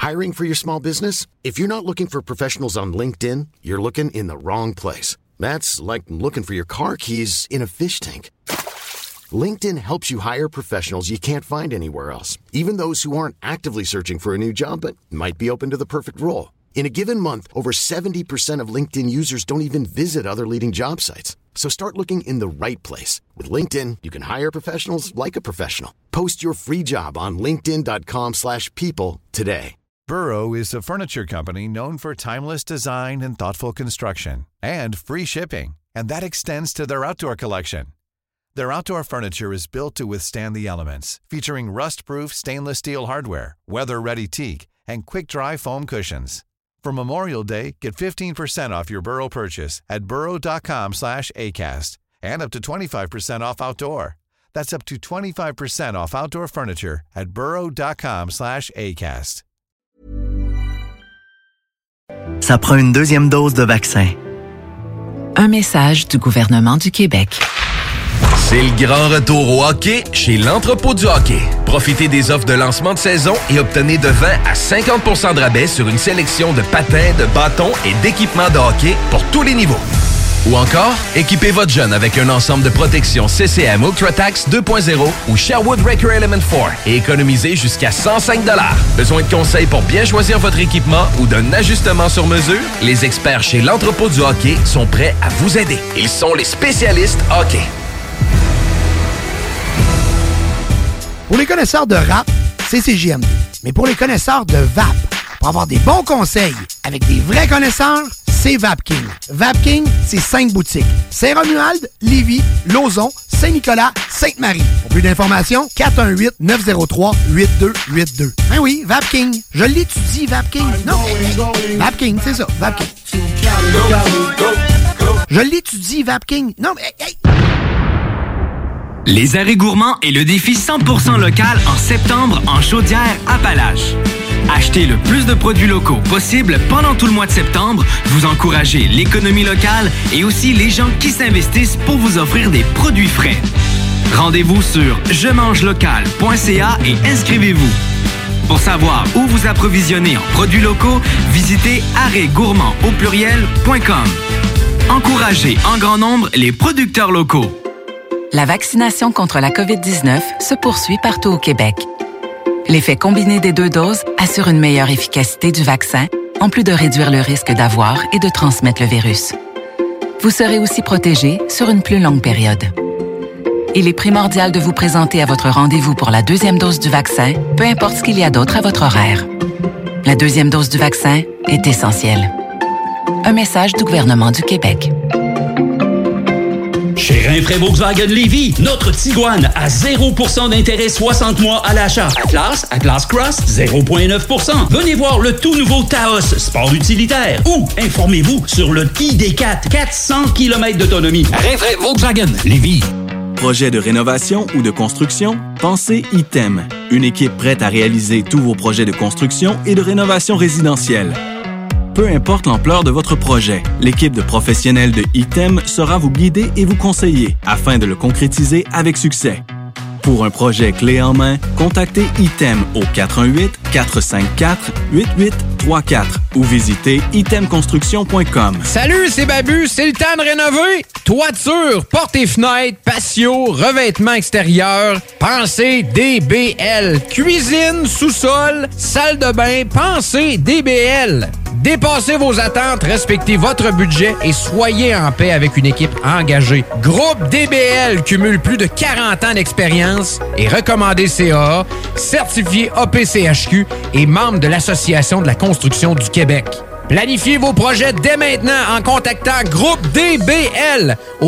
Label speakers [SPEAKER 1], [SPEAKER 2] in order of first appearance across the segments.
[SPEAKER 1] Hiring for your small business? If you're not looking for professionals on LinkedIn, you're looking in the wrong place. That's like looking for your car keys in a fish tank. LinkedIn helps you hire professionals you can't find anywhere else, even those who aren't actively searching for a new job but might be open to the perfect role. In a given month, over 70% of LinkedIn users don't even visit other leading job sites. So start looking in the right place. With LinkedIn, you can hire professionals like a professional. Post your free job on linkedin.com/people today.
[SPEAKER 2] Burrow is a furniture company known for timeless design and thoughtful construction, and free shipping, and that extends to their outdoor collection. Their outdoor furniture is built to withstand the elements, featuring rust-proof stainless steel hardware, weather-ready teak, and quick-dry foam cushions. For Memorial Day, get 15% off your Burrow purchase at burrow.com/acast, and up to 25% off outdoor. That's up to 25% off outdoor furniture at burrow.com/acast.
[SPEAKER 3] Ça prend une deuxième dose de vaccin.
[SPEAKER 4] Un message du gouvernement du Québec.
[SPEAKER 5] C'est le grand retour au hockey chez l'Entrepôt du hockey. Profitez des offres de lancement de saison et obtenez de 20 à 50% de rabais sur une sélection de patins, de bâtons et d'équipements de hockey pour tous les niveaux. Ou encore, équipez votre jeune avec un ensemble de protection CCM UltraTax 2.0 ou Sherwood Record Element 4 et économisez jusqu'à 105 $. Besoin de conseils pour bien choisir votre équipement ou d'un ajustement sur mesure? Les experts chez l'Entrepôt du hockey sont prêts à vous aider. Ils sont les spécialistes hockey.
[SPEAKER 6] Pour les connaisseurs de rap, c'est CJMD. Mais pour les connaisseurs de vape, pour avoir des bons conseils avec des vrais connaisseurs, c'est Vapking. Vapking, c'est 5 boutiques. Saint-Romuald, Lévis, Lauson, Saint-Nicolas, Sainte-Marie. Pour plus d'informations, 418-903-8282. Ben oui, Vapking. Je l'étudie, Vapking. Non, Vapking, c'est ça, Vapking. Je l'étudie, Vapking. Non, mais... Hey.
[SPEAKER 7] Les arrêts gourmands et le défi 100% local en septembre en Chaudière-Appalaches. Achetez le plus de produits locaux possible pendant tout le mois de septembre. Vous encouragez l'économie locale et aussi les gens qui s'investissent pour vous offrir des produits frais. Rendez-vous sur jemangelocal.ca et inscrivez-vous. Pour savoir où vous approvisionner en produits locaux, visitez arrêtgourmand.com. Encouragez en grand nombre les producteurs locaux.
[SPEAKER 4] La vaccination contre la COVID-19 se poursuit partout au Québec. L'effet combiné des 2 doses assure une meilleure efficacité du vaccin, en plus de réduire le risque d'avoir et de transmettre le virus. Vous serez aussi protégé sur une plus longue période. Il est primordial de vous présenter à votre rendez-vous pour la 2e dose du vaccin, peu importe ce qu'il y a d'autre à votre horaire. La 2e dose du vaccin est essentielle. Un message du gouvernement du Québec.
[SPEAKER 8] Chez Rinfraie Volkswagen Lévis, notre Tiguan à 0% d'intérêt 60 mois à l'achat. Atlas Cross, 0,9%. Venez voir le tout nouveau Taos, sport utilitaire. Ou informez-vous sur le ID4, 400 km d'autonomie. Rinfraie Volkswagen Lévis.
[SPEAKER 9] Projet de rénovation ou de construction? Pensez ITEM. Une équipe prête à réaliser tous vos projets de construction et de rénovation résidentielle. Peu importe l'ampleur de votre projet, l'équipe de professionnels de ITEM sera vous guider et vous conseiller afin de le concrétiser avec succès. Pour un projet clé en main, contactez ITEM au 418-454-8834 ou visitez itemconstruction.com.
[SPEAKER 10] Salut, c'est Babu, c'est le temps de rénover. Toiture, portes et fenêtres, patio, revêtement extérieur, pensez DBL. Cuisine, sous-sol, salle de bain, pensez DBL. Dépassez vos attentes, respectez votre budget et soyez en paix avec une équipe engagée. Groupe DBL cumule plus de 40 ans d'expérience et recommandé CAA, certifié APCHQ et membre de l'Association de la construction du Québec. Planifiez vos projets dès maintenant en contactant Groupe DBL au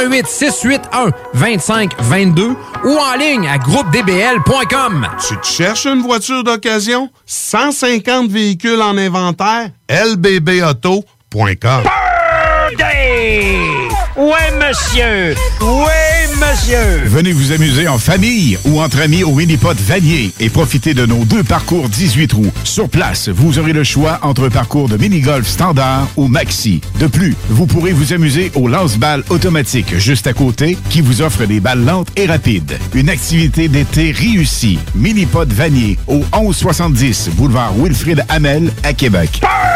[SPEAKER 10] 418-681-2522 ou en ligne à groupedbl.com.
[SPEAKER 11] Tu te cherches une voiture d'occasion? 150 véhicules en inventaire? lbbauto.com.
[SPEAKER 10] Birthday!
[SPEAKER 12] Ouais, monsieur! Ouais, monsieur!
[SPEAKER 13] Venez vous amuser en famille ou entre amis au Minipod Vanier et profitez de nos 2 parcours 18 trous. Sur place, vous aurez le choix entre un parcours de mini-golf standard ou maxi. De plus, vous pourrez vous amuser au lance-balles automatique juste à côté qui vous offre des balles lentes et rapides. Une activité d'été réussie. Minipod Vanier au 1170 boulevard Wilfrid Hamel à Québec.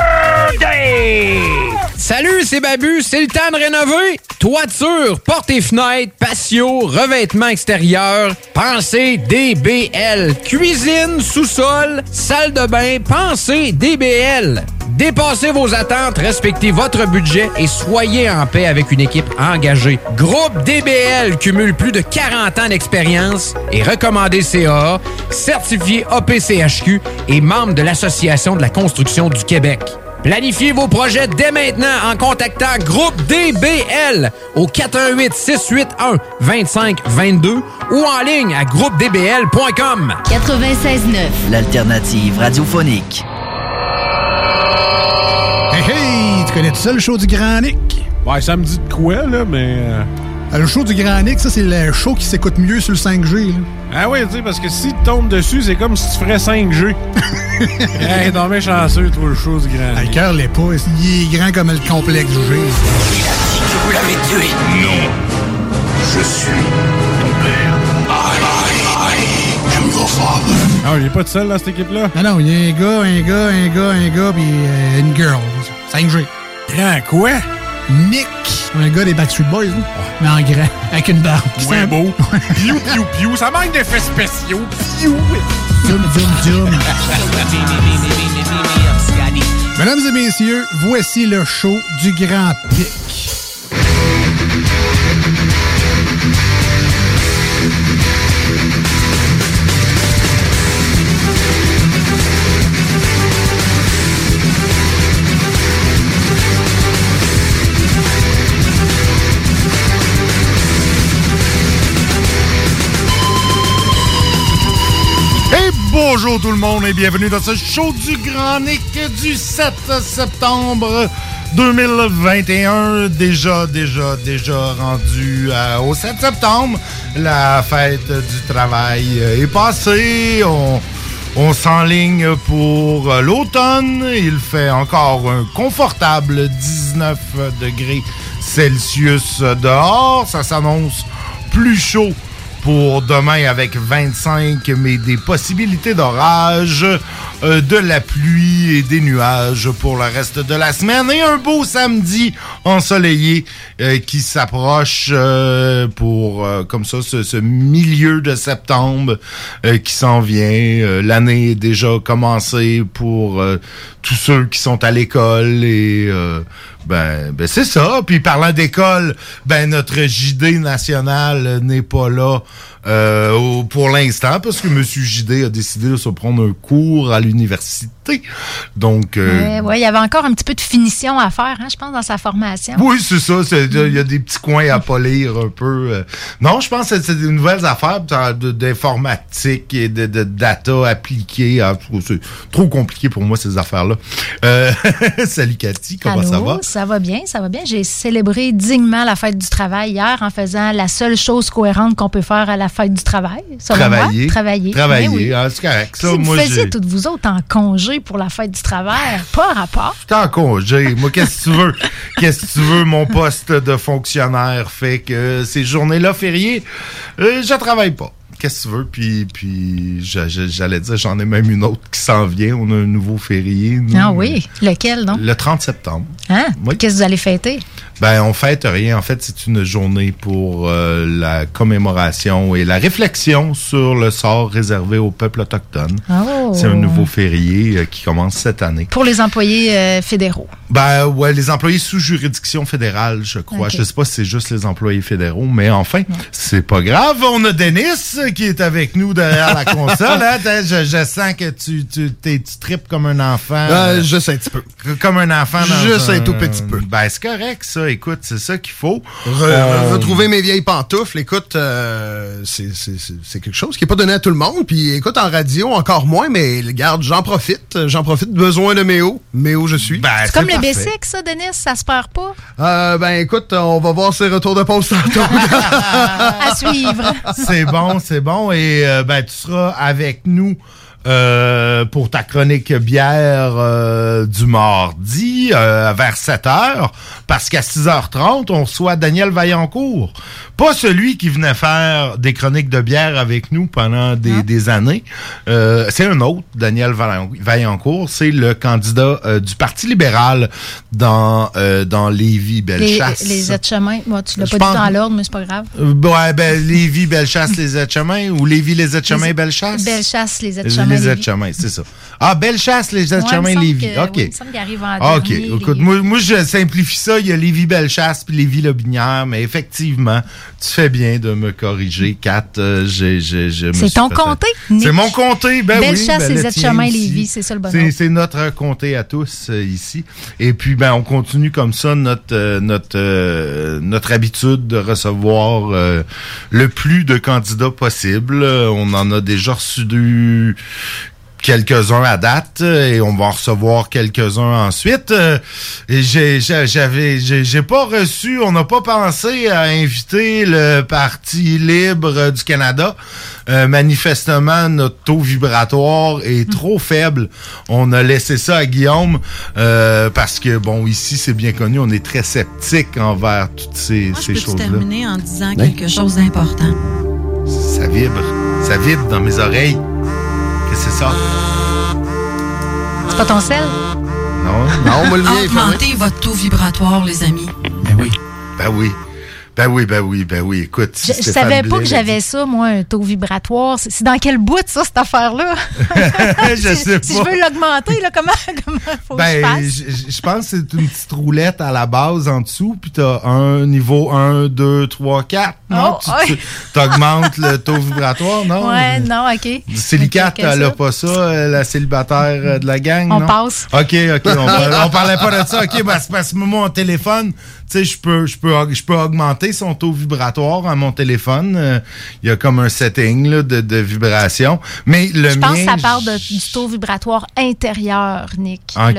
[SPEAKER 10] Salut, c'est Babu, c'est le temps de rénover. Toiture, portes et fenêtres, patio, revêtement extérieur, pensez DBL. Cuisine, sous-sol, salle de bain, pensez DBL. Dépassez vos attentes, respectez votre budget et soyez en paix avec une équipe engagée. Groupe DBL cumule plus de 40 ans d'expérience et recommandé CAA, certifié APCHQ et membre de l'Association de la construction du Québec. Planifiez vos projets dès maintenant en contactant Groupe DBL au 418-681-2522 ou en ligne à groupedbl.com.
[SPEAKER 3] 96.9, l'alternative radiophonique.
[SPEAKER 14] Hey, hey! Tu connais tout ça, le show du Grand Nick?
[SPEAKER 11] Ouais, ça me dit de quoi, là, mais...
[SPEAKER 14] Le show du Grand Nick, ça, c'est le show qui s'écoute mieux sur le 5G, là.
[SPEAKER 11] Ah oui, tu sais, parce que si tu tombes dessus, c'est comme si tu ferais 5G. Hey, t'en mets chanceux, toi, le show du Grand Nick.
[SPEAKER 14] Le cœur l'est pas. Il est grand comme le complexe du G.
[SPEAKER 15] Il a dit que vous l'avez tué. Non. Je suis ton père. I am your father.
[SPEAKER 11] Ah, il est pas tout seul dans cette équipe-là?
[SPEAKER 14] Non, non, il y a un gars, puis une girl. 5G.
[SPEAKER 11] Grand quoi?
[SPEAKER 14] Nick. Un gars des Backstreet Boys, hein? Mais en grand, avec une barbe.
[SPEAKER 11] C'est un beau. Piou, piou, piou. Ça manque d'effets spéciaux. Piou.
[SPEAKER 14] Dum, dum, dum. Mesdames et messieurs, voici le show du Grand Pic.
[SPEAKER 16] Bonjour tout le monde et bienvenue dans ce show du Grand Nick du 7 septembre 2021. Déjà rendu au 7 septembre. La fête du travail est passée. On s'enligne pour l'automne. Il fait encore un confortable 19 degrés Celsius dehors. Ça s'annonce plus chaud pour demain avec 25, mais des possibilités d'orage, de la pluie et des nuages pour le reste de la semaine. Et un beau samedi ensoleillé qui s'approche pour comme ça ce milieu de septembre qui s'en vient. L'année est déjà commencée pour tous ceux qui sont à l'école et... Ben c'est ça. Puis parlant d'école, notre JD national n'est pas là pour l'instant parce que M. JD a décidé de se prendre un cours à l'université. Donc...
[SPEAKER 17] il y avait encore un petit peu de finition à faire, hein, je pense, dans sa formation.
[SPEAKER 16] Oui, c'est ça. Il y a des petits coins à polir un peu. Non, je pense que c'est des nouvelles affaires d'informatique et de data appliquées. C'est trop compliqué pour moi, ces affaires-là. Salut Cathy, comment ça va?
[SPEAKER 17] Ça va bien. J'ai célébré dignement la fête du travail hier en faisant la seule chose cohérente qu'on peut faire à la fête du travail. Travailler.
[SPEAKER 16] Oui. Ah, c'est correct.
[SPEAKER 17] Ça, vous faisiez toutes vous autres en congé pour la fête du travail? Pas rapport.
[SPEAKER 16] J'étais en congé. Moi, qu'est-ce que tu veux? Qu'est-ce que tu veux? Mon poste de fonctionnaire fait que ces journées-là fériées, je travaille pas. Qu'est-ce que tu veux? Puis j'allais dire, j'en ai même une autre qui s'en vient. On a un nouveau férié.
[SPEAKER 17] Ah oui? Lequel, donc?
[SPEAKER 16] Le 30 septembre.
[SPEAKER 17] Hein? Oui. Qu'est-ce que vous allez fêter?
[SPEAKER 16] On fête rien. En fait, c'est une journée pour la commémoration et la réflexion sur le sort réservé au peuple autochtone.
[SPEAKER 17] Oh.
[SPEAKER 16] C'est un nouveau férié qui commence cette année.
[SPEAKER 17] Pour les employés fédéraux?
[SPEAKER 16] Ouais, les employés sous juridiction fédérale, je crois. Okay. Je sais pas si c'est juste les employés fédéraux, mais enfin, c'est pas grave. On a Denis qui est avec nous derrière la console. Hein? Je sens que tu tripes comme un enfant.
[SPEAKER 18] Juste un petit peu.
[SPEAKER 16] Comme un enfant.
[SPEAKER 18] Juste un tout petit peu.
[SPEAKER 16] C'est correct, ça. Écoute, c'est ça qu'il faut.
[SPEAKER 18] Retrouver mes vieilles pantoufles, écoute, c'est quelque chose qui n'est pas donné à tout le monde. Puis écoute, en radio, encore moins, mais regarde, j'en profite. j'en profite. Besoin de Méo. Méo, je suis.
[SPEAKER 17] C'est comme le Bessic, ça, Denis? Ça se perd pas?
[SPEAKER 18] Ben écoute, on va voir ces retours de pause tantôt.
[SPEAKER 17] À suivre.
[SPEAKER 16] C'est bon. Et tu seras avec nous pour ta chronique bière du mardi vers 7h, parce qu'à 6h30, on reçoit Daniel Vaillancourt. Pas celui qui venait faire des chroniques de bière avec nous pendant des années. C'est un autre, Daniel Vaillancourt. C'est le candidat du Parti libéral dans Lévis-Bellechasse.
[SPEAKER 17] Les aides-chemins. Moi, tu l'as pas dit dans l'ordre, mais c'est pas grave.
[SPEAKER 16] Lévis-Bellechasse, les aides-chemins, ou Lévis-les-aides-chemins, Bellechasse?
[SPEAKER 17] Bellechasse, les aides-chemins.
[SPEAKER 16] Les aides-chemins, c'est ça. Bellechasse, les aides-chemins, Lévis. OK.
[SPEAKER 17] Oui, il me semble qu'il arrive en dernier.
[SPEAKER 16] OK. Écoute, moi, je simplifie ça. Il y a Lévis-Bellechasse puis Lévis-Lobinière, mais effectivement, tu fais bien de me corriger, Kat.
[SPEAKER 17] C'est ton comté, Nick.
[SPEAKER 16] C'est mon comté,
[SPEAKER 17] Bellechasse, les aides-chemins, Lévis, c'est ça le bonheur.
[SPEAKER 16] C'est notre comté à tous ici. Et puis, on continue comme ça notre habitude de recevoir le plus de candidats possible. On en a déjà reçu quelques-uns à date et on va en recevoir quelques-uns ensuite. Et j'ai pas reçu, on n'a pas pensé à inviter le Parti libre du Canada. Manifestement, notre taux vibratoire est trop faible. On a laissé ça à Guillaume parce que, ici, c'est bien connu, on est très sceptique envers toutes ces choses-là.
[SPEAKER 19] Je peux terminer en disant quelque chose d'important.
[SPEAKER 16] Ça vibre dans mes oreilles. Qu'est-ce que c'est ça?
[SPEAKER 17] C'est pas ton sel?
[SPEAKER 16] Non, moi le mien est fermé.
[SPEAKER 19] Augmentez votre taux vibratoire, les amis.
[SPEAKER 16] Ben oui. Écoute,
[SPEAKER 17] je savais pas que j'avais ça, moi, un taux vibratoire. C'est dans quel bout, ça, cette affaire-là?
[SPEAKER 16] Je sais pas.
[SPEAKER 17] Si je veux l'augmenter, là, comment faut que je fasse?
[SPEAKER 16] Je pense que c'est une petite roulette à la base en dessous, puis t'as un niveau 1, 2, 3, 4. Non? Tu augmentes le taux vibratoire, non?
[SPEAKER 17] Ouais, non, OK.
[SPEAKER 16] Silicate, elle a pas ça, la célibataire de la gang, non?
[SPEAKER 17] On passe.
[SPEAKER 16] OK, on parlait pas de ça. OK, c'est parce que moi, mon téléphone, tu sais, je peux augmenter son taux vibratoire à mon téléphone. Il y a comme un setting là, de vibration. Mais le
[SPEAKER 17] je
[SPEAKER 16] mien...
[SPEAKER 17] pense que ça part du taux vibratoire intérieur, Nick.
[SPEAKER 16] OK.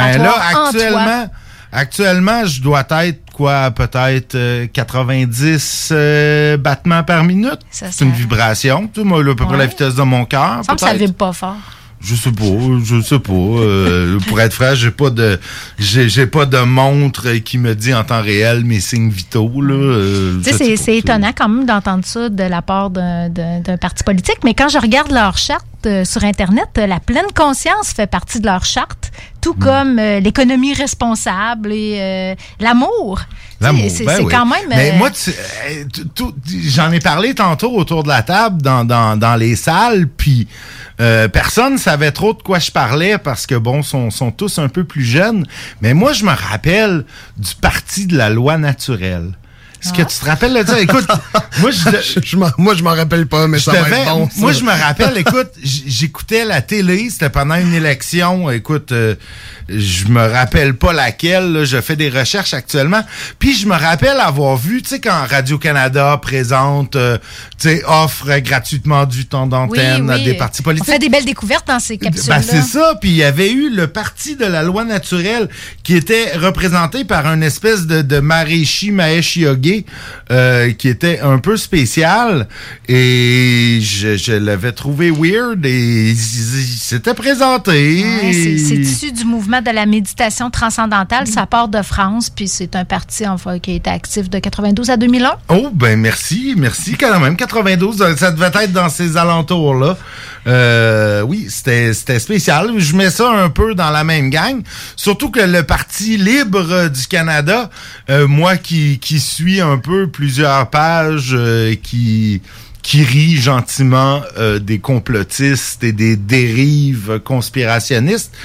[SPEAKER 16] Actuellement, je dois être, peut-être 90 battements par minute. C'est une vibration. Tu sais, moi, à peu près la vitesse de mon cœur.
[SPEAKER 17] Ça me semble que ça vibre pas fort.
[SPEAKER 16] Je sais pas. Pour être franc, j'ai pas de montre qui me dit en temps réel mes signes vitaux.
[SPEAKER 17] C'est étonnant quand même d'entendre ça de la part d'un parti politique, mais quand je regarde leur charte sur Internet, la pleine conscience fait partie de leur charte, tout comme l'économie responsable et l'amour. C'est quand même...
[SPEAKER 16] Mais moi, j'en ai parlé tantôt autour de la table dans les salles, puis personne ne savait trop de quoi je parlais parce que, sont tous un peu plus jeunes. Mais moi, je me rappelle du Parti de la loi naturelle. Est-ce que tu te rappelles de ça? Écoute, moi,
[SPEAKER 18] je m'en rappelle pas, mais ça va être bon. Ça.
[SPEAKER 16] Moi, je me rappelle, écoute, j'écoutais la télé, c'était pendant une élection. Écoute, je me rappelle pas laquelle, là, je fais des recherches actuellement. Puis je me rappelle avoir vu, tu sais, quand Radio-Canada présente, tu sais, offre gratuitement du temps d'antenne à des partis politiques.
[SPEAKER 17] On fait des belles découvertes dans ces capsules-là.
[SPEAKER 16] C'est ça. Puis il y avait eu le Parti de la loi naturelle qui était représenté par une espèce de Marishi Mahesh Yogi qui était un peu spécial et je l'avais trouvé weird et il s'était présenté.
[SPEAKER 17] Ouais, c'est issu du mouvement de la méditation transcendantale. Ça part de France, puis c'est un parti qui a été actif de 92 à 2001.
[SPEAKER 16] Oh, ben merci quand même. 92, ça devait être dans ces alentours-là. Oui, c'était spécial. Je mets ça un peu dans la même gang. Surtout que le Parti libre du Canada, moi qui suis un peu plusieurs pages qui rit gentiment des complotistes et des dérives conspirationnistes,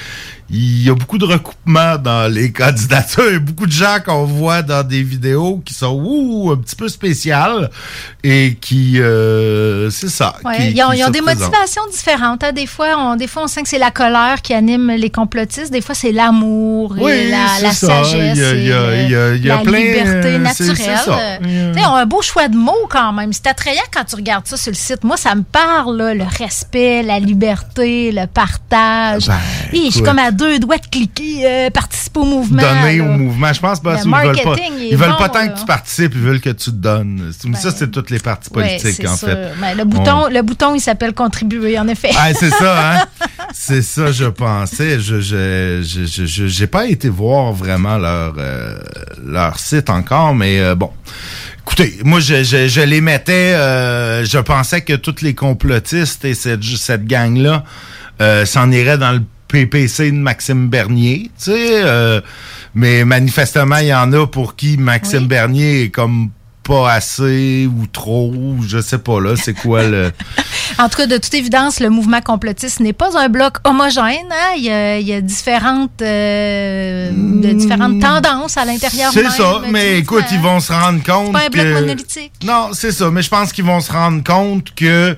[SPEAKER 16] il y a beaucoup de recoupements dans les candidatures. Il y a beaucoup de gens qu'on voit dans des vidéos qui sont un petit peu spéciales et qui, c'est ça.
[SPEAKER 17] Ouais, ils ont des motivations différentes. Hein. Des fois, on sent que c'est la colère qui anime les complotistes. Des fois, c'est l'amour, et la sagesse, la liberté naturelle. Ils ont un beau choix de mots quand même. C'est attrayant quand tu regardes ça sur le site. Moi, ça me parle, là, le respect, la liberté, le partage. Je suis comme à 2 doigts de cliquer, participer au mouvement.
[SPEAKER 16] Donner au mouvement. Je pense pas qu'ils veulent pas tant que tu participes, ils veulent que tu te donnes. Ça, c'est toutes les partis politiques, en fait.
[SPEAKER 17] Ben, le bouton, il s'appelle contribuer, en effet.
[SPEAKER 16] C'est ça, hein? C'est ça, je pensais. J'ai pas été voir vraiment leur site encore, mais bon. Écoutez, moi, je les mettais... je pensais que tous les complotistes et cette gang-là s'en iraient dans le PPC de Maxime Bernier, tu sais. Mais manifestement, il y en a pour qui Maxime Bernier est comme pas assez ou trop, je sais pas, là, c'est quoi le...
[SPEAKER 17] En tout cas, de toute évidence, le mouvement complotiste n'est pas un bloc homogène. Hein? Il y a différentes tendances à l'intérieur même.
[SPEAKER 16] C'est ça, mais écoute, ils vont se rendre compte que...
[SPEAKER 17] C'est pas un bloc monolithique.
[SPEAKER 16] Non, c'est ça, mais je pense qu'ils vont se rendre compte que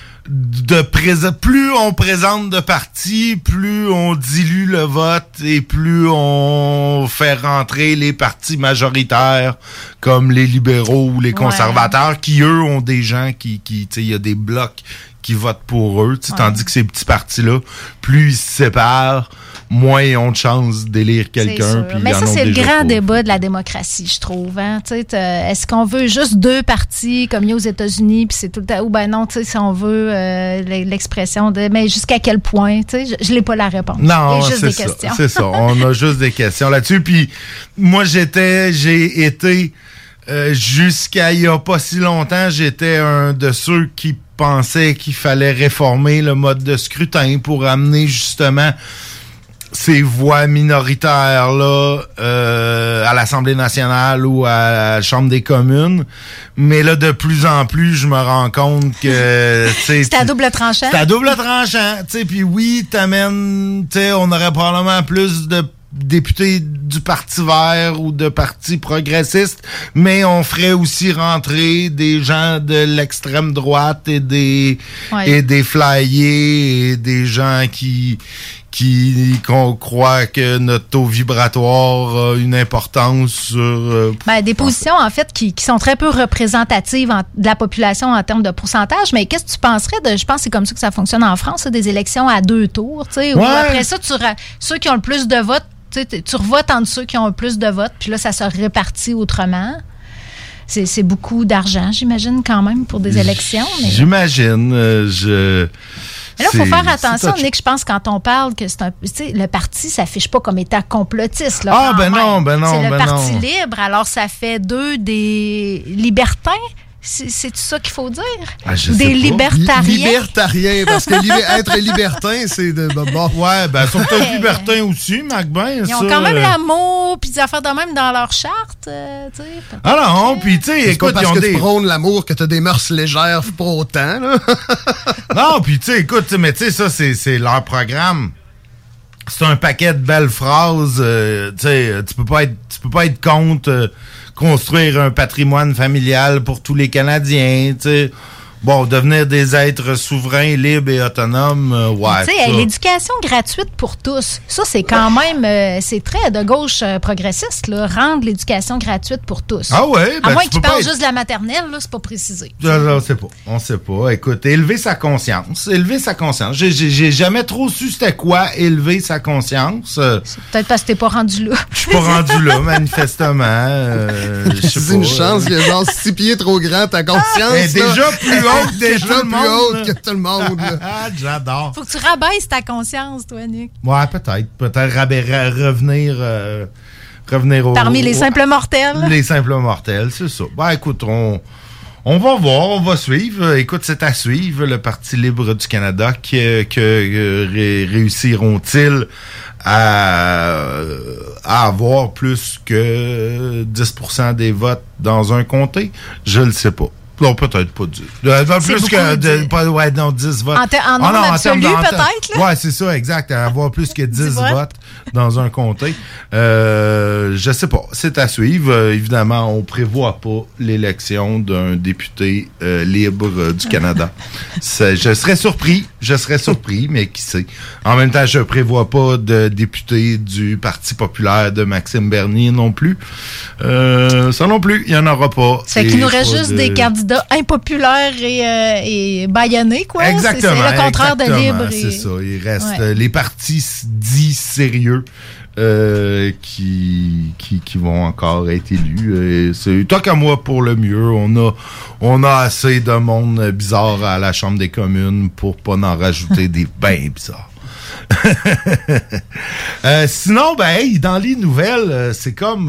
[SPEAKER 16] plus on présente de partis, plus on dilue le vote et plus on fait rentrer les partis majoritaires comme les libéraux ou les conservateurs qui, eux, ont des gens qui tu sais, il y a des blocs qui votent pour eux, tandis que ces petits partis-là, plus ils se séparent, moins ils ont de chances d'élire quelqu'un.
[SPEAKER 17] Mais ça, c'est le grand débat de la démocratie, je trouve. Hein? Est-ce qu'on veut juste 2 partis comme il y a aux États-Unis, puis c'est tout le temps, ou ben non, si on veut l'expression de, mais jusqu'à quel point, je n'ai pas la réponse.
[SPEAKER 16] Non,
[SPEAKER 17] c'est juste des
[SPEAKER 16] ça,
[SPEAKER 17] questions.
[SPEAKER 16] C'est ça, on a juste des questions là-dessus. Puis moi, j'ai été jusqu'à il y a pas si longtemps, j'étais un de ceux qui pensaient qu'il fallait réformer le mode de scrutin pour amener justement ces voix minoritaires-là à l'Assemblée nationale ou à la Chambre des communes. Mais là, de plus en plus, je me rends compte que...
[SPEAKER 17] c'est à double tranchant.
[SPEAKER 16] C'est à double tranchant. Puis oui, t'amènes... on aurait probablement plus de députés du Parti vert ou de partis progressistes, mais on ferait aussi rentrer des gens de l'extrême droite et des flyers et des gens qu'on croit que notre taux vibratoire a une importance sur...
[SPEAKER 17] des positions, en fait, qui sont très peu représentatives de la population en termes de pourcentage. Mais qu'est-ce que tu penserais de... Je pense que c'est comme ça que ça fonctionne en France, des élections à 2 tours, où après ça, ceux qui ont le plus de votes, tu revotes entre ceux qui ont le plus de votes, puis là, ça se répartit autrement. C'est beaucoup d'argent, j'imagine, quand même, pour des élections. Mais...
[SPEAKER 16] J'imagine.
[SPEAKER 17] Mais là, il faut faire attention, Nick, je pense, quand on parle que c'est un... le parti s'affiche pas comme état complotiste. Là,
[SPEAKER 16] non.
[SPEAKER 17] C'est le Parti libre, alors ça fait 2 des libertins. C'est ça qu'il faut dire? Des libertariens?
[SPEAKER 18] Libertariens, parce que être libertin, c'est de... Bon.
[SPEAKER 16] Ouais, sont peut-être libertins aussi, MacBain.
[SPEAKER 17] Ils ont quand même l'amour, puis des affaires de même dans leur charte,
[SPEAKER 16] non, puis tu sais, écoute,
[SPEAKER 18] parce que tu prônes l'amour que t'as des mœurs légères, pas autant, là.
[SPEAKER 16] Non, puis tu sais, écoute, mais tu sais, ça, c'est leur programme. C'est un paquet de belles phrases, tu sais, tu peux pas être contre... construire un patrimoine familial pour tous les Canadiens, tu sais. Bon, devenir des êtres souverains, libres et autonomes,
[SPEAKER 17] Tu sais, l'éducation gratuite pour tous, ça, c'est quand même, c'est très de gauche progressiste, là, rendre l'éducation gratuite pour tous.
[SPEAKER 16] Ah ouais?
[SPEAKER 17] À moins qu'ils parlent juste de la maternelle, là, c'est pas précisé.
[SPEAKER 16] On sait pas. Écoute, élever sa conscience. J'ai jamais trop su c'était quoi élever sa conscience.
[SPEAKER 17] C'est peut-être parce que t'es pas rendu là.
[SPEAKER 16] Je suis pas rendu là, manifestement.
[SPEAKER 18] C'est une chance, il y a genre 6 pieds trop grand ta conscience.
[SPEAKER 16] Mais déjà plus haut.
[SPEAKER 18] Déjà plus haute que tout le monde.
[SPEAKER 16] J'adore.
[SPEAKER 17] Faut que tu rabaisses ta conscience, toi, Nick.
[SPEAKER 16] Ouais, peut-être. Peut-être revenir
[SPEAKER 17] parmi les simples mortels.
[SPEAKER 16] Les simples mortels, c'est ça. Écoute, on va voir, on va suivre. Écoute, c'est à suivre. Le Parti libre du Canada réussiront-ils à avoir plus que 10% des votes dans un comté? Je le sais pas. Non, peut-être pas 10. Plus que 10 votes.
[SPEAKER 17] En nombre absolu, peut-être?
[SPEAKER 16] Oui, c'est ça, exact. Avoir plus que 10 votes dans un comté. Je sais pas. C'est à suivre. Évidemment, on prévoit pas l'élection d'un député libre du Canada. Je serais surpris, mais qui sait. En même temps, je prévois pas de député du Parti populaire de Maxime Bernier non plus. Ça non plus, il y en aura pas.
[SPEAKER 17] C'est qu'il nous reste juste des candidats impopulaires et bâillonnés, quoi.
[SPEAKER 16] Exactement.
[SPEAKER 17] C'est le contraire de libre.
[SPEAKER 16] C'est ça. Il reste les partis dits sérieux qui vont encore être élus. C'est toi qu'à moi pour le mieux. On a assez de monde bizarre à la Chambre des communes pour pas en rajouter des bien bizarres. Sinon, dans les nouvelles, c'est comme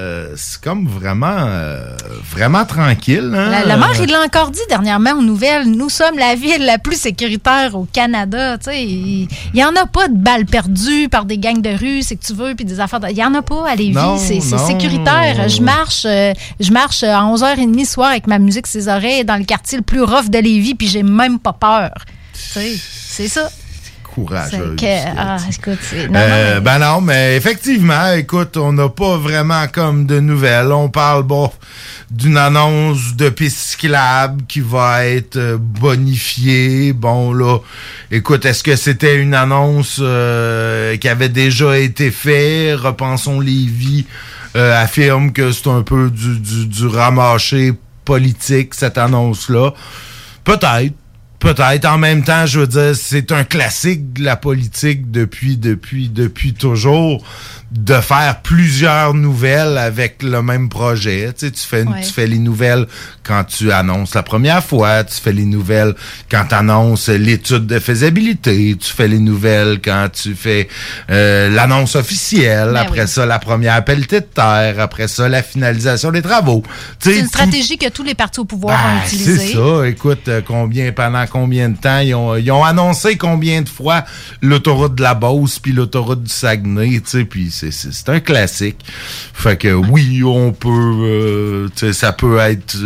[SPEAKER 16] vraiment tranquille. Hein?
[SPEAKER 17] Le maire, il l'a encore dit dernièrement aux nouvelles, nous sommes la ville la plus sécuritaire au Canada. Il n'y en a pas de balles perdues par des gangs de rue, c'est que tu veux, puis des affaires. Il n'y en a pas à Lévis, c'est sécuritaire. Je marche à 11h30 ce soir avec ma musique sur les oreilles dans le quartier le plus rough de Lévis, puis j'ai même pas peur. C'est ça.
[SPEAKER 16] Courageuse.
[SPEAKER 17] Écoute,
[SPEAKER 16] non, mais effectivement, écoute, on n'a pas vraiment comme de nouvelles. On parle, d'une annonce de piste cyclable qui va être bonifiée. Bon, là, écoute, est-ce que c'était une annonce qui avait déjà été faite? Repensons Lévis affirme que c'est un peu du ramassé politique, cette annonce-là. Peut-être. En même temps, je veux dire, c'est un classique de la politique depuis toujours de faire plusieurs nouvelles avec le même projet. Tu sais, tu fais les nouvelles quand tu annonces la première fois, tu fais les nouvelles quand tu annonces l'étude de faisabilité, tu fais les nouvelles quand tu fais l'annonce officielle, après ça, la première pelletée de terre, après ça, la finalisation des travaux.
[SPEAKER 17] C'est une stratégie que tous les partis au pouvoir ont utilisée.
[SPEAKER 16] C'est ça. Écoute, pendant combien de temps ils ont annoncé combien de fois l'autoroute de la Beauce puis l'autoroute du Saguenay, tu sais, puis c'est un classique. Fait que oui, on peut ça peut être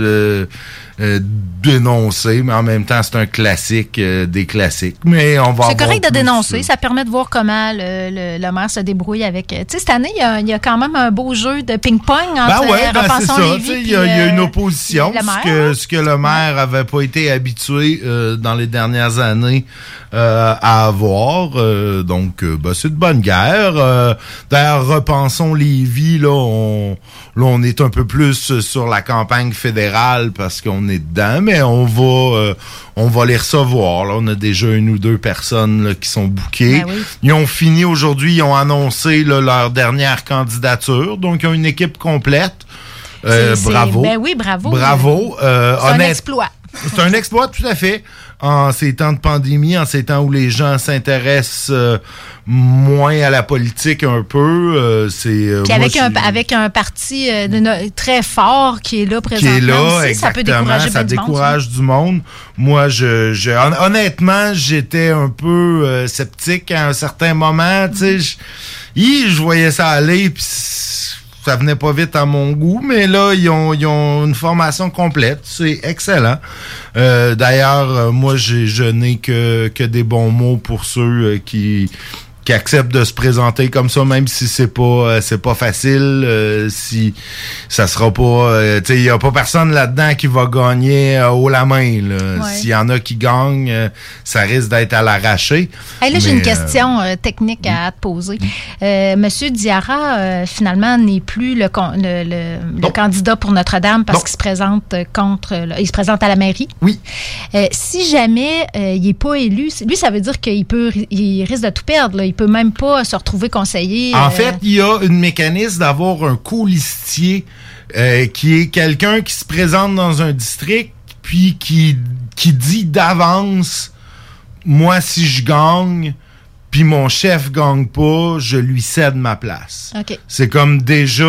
[SPEAKER 16] dénoncé, mais en même temps, c'est un classique des classiques. Mais on va
[SPEAKER 17] C'est correct de dénoncer. Ça permet de voir comment le maire se débrouille avec... Tu sais, cette année, il y a quand même un beau jeu de ping-pong entre Repensons Lévis.
[SPEAKER 16] Il y a une opposition, ce que le maire avait pas été habitué dans les dernières années à avoir. Donc, c'est de bonne guerre. D'ailleurs, Repensons Lévis, là, on est un peu plus sur la campagne fédérale parce qu'on est dedans, mais on va les recevoir. Là, on a déjà une ou deux personnes là, qui sont bookées.
[SPEAKER 17] Oui.
[SPEAKER 16] Ils ont fini aujourd'hui, ils ont annoncé là, leur dernière candidature, donc ils ont une équipe complète. Bravo.
[SPEAKER 17] Bravo.
[SPEAKER 16] Bravo.
[SPEAKER 17] C'est un exploit.
[SPEAKER 16] C'est un exploit, tout à fait. En ces temps de pandémie, en ces temps où les gens s'intéressent moins à la politique un peu,
[SPEAKER 17] puis avec un parti très fort qui est là présentement,
[SPEAKER 16] qui est là,
[SPEAKER 17] aussi, ça peut décourager
[SPEAKER 16] ça décourage du monde. Moi, honnêtement, j'étais un peu sceptique à un certain moment. Tu sais, je voyais ça aller, puis ça venait pas vite à mon goût, mais là, ils ont une formation complète. C'est excellent. D'ailleurs, moi, je n'ai que des bons mots pour ceux qui acceptent de se présenter comme ça, même si c'est pas facile, si ça sera pas, tu sais, il y a pas personne là-dedans qui va gagner haut la main, là. Ouais. S'il y en a qui gagnent, ça risque d'être à l'arraché.
[SPEAKER 17] Hey, là, j'ai une question technique à te poser. Monsieur Diarra, finalement, n'est plus le candidat pour Notre-Dame parce qu'il se présente il se présente à la mairie.
[SPEAKER 16] Oui.
[SPEAKER 17] Si jamais il est pas élu, lui, ça veut dire il risque de tout perdre, là. Il peut même pas se retrouver conseiller.
[SPEAKER 16] En fait, il y a une mécanisme d'avoir un colistier qui est quelqu'un qui se présente dans un district puis qui dit d'avance, moi, si je gagne, puis mon chef gagne pas, je lui cède ma place.
[SPEAKER 17] Okay.
[SPEAKER 16] C'est comme déjà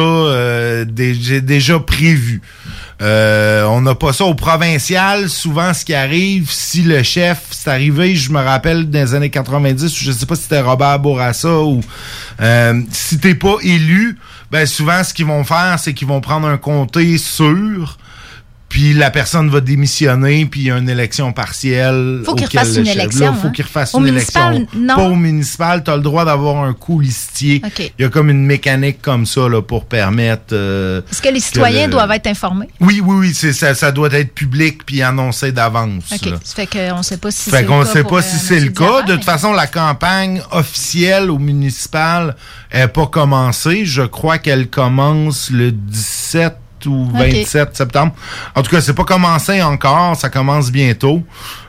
[SPEAKER 16] prévu. On n'a pas ça au provincial. Souvent, ce qui arrive, si le chef, c'est arrivé, je me rappelle dans les années 90, je sais pas si c'était Robert Bourassa ou si t'es pas élu, ben souvent, ce qu'ils vont faire, c'est qu'ils vont prendre un comté sûr, puis la personne va démissionner, puis il y a une élection partielle.
[SPEAKER 17] Faut qu'il refasse une élection.
[SPEAKER 16] Faut qu'il refasse une élection.
[SPEAKER 17] Non.
[SPEAKER 16] Pas au municipal, tu as le droit d'avoir un coulistier.
[SPEAKER 17] Okay.
[SPEAKER 16] Il y a comme une mécanique comme ça là, pour permettre...
[SPEAKER 17] Est-ce que les citoyens doivent être informés?
[SPEAKER 16] Oui, ça doit être public puis annoncé d'avance.
[SPEAKER 17] OK, ça fait qu'on ne sait pas si
[SPEAKER 16] c'est le cas. Fait qu'on ne sait pas si c'est le cas. De toute façon, la campagne officielle au municipal n'est pas commencée. Je crois qu'elle commence le 17 ou 27 septembre. En tout cas, c'est pas commencé encore. Ça commence bientôt.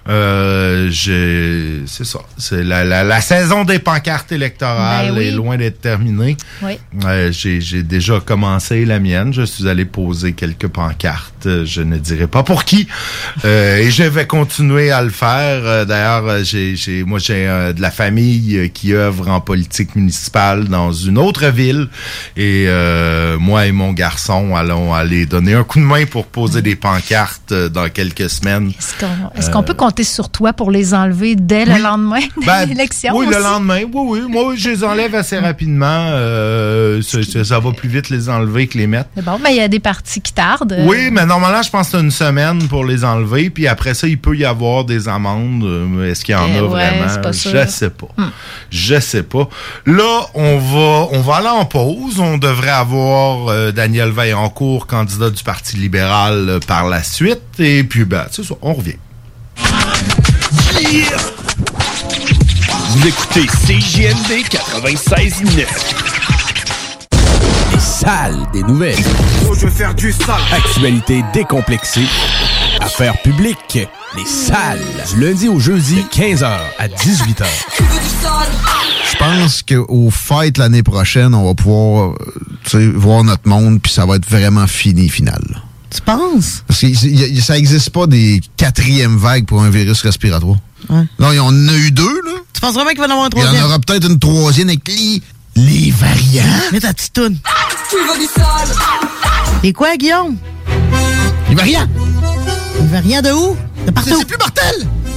[SPEAKER 16] C'est ça. C'est la saison des pancartes électorales est loin d'être terminée.
[SPEAKER 17] Oui.
[SPEAKER 16] J'ai déjà commencé la mienne. Je suis allé poser quelques pancartes. Je ne dirai pas pour qui. Et je vais continuer à le faire. D'ailleurs, j'ai de la famille qui œuvre en politique municipale dans une autre ville. Et moi et mon garçon allons aller donner un coup de main pour poser des pancartes dans quelques semaines.
[SPEAKER 17] Est-ce qu'on peut compter sur toi pour les enlever dès le lendemain de l'élection?
[SPEAKER 16] Oui,
[SPEAKER 17] aussi?
[SPEAKER 16] le lendemain. Oui. Moi, je les enlève assez rapidement. Ça va plus vite les enlever que les mettre.
[SPEAKER 17] C'est bon, mais il y a des parties qui tardent.
[SPEAKER 16] Oui, mais normalement, je pense que c'est une semaine pour les enlever. Puis après ça, il peut y avoir des amendes. Est-ce qu'il y en a vraiment?
[SPEAKER 17] C'est pas sûr.
[SPEAKER 16] Je sais pas. Je sais pas. Là, on va aller en pause. On devrait avoir Daniel Vaillancourt, candidat du Parti libéral, par la suite. Et puis, c'est ça, on revient.
[SPEAKER 5] Yeah! Vous écoutez CJMD 96.9. Les salles des nouvelles.
[SPEAKER 15] Oh, je veux faire du sale.
[SPEAKER 5] Actualité décomplexée. Affaires publiques. Les salles. Du lundi au jeudi, 15h à 18h.
[SPEAKER 18] Je pense qu'au fêtes l'année prochaine, on va pouvoir voir notre monde, puis ça va être vraiment final.
[SPEAKER 20] Tu penses?
[SPEAKER 18] Parce que ça n'existe pas des 4e vagues pour un virus respiratoire.
[SPEAKER 20] Ouais.
[SPEAKER 18] Non, il y en a eu 2, là.
[SPEAKER 20] Tu penses vraiment qu'il va y en avoir un 3e?
[SPEAKER 18] Il y en aura peut-être une 3e avec les variants.
[SPEAKER 20] Mets ta petite toune.
[SPEAKER 15] Tu veux du sale?
[SPEAKER 20] Et quoi, Guillaume?
[SPEAKER 18] Les variants.
[SPEAKER 20] Les variants de où? De partout.
[SPEAKER 18] C'est plus mortel!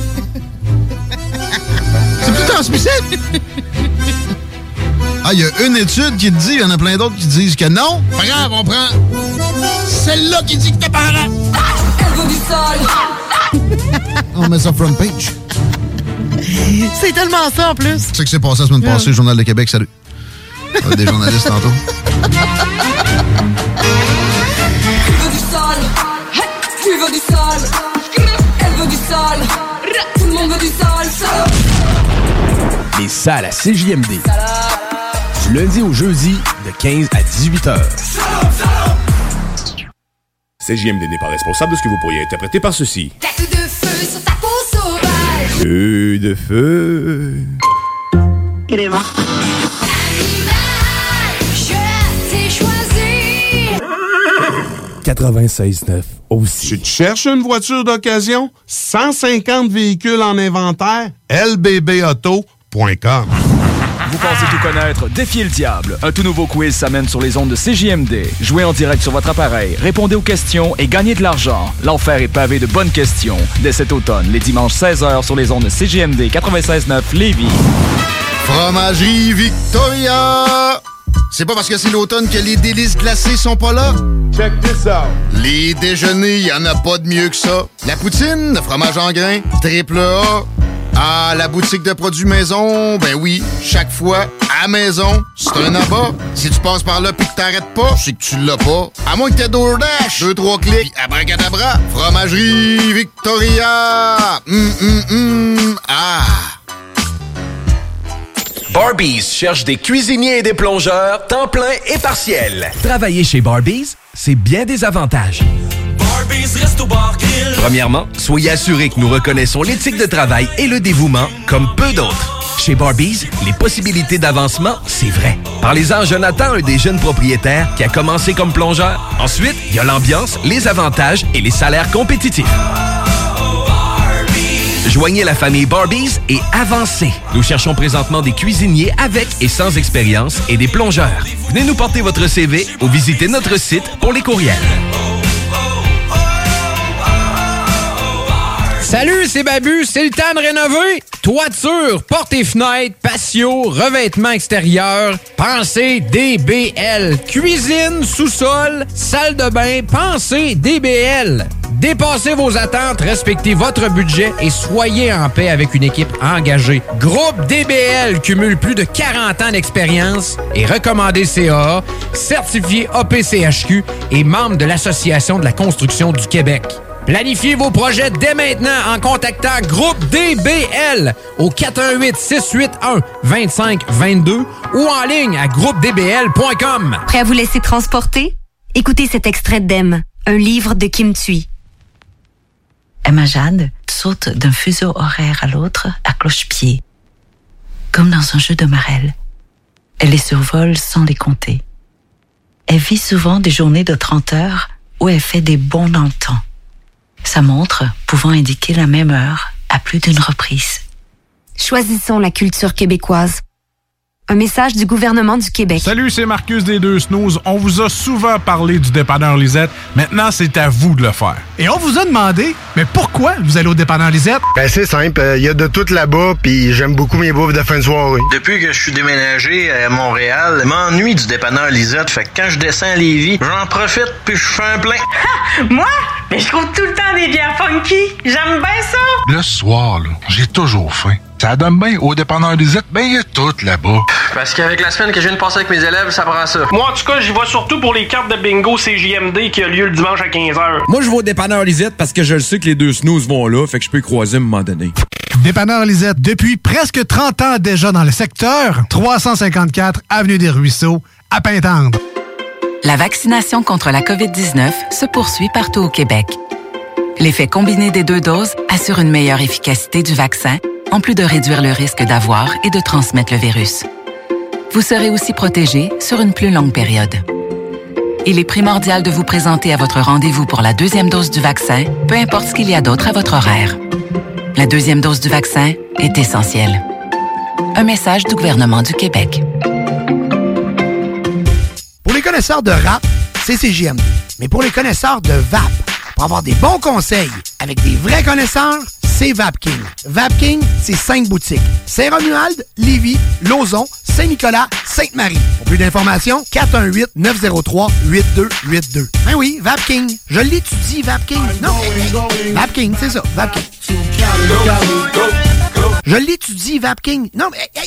[SPEAKER 18] C'est plus transmissible! Ah, il y a une étude qui te dit, il y en a plein d'autres qui disent que non. Pas grave, on prend celle-là qui dit que t'es parent.
[SPEAKER 15] Elle veut du sale.
[SPEAKER 18] On met ça front page.
[SPEAKER 20] C'est tellement ça, en plus.
[SPEAKER 18] C'est ce qui s'est passé la semaine passée, le Journal de Québec, salut. Des journalistes tantôt.
[SPEAKER 15] Tu veux du sale. Tu veux du sale. Elle veut du sale. Tout le monde veut du sale.
[SPEAKER 5] Les salles à CJMD. Du lundi au jeudi, de 15 à 18h.
[SPEAKER 21] CJMD n'est pas responsable de ce que vous pourriez interpréter par ceci.
[SPEAKER 15] Tête de feu sur ta peau sauvage.
[SPEAKER 21] Feu de feu.
[SPEAKER 15] Animal, je t'ai choisi.
[SPEAKER 21] 96.9 aussi.
[SPEAKER 22] Si tu cherches une voiture d'occasion, 150 véhicules en inventaire, lbbauto.com.
[SPEAKER 23] Vous pensez tout connaître? Défiez le diable. Un tout nouveau quiz s'amène sur les ondes de CJMD. Jouez en direct sur votre appareil, répondez aux questions et gagnez de l'argent. L'enfer est pavé de bonnes questions. Dès cet automne, les dimanches 16h sur les ondes de CJMD 96.9 Lévis.
[SPEAKER 18] Fromagerie Victoria! C'est pas parce que c'est l'automne que les délices glacées sont pas là?
[SPEAKER 22] Check this out.
[SPEAKER 18] Les déjeuners, y en a pas de mieux que ça. La poutine, le fromage en grains, triple A. Ah, la boutique de produits maison, ben oui, chaque fois, à maison, c'est un abat. Si tu passes par là pis que t'arrêtes pas, c'est que tu l'as pas. À moins que t'aies DoorDash, 2-3 clics, pis abracadabra, Fromagerie Victoria. Ah!
[SPEAKER 5] Barbies cherche des cuisiniers et des plongeurs, temps plein et partiel. Travailler chez Barbies, c'est bien des avantages. Premièrement, soyez assurés que nous reconnaissons l'éthique de travail et le dévouement comme peu d'autres. Chez Barbies, les possibilités d'avancement, c'est vrai. Parlez-en à Jonathan, un des jeunes propriétaires qui a commencé comme plongeur. Ensuite, il y a l'ambiance, les avantages et les salaires compétitifs. Joignez la famille Barbies et avancez. Nous cherchons présentement des cuisiniers avec et sans expérience et des plongeurs. Venez nous porter votre CV ou visitez notre site pour les courriels.
[SPEAKER 10] Salut, c'est Babu, c'est le temps de rénover. Toiture, portes et fenêtres, patio, revêtement extérieur, pensez DBL. Cuisine, sous-sol, salle de bain, pensez DBL. Dépassez vos attentes, respectez votre budget et soyez en paix avec une équipe engagée. Groupe DBL cumule plus de 40 ans d'expérience et recommandé CAA, certifié APCHQ et membre de l'Association de la construction du Québec. Planifiez vos projets dès maintenant en contactant Groupe DBL au 418-681-2522 ou en ligne à groupedbl.com.
[SPEAKER 1] Prêt à vous laisser transporter? Écoutez cet extrait d'Em, un livre de Kim Thuy.
[SPEAKER 2] Emma Jade saute d'un fuseau horaire à l'autre à cloche-pied, comme dans un jeu de marelle. Elle les survole sans les compter. Elle vit souvent des journées de 30 heures où elle fait des bonds dans le temps. Sa montre pouvant indiquer la même heure à plus d'une reprise.
[SPEAKER 1] Choisissons la culture québécoise. Un message du gouvernement du Québec.
[SPEAKER 11] Salut, c'est Marcus des Deux Snooze. On vous a souvent parlé du dépanneur Lisette. Maintenant, c'est à vous de le faire.
[SPEAKER 14] Et on vous a demandé, mais pourquoi vous allez au dépanneur Lisette?
[SPEAKER 6] Ben c'est simple, il y a de tout là-bas, puis j'aime beaucoup mes bouffes de fin de soirée.
[SPEAKER 24] Depuis que je suis déménagé à Montréal, je m'ennuie du dépanneur Lisette. Fait que quand je descends à Lévis, j'en profite puis je fais un plein.
[SPEAKER 25] Ha! Moi? Mais je trouve tout le temps des bières funky. J'aime bien ça.
[SPEAKER 26] Le soir, là, j'ai toujours faim. Ça donne bien au dépanneur Lisette, ben il y a tout là-bas.
[SPEAKER 24] Parce qu'avec la semaine que je viens de passer avec mes élèves, ça prend ça.
[SPEAKER 27] Moi, en tout cas, j'y vais surtout pour les cartes de bingo CJMD qui a lieu le dimanche à 15h.
[SPEAKER 28] Moi, je vais au dépanneur Lisette parce que je le sais que les deux snooze vont là, fait que je peux y croiser à un moment donné.
[SPEAKER 14] Dépanneur Lisette, depuis presque 30 ans déjà dans le secteur, 354 Avenue des Ruisseaux, à Pintendre.
[SPEAKER 4] La vaccination contre la COVID-19 se poursuit partout au Québec. L'effet combiné des 2 doses assure une meilleure efficacité du vaccin, en plus de réduire le risque d'avoir et de transmettre le virus. Vous serez aussi protégé sur une plus longue période. Il est primordial de vous présenter à votre rendez-vous pour la 2e dose du vaccin, peu importe ce qu'il y a d'autre à votre horaire. La 2e dose du vaccin est essentielle. Un message du gouvernement du Québec.
[SPEAKER 29] Pour les connaisseurs de rap, c'est CJMD. Mais pour les connaisseurs de vape, pour avoir des bons conseils avec des vrais connaisseurs, c'est Vapking. Vapking, c'est 5 boutiques. Saint-Romuald, Lévis, Lauson, Saint-Nicolas, Sainte-Marie. Pour plus d'informations, 418-903-8282. Ben oui, Vapking. Je l'étudie, Vapking. Non, Vapking, c'est ça, Vapking. Je l'étudie, Vapking. Non, mais... Hey.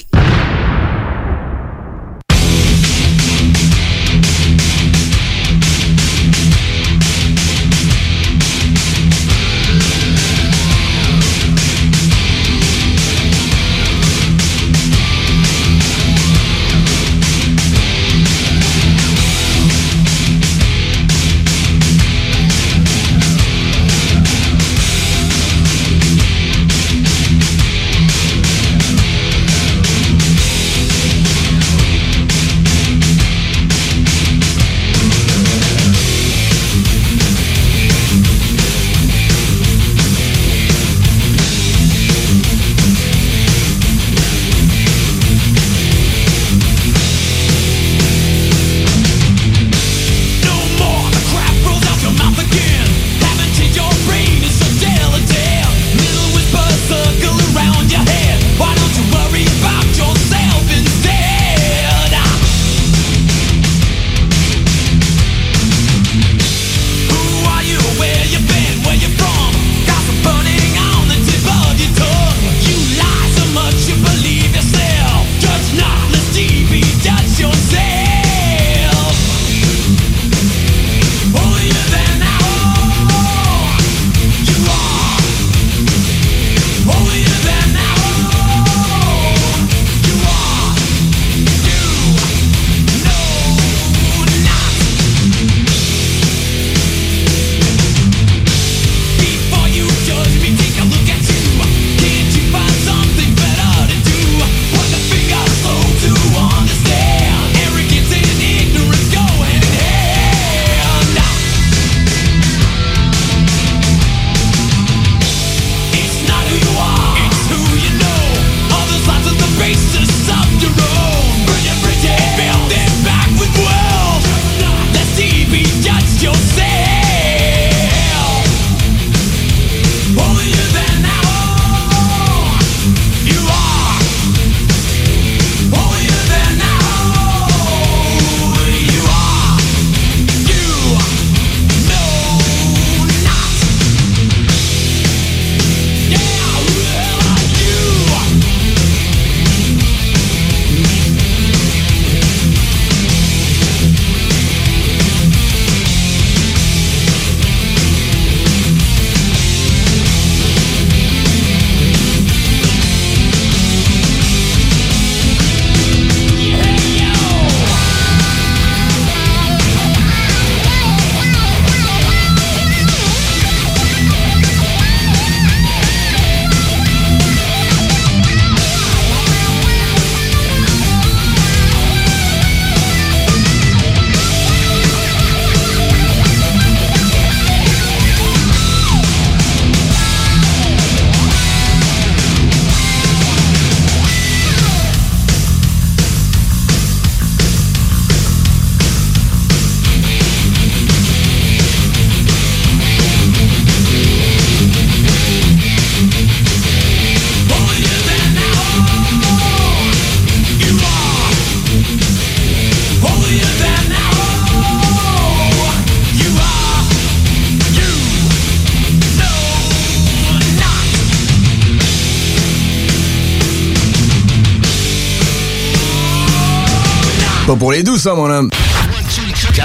[SPEAKER 3] Pas pour les doux, ça, mon homme. 96.9.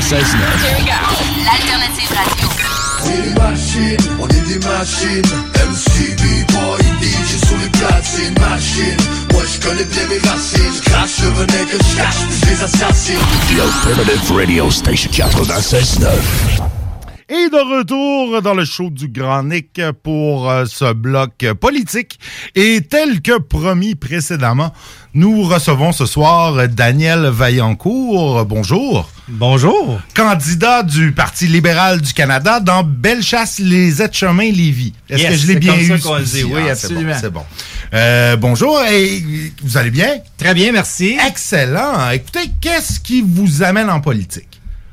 [SPEAKER 7] L'alternative radio.
[SPEAKER 15] C'est des machines, on est des machines. MC, B-boy, DJ sur les platines. Machine, moi je connais bien mes racines. Crash, je venais que je cache, puis je les assassine.
[SPEAKER 3] The Alternative Radio Station 96.9.
[SPEAKER 8] Et de retour dans le show du Grand Nick pour ce bloc politique. Et tel que promis précédemment, nous recevons ce soir Daniel Vaillancourt. Bonjour.
[SPEAKER 9] Bonjour.
[SPEAKER 8] Candidat du Parti libéral du Canada dans Bellechasse-les Etchemins Lévis. Est-ce que je l'ai bien eu?
[SPEAKER 9] C'est comme ça qu'on le dit, oui, absolument.
[SPEAKER 8] C'est bon. Bonjour, et vous allez bien?
[SPEAKER 9] Très bien, merci.
[SPEAKER 8] Excellent. Écoutez, qu'est-ce qui vous amène en politique?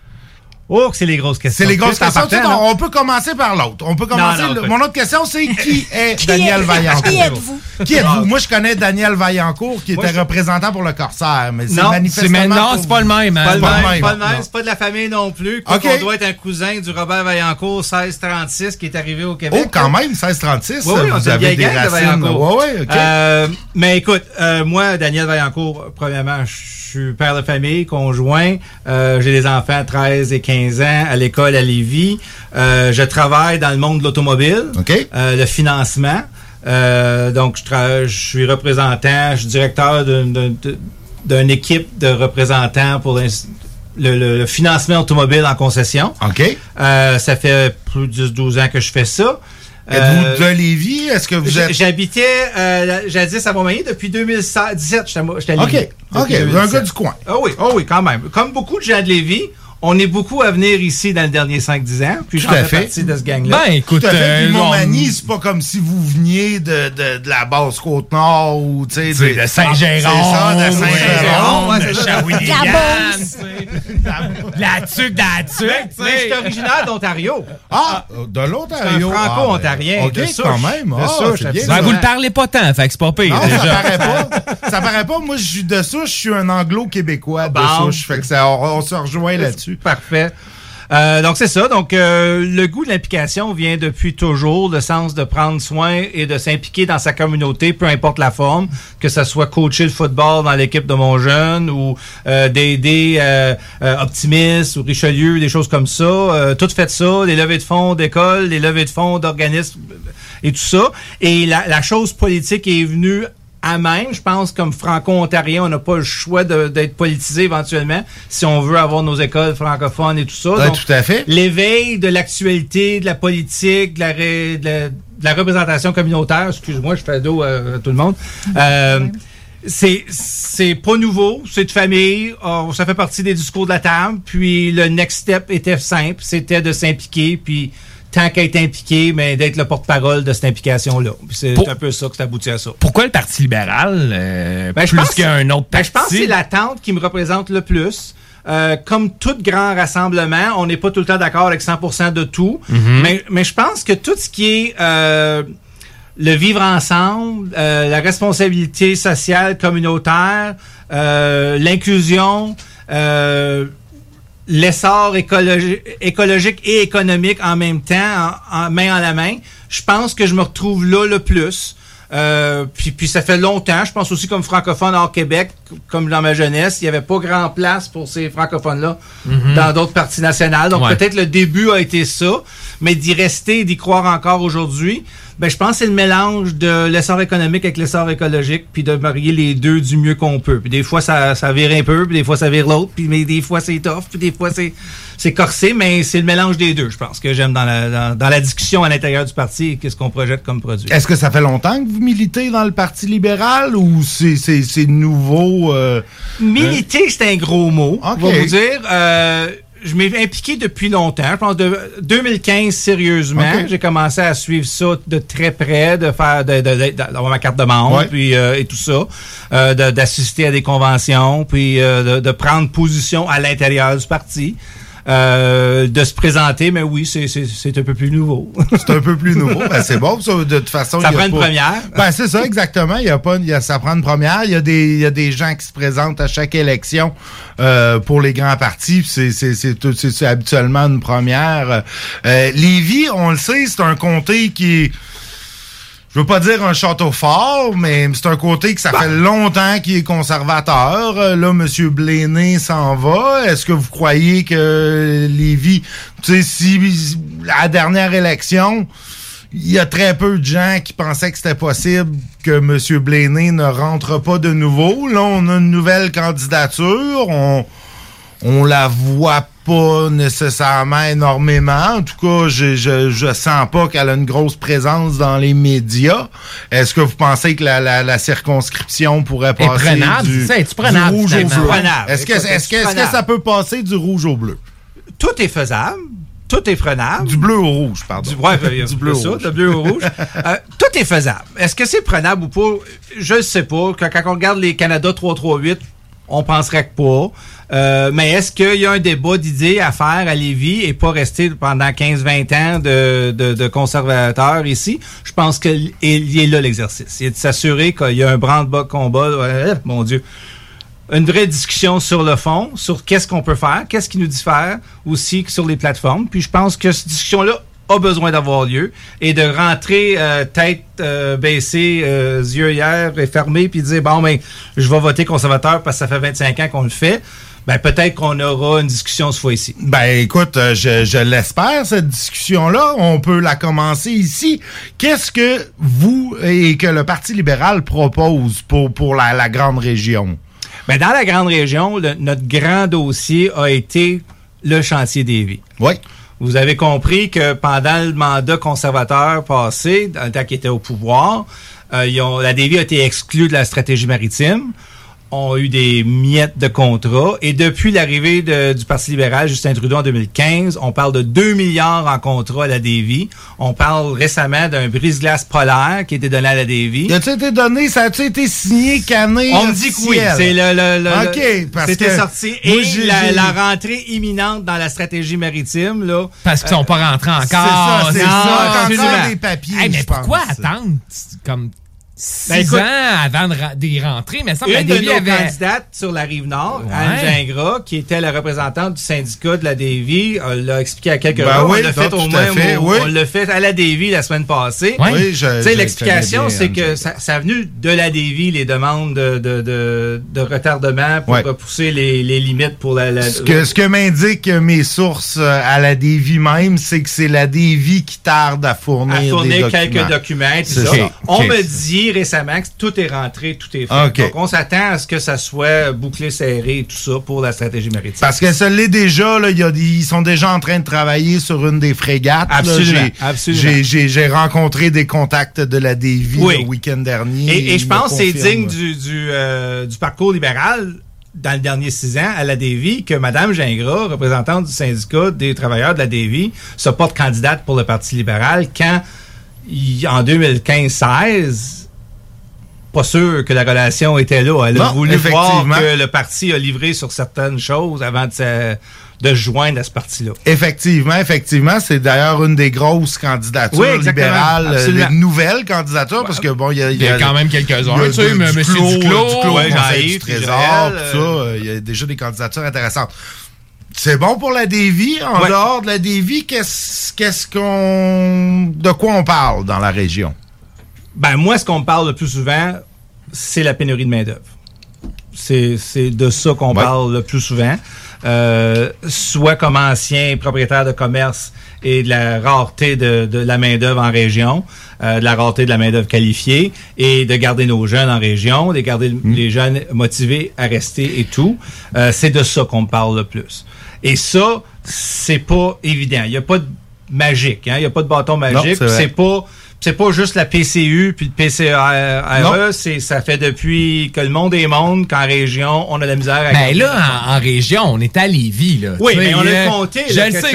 [SPEAKER 9] Oh, que c'est les grosses questions.
[SPEAKER 8] C'est les grosses questions. On peut commencer par l'autre. On peut commencer. Mon autre question, c'est qui est Daniel Vaillancourt?
[SPEAKER 9] Qui êtes-vous?
[SPEAKER 8] Qui êtes-vous? Moi, je connais Daniel Vaillancourt, qui était représentant pour le Corsaire, mais c'est manifestement...
[SPEAKER 9] Non, c'est pas le même.
[SPEAKER 8] Pas le même.
[SPEAKER 9] C'est pas de la famille non plus.
[SPEAKER 8] Okay.
[SPEAKER 9] On doit être un cousin du Robert Vaillancourt 1636 qui est arrivé au Québec.
[SPEAKER 8] Oh, quand même, 1636.
[SPEAKER 9] Oui,
[SPEAKER 8] vous avez des racines.
[SPEAKER 9] Oui, OK. Mais écoute, moi, Daniel Vaillancourt, premièrement, je suis père de famille, conjoint. J'ai des enfants 13 et 15 ans à l'école à Lévis. Je travaille dans le monde de l'automobile, le financement. Donc, je suis représentant, je suis directeur d'une équipe de représentants pour le financement automobile en concession. Ça fait plus de 10-12 ans que je fais ça.
[SPEAKER 8] Êtes-vous de Lévis? Est-ce que vous êtes...
[SPEAKER 9] J'habitais jadis à Montmagny depuis 2017. J'étais à Lévis.
[SPEAKER 8] OK, un gars du coin.
[SPEAKER 9] Ah oui, quand même. Comme beaucoup de gens de Lévis, on est beaucoup à venir ici dans les derniers 5-10 ans, puis j'en fais partie de ce gang-là.
[SPEAKER 8] Ben, écoute, Montmagny, c'est pas comme si vous veniez de la Basse-Côte-Nord ou, tu sais,
[SPEAKER 9] de Saint-Géron.
[SPEAKER 8] C'est ça, de Saint-Géron,
[SPEAKER 9] de
[SPEAKER 8] Shawinigan.
[SPEAKER 9] La tuque. Mais je suis originaire d'Ontario.
[SPEAKER 8] Ah, de l'Ontario.
[SPEAKER 9] C'est un franco-ontarien.
[SPEAKER 8] OK, quand même.
[SPEAKER 9] C'est bien.
[SPEAKER 10] Ben, vous le parlez pas tant, fait que c'est pas pire.
[SPEAKER 8] Non, ça paraît pas. Moi, je suis de souche, je suis un anglo-québécois de souche. Fait que on se rejoint là-dessus.
[SPEAKER 9] Parfait. Donc, c'est ça. Donc, le goût de l'implication vient depuis toujours, le sens de prendre soin et de s'impliquer dans sa communauté, peu importe la forme, que ce soit coacher le football dans l'équipe de mon jeune ou d'aider Optimis ou Richelieu, des choses comme ça. Tout fait ça, les levées de fonds d'école, les levées de fonds d'organismes et tout ça. Et la chose politique est venue à même, je pense, comme franco-ontarien, on n'a pas le choix d'être politisé éventuellement si on veut avoir nos écoles francophones et tout ça.
[SPEAKER 8] Ouais,
[SPEAKER 9] donc,
[SPEAKER 8] tout à fait.
[SPEAKER 9] L'éveil de l'actualité, de la politique, de la représentation communautaire, excuse-moi, je fais dos à tout le monde. C'est pas nouveau, c'est de famille, ça fait partie des discours de la table, puis le next step était simple, c'était de s'impliquer, puis tant qu'à être impliqué, mais d'être le porte-parole de cette implication-là. C'est un peu ça que ça aboutit à ça.
[SPEAKER 10] Pourquoi le Parti libéral plus qu'un autre parti?
[SPEAKER 9] Je pense que c'est l'attente qui me représente le plus. Comme tout grand rassemblement, on n'est pas tout le temps d'accord avec 100% de tout, mais je pense que tout ce qui est le vivre ensemble, la responsabilité sociale, communautaire, l'inclusion, l'essor écologique et économique en même temps, main en la main, je pense que je me retrouve là le plus. Puis ça fait longtemps, je pense aussi comme francophone hors Québec, comme dans ma jeunesse, il n'y avait pas grand place pour ces francophones-là dans d'autres parties nationales. Donc peut-être le début a été ça, mais d'y rester et d'y croire encore aujourd'hui, ben je pense que c'est le mélange de l'essor économique avec l'essor écologique, puis de marier les deux du mieux qu'on peut. Puis des fois ça vire un peu, puis des fois ça vire l'autre, puis mais des fois c'est tough, puis des fois c'est corsé, mais c'est le mélange des deux, je pense, que j'aime dans la discussion à l'intérieur du parti et qu'est-ce qu'on projette comme produit.
[SPEAKER 8] Est-ce que ça fait longtemps que vous militez dans le Parti libéral ou c'est nouveau?
[SPEAKER 9] Militer, c'est un gros mot, on va vous dire. Je m'ai impliqué depuis longtemps. Je pense de 2015 sérieusement. J'ai commencé à suivre ça de très près, d'avoir ma carte de membre, puis et tout ça, d'assister à des conventions, puis de prendre position à l'intérieur du parti. De se présenter, mais oui, c'est un peu plus nouveau.
[SPEAKER 8] C'est un peu plus nouveau. Ben, c'est bon. Ça, de toute façon,
[SPEAKER 9] ça prend une première.
[SPEAKER 8] Ben, c'est ça, exactement. Ça prend une première. Il y a des gens qui se présentent à chaque élection pour les grands partis. C'est habituellement une première. Lévis, on le sait, c'est un comté qui est... je veux pas dire un château fort, mais c'est un côté que ça fait longtemps qu'il est conservateur. Là, M. Blaney s'en va. Est-ce que vous croyez que Lévis, tu sais, si à la dernière élection, il y a très peu de gens qui pensaient que c'était possible que M. Blaney ne rentre pas de nouveau. Là, on a une nouvelle candidature. On la voit pas nécessairement énormément. En tout cas, je sens pas qu'elle a une grosse présence dans les médias. Est-ce que vous pensez que la circonscription pourrait passer du rouge au bleu? Est-ce que ça peut passer du rouge au bleu?
[SPEAKER 9] Tout est faisable. Tout est prenable.
[SPEAKER 8] Du bleu au rouge, pardon.
[SPEAKER 9] Du bleu au rouge. Du bleu au rouge. Tout est faisable. Est-ce que c'est prenable ou pas? Je ne sais pas. Quand on regarde les Canada 338, on penserait que pas. Mais est-ce qu'il y a un débat d'idées à faire à Lévis et pas rester pendant 15-20 ans de conservateurs ici? Je pense qu'il est là l'exercice. Il est de s'assurer qu'il y a un branle-bas de combat. Mon Dieu. Une vraie discussion sur le fond, sur qu'est-ce qu'on peut faire, qu'est-ce qui nous diffère aussi sur les plateformes. Puis je pense que cette discussion-là a besoin d'avoir lieu et de rentrer tête baissée, yeux hier et fermés, puis dire, bon, ben, je vais voter conservateur parce que ça fait 25 ans qu'on le fait. Ben, peut-être qu'on aura une discussion cette fois-ci.
[SPEAKER 8] Ben, écoute, je l'espère, cette discussion-là. On peut la commencer ici. Qu'est-ce que vous et que le Parti libéral propose pour la grande région?
[SPEAKER 9] Ben, dans la grande région, notre grand dossier a été le chantier Lévis.
[SPEAKER 8] Oui.
[SPEAKER 9] Vous avez compris que pendant le mandat conservateur passé, dans le temps qu'ils étaient au pouvoir, la Lévis a été exclue de la stratégie maritime. ont eu des miettes de contrats. Et depuis l'arrivée du Parti libéral, Justin Trudeau, en 2015, on parle de 2 milliards en contrats à la Davie. On parle récemment d'un brise-glace polaire qui a été donné à la Davie.
[SPEAKER 8] Ça a-tu été donné? Ça a-tu été signé, canné?
[SPEAKER 9] On me dit que oui. C'est
[SPEAKER 8] OK, parce
[SPEAKER 9] c'était
[SPEAKER 8] que
[SPEAKER 9] sorti. Et la rentrée imminente dans la stratégie maritime, là.
[SPEAKER 7] Parce qu'ils sont pas rentrés encore.
[SPEAKER 8] C'est ça. Encore des papiers,
[SPEAKER 7] hey, mais pourquoi attendre comme 6 ans avant d'y rentrer? Mais ça,
[SPEAKER 9] une de nos candidates sur la Rive-Nord, Anne Gingras, qui était la représentante du syndicat de la Davie, l'a expliqué à quelques reprises.
[SPEAKER 8] Oui,
[SPEAKER 9] on l'a fait au moins, on l'a fait à la Davie la semaine passée.
[SPEAKER 8] Oui,
[SPEAKER 9] l'explication, c'est que ça a venu de la Davie, les demandes de retardement pour repousser les limites pour la
[SPEAKER 8] Ce que m'indiquent mes sources à la Davie même, c'est que c'est la Davie qui tarde à fournir des documents.
[SPEAKER 9] Quelques documents. On me dit récemment que tout est rentré, tout est fait.
[SPEAKER 8] Okay.
[SPEAKER 9] Donc, on s'attend à ce que ça soit bouclé, serré et tout ça pour la stratégie maritime.
[SPEAKER 8] Parce que ça l'est déjà, là, ils sont déjà en train de travailler sur une des frégates.
[SPEAKER 9] Absolument.
[SPEAKER 8] J'ai rencontré des contacts de la Davie le week-end dernier.
[SPEAKER 9] Et je pense que c'est digne du parcours libéral dans le dernier 6 ans à la Davie que Mme Gingras, représentante du syndicat des travailleurs de la Davie, se porte candidate pour le Parti libéral quand, en 2015-16, pas sûr que la relation était là. Elle a voulu voir que le parti a livré sur certaines choses avant de se joindre à ce parti-là.
[SPEAKER 8] Effectivement. C'est d'ailleurs une des grosses candidatures libérales, les nouvelles candidatures, parce que il y a
[SPEAKER 7] quand même quelques-uns.
[SPEAKER 8] Tu sais, M. Duclos,
[SPEAKER 9] Jean-Yves,
[SPEAKER 8] du Trésor, tout ça. Il y a déjà des candidatures intéressantes. C'est bon pour la Davie. En dehors de la Davie, de quoi on parle dans la région?
[SPEAKER 9] Ben, moi, ce qu'on me parle le plus souvent, c'est la pénurie de main-d'œuvre. C'est de ça qu'on parle le plus souvent. Soit comme ancien propriétaire de commerce et de la rareté de la main-d'œuvre en région, de la rareté de la main-d'œuvre qualifiée et de garder nos jeunes en région, de garder les jeunes motivés à rester et tout. C'est de ça qu'on me parle le plus. Et ça, c'est pas évident. Il n'y a pas de magique, hein? Il n'y a pas de bâton magique. C'est pas juste la PCU puis le PCRE, ça fait depuis que le monde est monde qu'en région, on a de la misère à...
[SPEAKER 7] Ben là, en région, on est à Lévis, là.
[SPEAKER 9] Oui, mais on a compté.
[SPEAKER 7] Je le sais,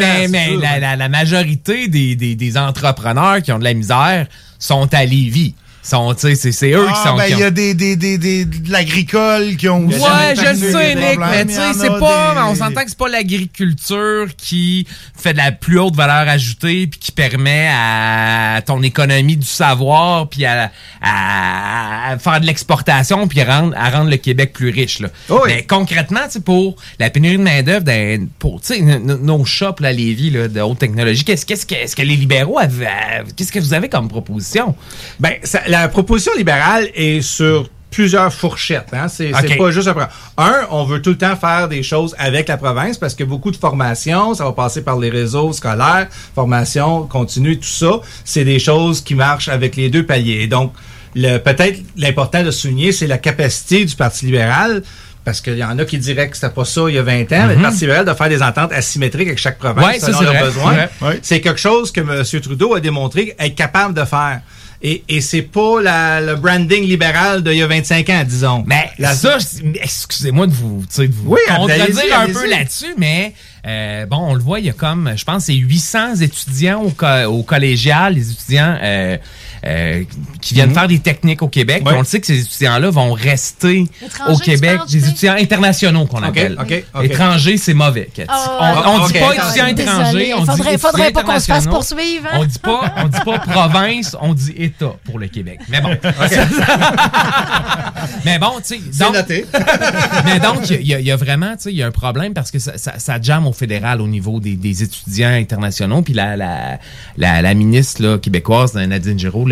[SPEAKER 7] mais la majorité des entrepreneurs qui ont de la misère sont à Lévis. C'est eux qui sont...
[SPEAKER 8] il y a de l'agricole qui ont...
[SPEAKER 7] Ouais, je le sais, Nick, mais tu sais, c'est pas... On s'entend que c'est pas l'agriculture qui fait de la plus haute valeur ajoutée puis qui permet à ton économie du savoir puis à faire de l'exportation puis à rendre le Québec plus riche, là. Oh oui. Mais concrètement, tu sais, pour la pénurie de main-d'œuvre, pour, tu sais, nos shops, là, à Lévis, là, de haute technologie, est-ce que les libéraux qu'est-ce que vous avez comme proposition?
[SPEAKER 9] Ben, la proposition libérale est sur plusieurs fourchettes. Hein? C'est pas juste on veut tout le temps faire des choses avec la province parce que beaucoup de formations, ça va passer par les réseaux scolaires, formation continue, tout ça. C'est des choses qui marchent avec les deux paliers. Et donc, peut-être l'important de souligner, c'est la capacité du Parti libéral. Parce qu'il y en a qui diraient que c'était pas ça il y a 20 ans. Mais le Parti libéral de faire des ententes asymétriques avec chaque province selon leurs besoins. C'est quelque chose que M. Trudeau a démontré être capable de faire. Et c'est pas le branding libéral d'il y a 25 ans, disons.
[SPEAKER 7] Mais ça, excusez-moi de vous contredire un peu là-dessus, mais on le voit, il y a comme, je pense, c'est 800 étudiants au collégial, les étudiants qui viennent faire des techniques au Québec. On le sait que ces étudiants-là vont rester au Québec, des étudiants internationaux qu'on appelle. Étrangers, c'est mauvais. On dit pas étudiants étrangers, on dit
[SPEAKER 12] faudrait pas qu'on se fasse poursuivre. Hein?
[SPEAKER 7] On dit pas province, on dit État pour le Québec. Mais bon. Mais bon, tu sais.
[SPEAKER 9] C'est noté.
[SPEAKER 7] Mais donc, il y a vraiment, tu sais, il y a un problème parce que ça jamme au fédéral au niveau des étudiants internationaux. Puis la ministre là, québécoise, Nadine Giraud,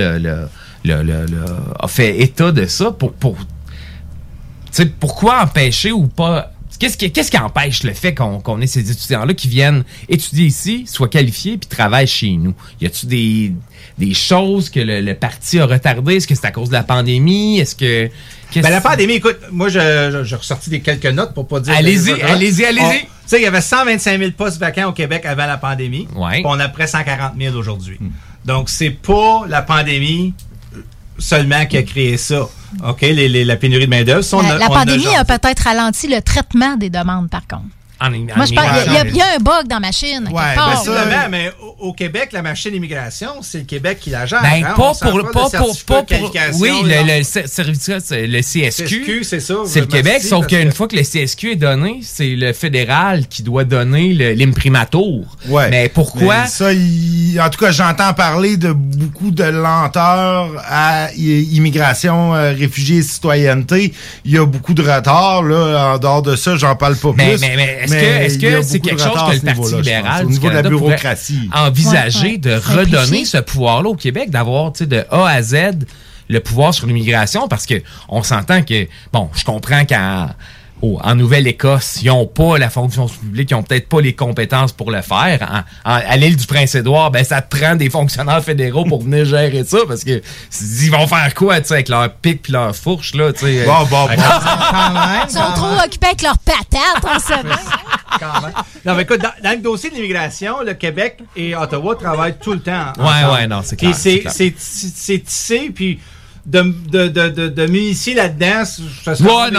[SPEAKER 7] a fait état de ça pour tu sais, pourquoi empêcher ou pas. Qu'est-ce qui empêche le fait qu'on ait ces étudiants-là qui viennent étudier ici, soient qualifiés puis travaillent chez nous? Y a-tu des choses que le parti a retardées? Est-ce que c'est à cause de la pandémie? Est-ce que...
[SPEAKER 9] la pandémie, écoute, moi, j'ai ressorti quelques notes pour pas dire...
[SPEAKER 7] Allez-y.
[SPEAKER 9] Tu sais, il y avait 125 000 postes vacants au Québec avant la pandémie. Ouais. Puis on a près 140 000 aujourd'hui. Donc, c'est pas la pandémie seulement qui a créé ça. OK, la pénurie de main-d'œuvre.
[SPEAKER 12] La pandémie a peut-être ralenti le traitement des demandes, par contre. Moi, je pense il y a un bug dans la machine.
[SPEAKER 9] Mais au Québec, la machine d'immigration, c'est le Québec qui la gère.
[SPEAKER 7] Oui, le CSQ,
[SPEAKER 9] c'est ça.
[SPEAKER 7] C'est le Québec, sauf qu'une fois que le CSQ est donné, c'est le fédéral qui doit donner l'imprimatur. Ouais. Mais pourquoi?
[SPEAKER 8] En tout cas, j'entends parler de beaucoup de lenteur à immigration, réfugiés et citoyenneté. Il y a beaucoup de retard, là. En dehors de ça, j'en parle pas plus.
[SPEAKER 7] Est-ce que c'est quelque chose que le Parti libéral
[SPEAKER 8] au niveau de la bureaucratie
[SPEAKER 7] envisager de redonner ce pouvoir-là au Québec, d'avoir de A à Z le pouvoir sur l'immigration? Parce que on s'entend que, bon, je comprends en Nouvelle-Écosse, ils n'ont pas la fonction publique, ils n'ont peut-être pas les compétences pour le faire. À l'île du Prince-Édouard, ça te prend des fonctionnaires fédéraux pour venir gérer ça, parce que ils vont faire quoi, avec leur pic puis leur fourche, là, tu sais.
[SPEAKER 12] Ils sont trop occupés avec leurs patates, on sait bien.
[SPEAKER 9] Non, mais écoute, dans le dossier de l'immigration, le Québec et Ottawa travaillent tout le temps ensemble.
[SPEAKER 7] Non, c'est clair.
[SPEAKER 9] C'est tissé, puis de m'initier là-dedans, ça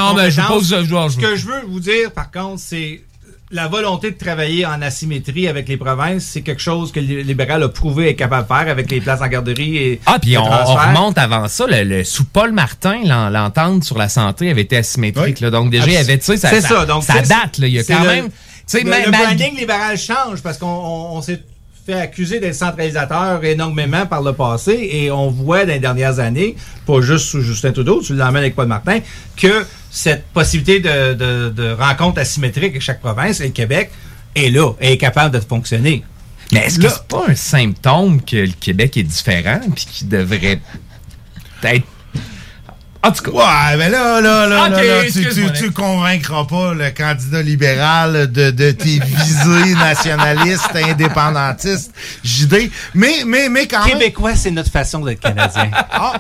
[SPEAKER 7] ce
[SPEAKER 9] que je veux vous dire, par contre, c'est la volonté de travailler en asymétrie avec les provinces, c'est quelque chose que le libéral a prouvé être capable de faire avec les places en garderie et
[SPEAKER 7] puis on remonte avant ça, sous Paul Martin, l'entente sur la santé avait été asymétrique. Là, donc déjà, il y avait, tu sais, ça date. Là, il y a quand même...
[SPEAKER 9] Le branding libéral change parce qu'on s'est fait accuser d'être centralisateur énormément par le passé et on voit dans les dernières années, pas juste sous Justin Trudeau, tu l'emmènes avec Paul Martin, que cette possibilité de rencontre asymétrique avec chaque province et le Québec est là, est capable de fonctionner.
[SPEAKER 7] Mais est-ce que c'est pas un symptôme que le Québec est différent puis qu'il devrait être... En tout cas.
[SPEAKER 8] Ouais, mais là, tu convaincras pas le candidat libéral de tes visées nationalistes, indépendantistes, JD. Mais quand même.
[SPEAKER 9] Québécois, c'est notre façon d'être Canadien.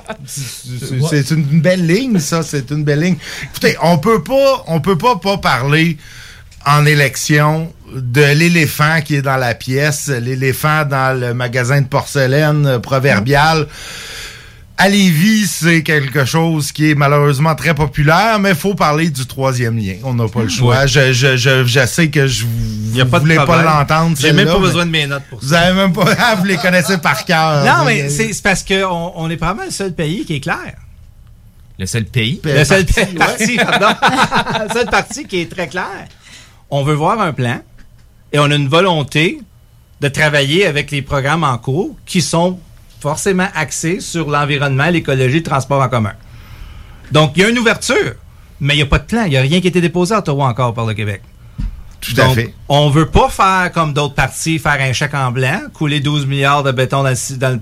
[SPEAKER 8] C'est une belle ligne, ça. C'est une belle ligne. Écoutez, on peut pas parler en élection de l'éléphant qui est dans la pièce, l'éléphant dans le magasin de porcelaine proverbial. À Lévis, c'est quelque chose qui est malheureusement très populaire, mais il faut parler du troisième lien. On n'a pas le choix.
[SPEAKER 9] Ouais.
[SPEAKER 8] Je sais que vous voulez pas l'entendre.
[SPEAKER 9] J'ai même pas besoin de mes notes pour ça.
[SPEAKER 8] Vous avez même pas... vous les connaissez par cœur.
[SPEAKER 9] Non, mais c'est parce qu'on est probablement le seul pays qui est clair.
[SPEAKER 7] Le seul pays?
[SPEAKER 9] Le seul parti, pardon. Le seul parti qui est très clair. On veut voir un plan et on a une volonté de travailler avec les programmes en cours qui sont forcément axés sur l'environnement, l'écologie, le transport en commun. Donc, il y a une ouverture, mais il n'y a pas de plan. Il n'y a rien qui a été déposé à Ottawa encore par le Québec.
[SPEAKER 8] Tout à fait.
[SPEAKER 9] On ne veut pas faire comme d'autres partis, faire un chèque en blanc, couler 12 milliards de béton dans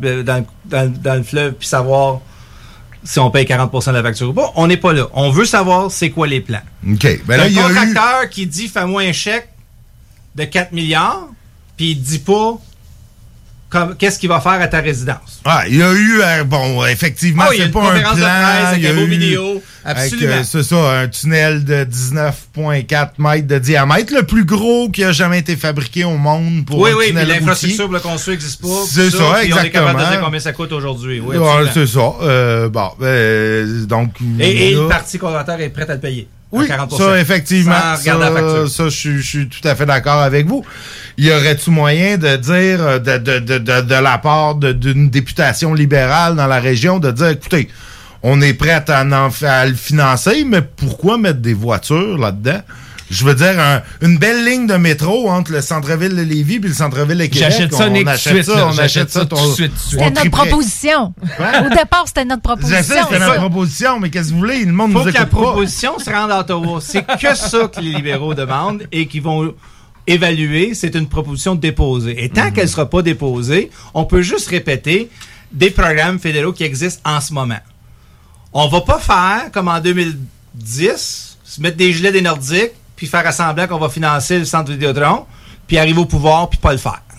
[SPEAKER 9] le fleuve, puis savoir si on paye 40% de la facture ou pas. On n'est pas là. On veut savoir c'est quoi les plans.
[SPEAKER 8] OK. Ben là,
[SPEAKER 9] un contracteur qui dit « fais-moi un chèque de 4 milliards », puis il ne dit pas qu'est-ce qu'il va faire à ta résidence.
[SPEAKER 8] Ah, il y a eu, effectivement, c'est pas un plan.
[SPEAKER 9] Il y a eu une vidéo. Absolument.
[SPEAKER 8] C'est ça, un tunnel de 19,4 mètres de diamètre, le plus gros qui a jamais été fabriqué au monde pour un tunnel routier.
[SPEAKER 9] L'infrastructure pour le construire n'existe pas.
[SPEAKER 8] C'est ça, exactement.
[SPEAKER 9] On est capable de dire combien ça coûte aujourd'hui. Oui,
[SPEAKER 8] c'est ça. Donc...
[SPEAKER 9] Et le parti conservateur est prêt à le payer.
[SPEAKER 8] Oui, 40%. Ça, effectivement, ça, je suis tout à fait d'accord avec vous. Y aurait-tu moyen de dire, de la part d'une députation libérale dans la région, de dire, écoutez, on est prêt à le financer, mais pourquoi mettre des voitures là-dedans? Je veux dire, une belle ligne de métro entre le centre-ville de Lévis et le centre-ville de Québec.
[SPEAKER 7] J'achète ça, Nick,
[SPEAKER 8] on achète ça tout de suite.
[SPEAKER 12] C'était notre proposition. Au départ, c'était notre proposition.
[SPEAKER 8] Je sais, c'était notre proposition, mais qu'est-ce que vous voulez? Le monde nous écoute pas.
[SPEAKER 9] Faut que la proposition se rende à Ottawa. C'est que ça que les libéraux demandent et qu'ils vont évaluer. C'est une proposition déposée. Et tant qu'elle ne sera pas déposée, on peut juste répéter des programmes fédéraux qui existent en ce moment. On va pas faire, comme en 2010, se mettre des gilets des Nordiques puis faire semblant qu'on va financer le centre Vidéotron, puis arriver au pouvoir, puis pas le faire.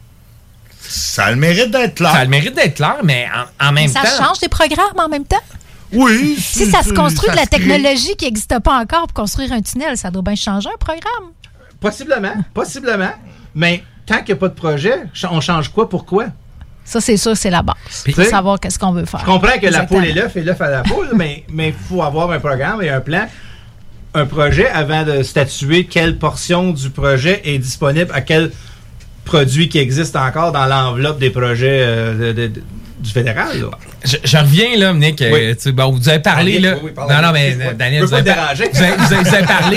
[SPEAKER 8] Ça a le mérite d'être clair.
[SPEAKER 7] Ça a le mérite d'être clair, mais en même temps...
[SPEAKER 12] Ça change des programmes en même temps?
[SPEAKER 8] Oui.
[SPEAKER 12] Si ça se construit de la technologie qui n'existe pas encore pour construire un tunnel, ça doit bien changer un programme.
[SPEAKER 9] Possiblement. Mais tant qu'il n'y a pas de projet, on change quoi, pourquoi?
[SPEAKER 12] Ça, c'est sûr, c'est la base. Il faut savoir qu'est-ce qu'on veut faire.
[SPEAKER 9] Je comprends que la poule est l'œuf et l'œuf à la poule, mais il faut avoir un programme et un plan, un projet avant de statuer quelle portion du projet est disponible à quel produit qui existe encore dans l'enveloppe des projets du fédéral. Là.
[SPEAKER 7] Je reviens, là, Nick. Oui. Vous avez parlé, là...
[SPEAKER 9] Oui,
[SPEAKER 7] non, mais Daniel, vous avez parlé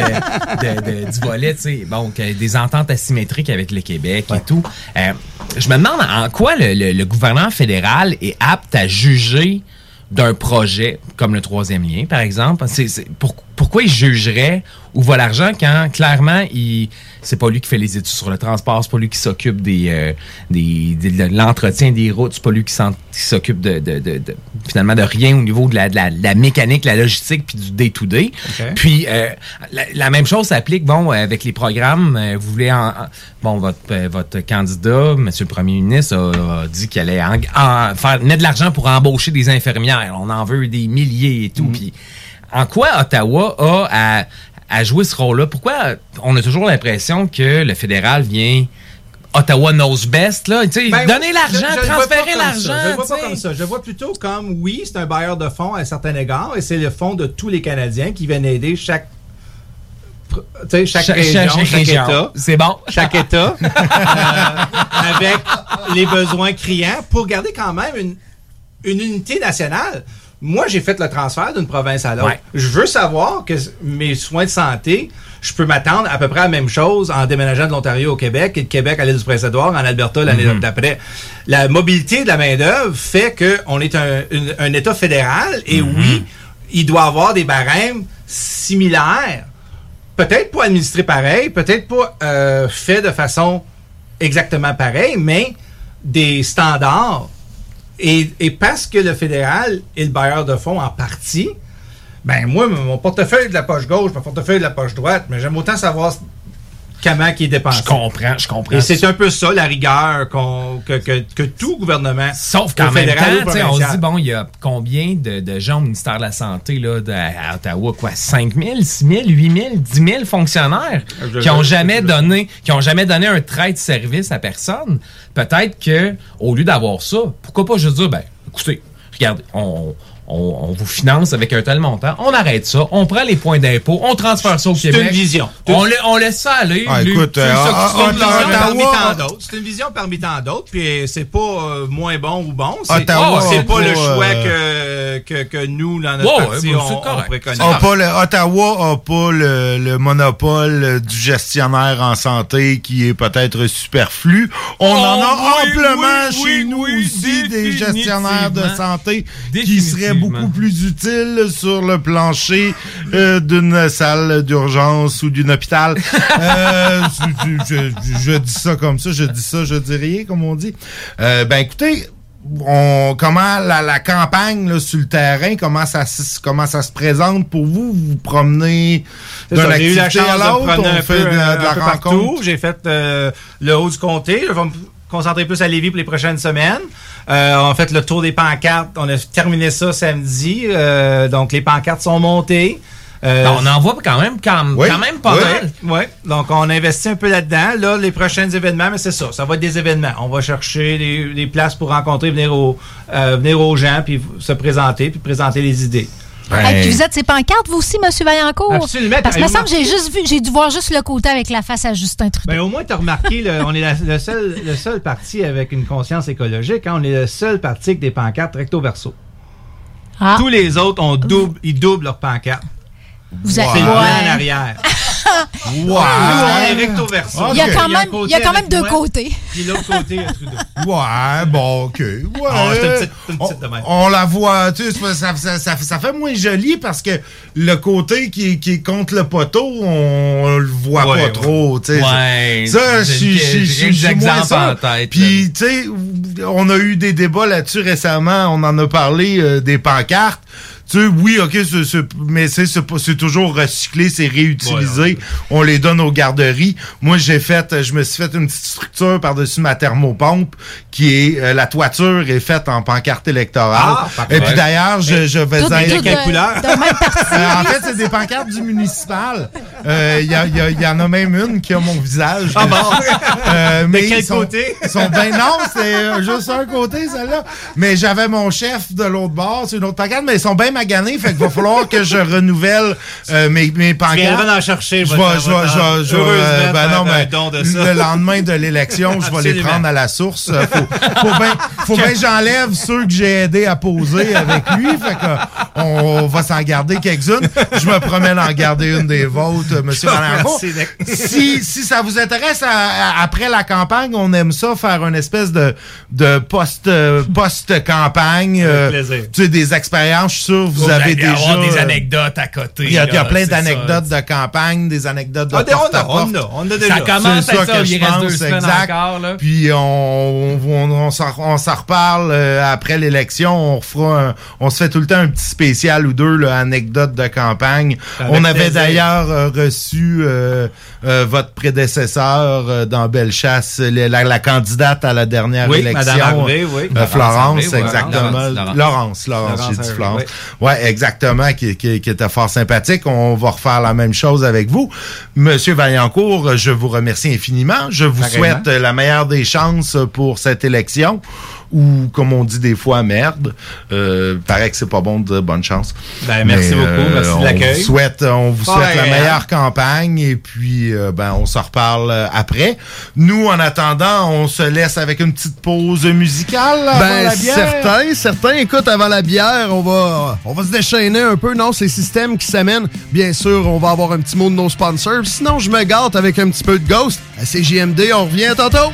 [SPEAKER 7] du volet, des ententes asymétriques avec le Québec et tout. Je me demande en quoi le gouvernement fédéral est apte à juger d'un projet comme le troisième lien, par exemple. Pourquoi il jugerait où va l'argent quand, clairement, c'est pas lui qui fait les études sur le transport, c'est pas lui qui s'occupe de l'entretien des routes, c'est pas lui qui s'occupe finalement de rien au niveau de la mécanique, la logistique, puis du day-to-day. Okay. Puis, la même chose s'applique, avec les programmes. Vous voulez votre candidat, M. le Premier ministre, a dit qu'il allait mettre de l'argent pour embaucher des infirmières. On en veut des milliers et tout. Puis, en quoi Ottawa a à jouer ce rôle-là? Pourquoi on a toujours l'impression que le fédéral vient... Ottawa knows best, là. Donner l'argent, transférer l'argent.
[SPEAKER 9] Je le vois pas comme ça. Je le vois plutôt comme, oui, c'est un bailleur de fonds à un certain égard, et c'est le fonds de tous les Canadiens qui viennent aider chaque région, chaque État.
[SPEAKER 7] C'est bon.
[SPEAKER 9] Chaque État. Avec les besoins criants pour garder quand même une unité nationale. Moi, j'ai fait le transfert d'une province à l'autre. Ouais. Je veux savoir que mes soins de santé, je peux m'attendre à peu près à la même chose en déménageant de l'Ontario au Québec et de Québec à l'île du Prince-Édouard, en Alberta l'année d'après. La mobilité de la main-d'œuvre fait qu'on est un État fédéral et oui, il doit avoir des barèmes similaires. Peut-être pas administrés pareil, peut-être pas fait de façon exactement pareille, mais des standards. Et parce que le fédéral est le bailleur de fonds en partie, ben moi, mon portefeuille de la poche gauche, mon portefeuille de la poche droite, mais j'aime autant savoir comment il est dépensé.
[SPEAKER 7] Je comprends.
[SPEAKER 9] Et c'est un peu ça, la rigueur que tout gouvernement...
[SPEAKER 7] Sauf qu'en même temps, on se dit, il y a combien de gens au ministère de la Santé là, à Ottawa? 5 000, 6 000, 8 000, 10 000 fonctionnaires qui n'ont jamais donné un trait de service à personne. Peut-être que au lieu d'avoir ça, pourquoi pas juste dire, écoutez, regardez, on vous finance avec un tel montant, on arrête ça, on prend les points d'impôt, on transfère ça au Québec.
[SPEAKER 9] C'est une vision.
[SPEAKER 7] On laisse ça aller.
[SPEAKER 8] Écoute,
[SPEAKER 9] c'est une vision parmi tant d'autres, puis c'est pas moins bon ou bon.
[SPEAKER 8] C'est
[SPEAKER 9] pas le choix que nous, dans notre parti, on préconise.
[SPEAKER 8] Ottawa n'a pas le monopole du gestionnaire en santé qui est peut-être superflu. On en a amplement chez nous aussi des gestionnaires de santé qui seraient beaucoup plus utiles sur le plancher d'une salle d'urgence ou d'un hôpital. Je dis ça comme ça, je dis rien, comme on dit. Écoutez, comment la campagne là, sur le terrain, comment ça se présente pour vous? Vous vous promenez d'une activité à l'autre? On fait de la rencontre?
[SPEAKER 9] Partout. J'ai fait le haut du comté. Je vais me concentrer plus à Lévis pour les prochaines semaines. On a fait le tour des pancartes. On a terminé ça samedi. Donc, les pancartes sont montées.
[SPEAKER 7] On en voit quand même pas mal.
[SPEAKER 9] Oui, donc on investit un peu là-dedans. Là, les prochains événements, mais c'est ça va être des événements. On va chercher des places pour rencontrer, venir aux gens, puis se présenter, puis présenter les idées.
[SPEAKER 12] Puis vous êtes ces pancartes, vous aussi, M. Vaillancourt?
[SPEAKER 9] Absolument.
[SPEAKER 12] Parce que me semble que j'ai dû voir juste le côté avec la face à Justin Trudeau.
[SPEAKER 9] Au moins, tu as remarqué, on est le seul parti avec une conscience écologique. Hein, on est le seul parti avec des pancartes recto verso. Tous les autres, ils doublent leurs pancartes.
[SPEAKER 12] Vous êtes
[SPEAKER 9] en arrière. Nous, on est recto verso.
[SPEAKER 12] Il y a quand même deux côtés.
[SPEAKER 9] Puis l'autre côté, il y a Trudeau.
[SPEAKER 8] Ouais, bon, OK.
[SPEAKER 9] C'est une petite de même.
[SPEAKER 8] On la voit, tu sais, ça fait moins joli parce que le côté qui est contre le poteau, on le voit pas trop, tu sais.
[SPEAKER 7] Ouais.
[SPEAKER 8] Ça, je suis moins ça. Puis, tu sais, on a eu des débats là-dessus récemment, on en a parlé des pancartes. Tu sais, oui, OK, mais c'est toujours recyclé, c'est réutilisé. Ouais. On les donne aux garderies. Moi, je me suis fait une petite structure par-dessus ma thermopompe qui est, la toiture est faite en pancarte électorale. Et puis d'ailleurs, je vais
[SPEAKER 9] dire... quelle couleur?
[SPEAKER 8] En fait, c'est des pancartes du municipal. Il y en a même une qui a mon visage.
[SPEAKER 9] Ah bon?
[SPEAKER 8] Mais
[SPEAKER 9] de quel côté?
[SPEAKER 8] Non, c'est juste un côté, celle-là. Mais j'avais mon chef de l'autre bord, c'est une autre pancarte, mais ils sont bien maganés, fait qu'il va falloir que je renouvelle mes pancartes.
[SPEAKER 9] Tu viendras d'en chercher.
[SPEAKER 8] Le lendemain de l'élection, je vais les prendre à la source. Faut bien que j'enlève ceux que j'ai aidé à poser avec lui, fait que on va s'en garder quelques-unes. Je me promets d'en garder une des vôtres, M. Vaillancourt. Si ça vous intéresse, après la campagne, on aime ça, faire une espèce de post-campagne. Tu sais, des expériences, je suis sûr vous avez déjà
[SPEAKER 7] des anecdotes à côté.
[SPEAKER 8] Il y a plein d'anecdotes de campagne, des anecdotes de
[SPEAKER 9] porte-à-porte. On a déjà.
[SPEAKER 7] Ça commence à ça, il reste 2 semaines encore. Là.
[SPEAKER 8] Puis on s'en reparle après l'élection. On se fait tout le temps un petit spécial ou deux, là, anecdotes de campagne. On avait d'ailleurs reçu votre prédécesseur dans Bellechasse, la candidate à la dernière élection.
[SPEAKER 9] Madame Harvey, oui.
[SPEAKER 8] Florence, exactement. Laurence, j'ai dit Florence. Ouais, exactement, qui était fort sympathique. On va refaire la même chose avec vous. Monsieur Vaillancourt, je vous remercie infiniment. Je vous souhaite la meilleure des chances pour cette élection. Ou, comme on dit des fois, merde. Paraît que c'est pas bon de dire bonne chance.
[SPEAKER 9] Merci beaucoup. Merci de l'accueil.
[SPEAKER 8] On vous souhaite la meilleure campagne et puis on se reparle après. Nous, en attendant, on se laisse avec une petite pause musicale avant la bière.
[SPEAKER 13] Certains. Écoute, avant la bière, on va se déchaîner un peu. Non, c'est Système qui s'amène. Bien sûr, on va avoir un petit mot de nos sponsors. Sinon, je me gâte avec un petit peu de Ghost. À CJMD, on revient tantôt.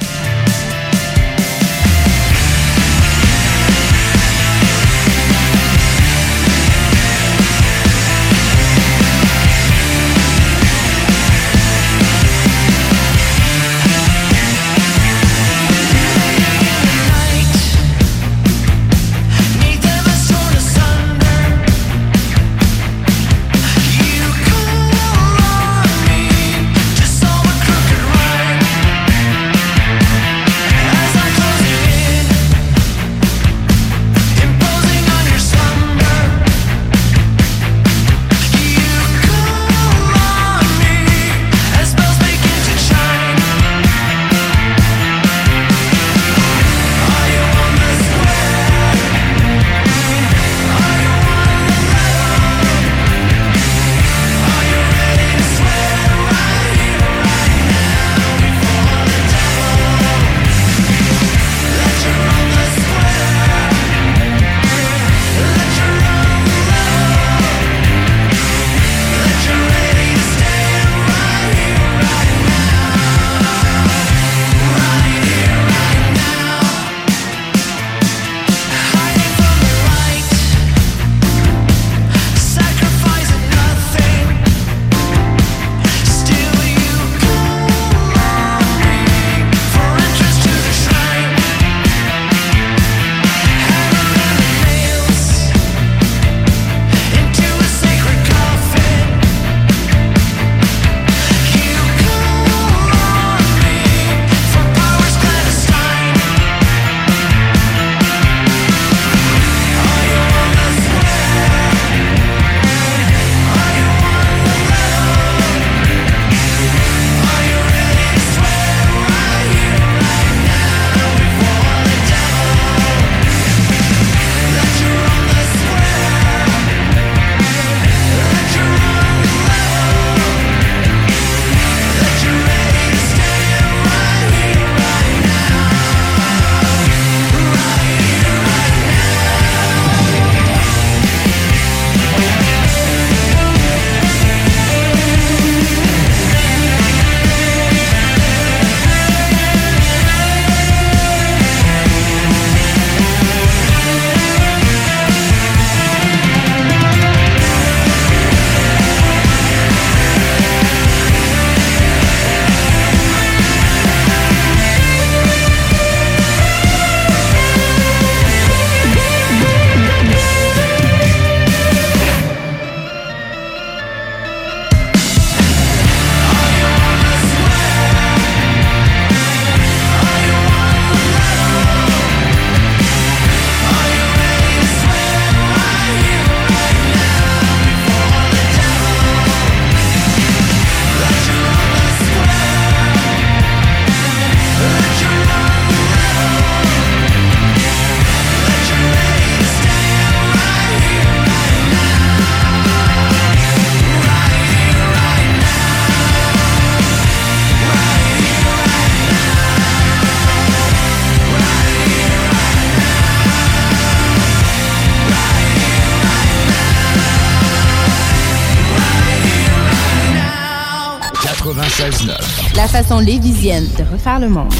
[SPEAKER 3] 96.9.
[SPEAKER 5] La façon lévisienne de refaire le monde.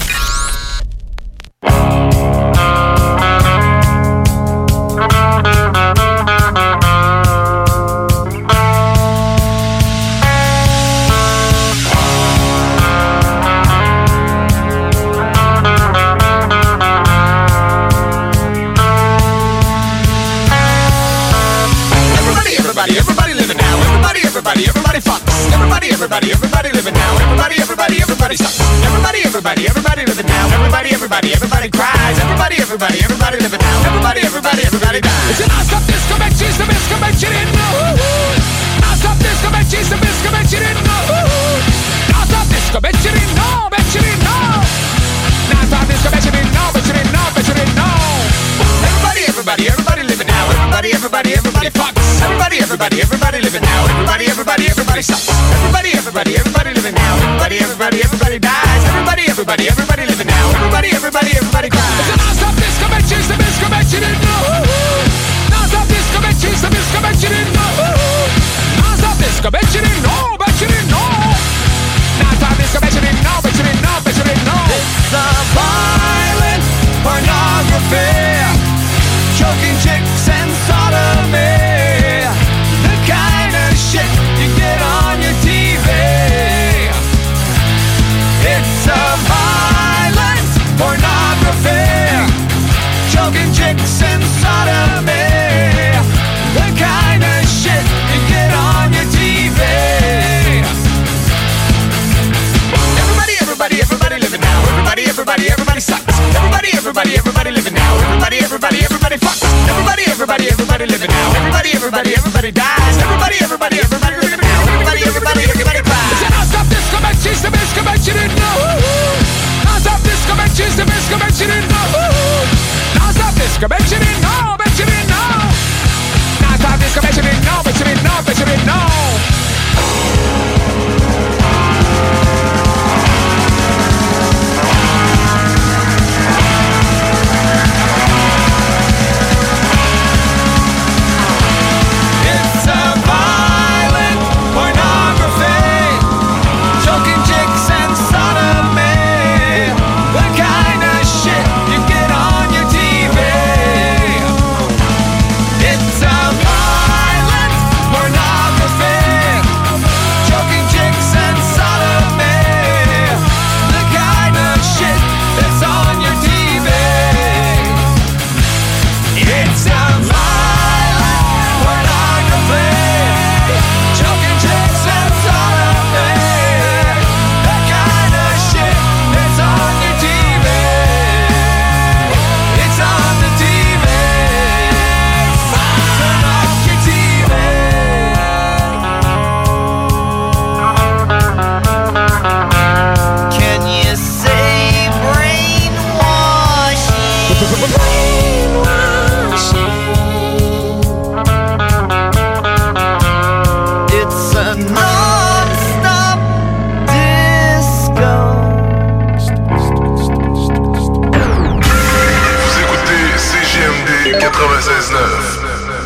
[SPEAKER 15] Everybody cries. Everybody living now. Everybody dies. It's a non-stop disco, bet you didn't know. Non-stop disco, bet you didn't know. Non-stop disco, bet you didn't know. Non-stop disco, bet you didn't know. Everybody living now. Everybody fucks. Everybody living now. Everybody sucks. Everybody living now. Everybody dies. Everybody living now. Everybody cries. It's a non-stop disco, bet you didn't know. Non-stop disco, bet you didn't know. Non-stop disco, bet you didn't know. Non-stop disco, bet you didn't know. It's a violent pornography, choking chicks and sodomy, the kind of shit you get on your TV. It's a violent pornography, choking chicks and sodomy, the kind of shit you get on your TV. Everybody living now. Everybody sucks. Everybody living now. Everybody fucks. Everybody living now. Everybody dies. Everybody living now. Everybody cries. It's a non-stop disco, bet you didn't know. Non-stop disco, bet you didn't know. Non-stop disco, bet you didn't know. Non-stop disco, bet you didn't know. It's a violent pornography, choking chicks and sodomy, the kind of shit you get on your TV. It's a violent pornography, choking chicks and sodomy, the kind of shit that's on your TV. It's a violent pornography, choking chicks and sodomy, the kind of shit that's on your TV. It's on the TV. Turn off your TV. Can you say brainwashing? It's a non-stop disco.
[SPEAKER 26] Vous écoutez CJMD 96.9.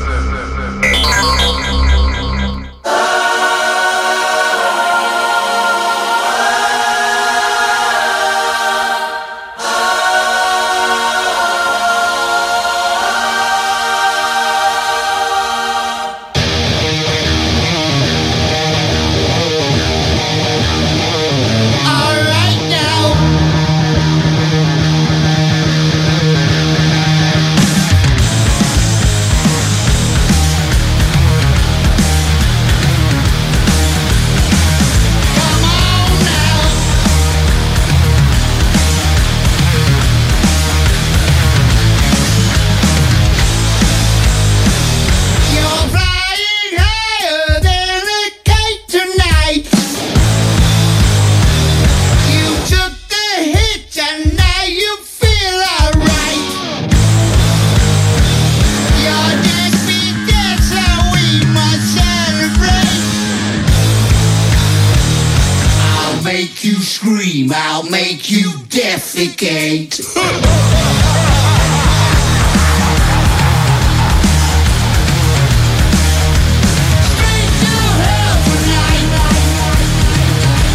[SPEAKER 15] You're flying higher than a kite tonight. You took the hit and now you feel alright. Your deadbeat dead, so we must celebrate. I'll make you scream, I'll make you defecate. Straight to hell tonight.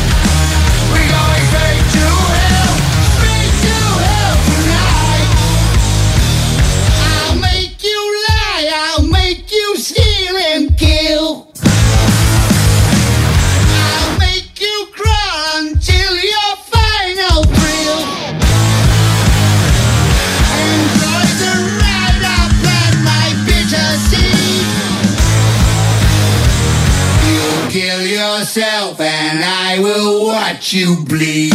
[SPEAKER 15] myself and I will watch you bleed.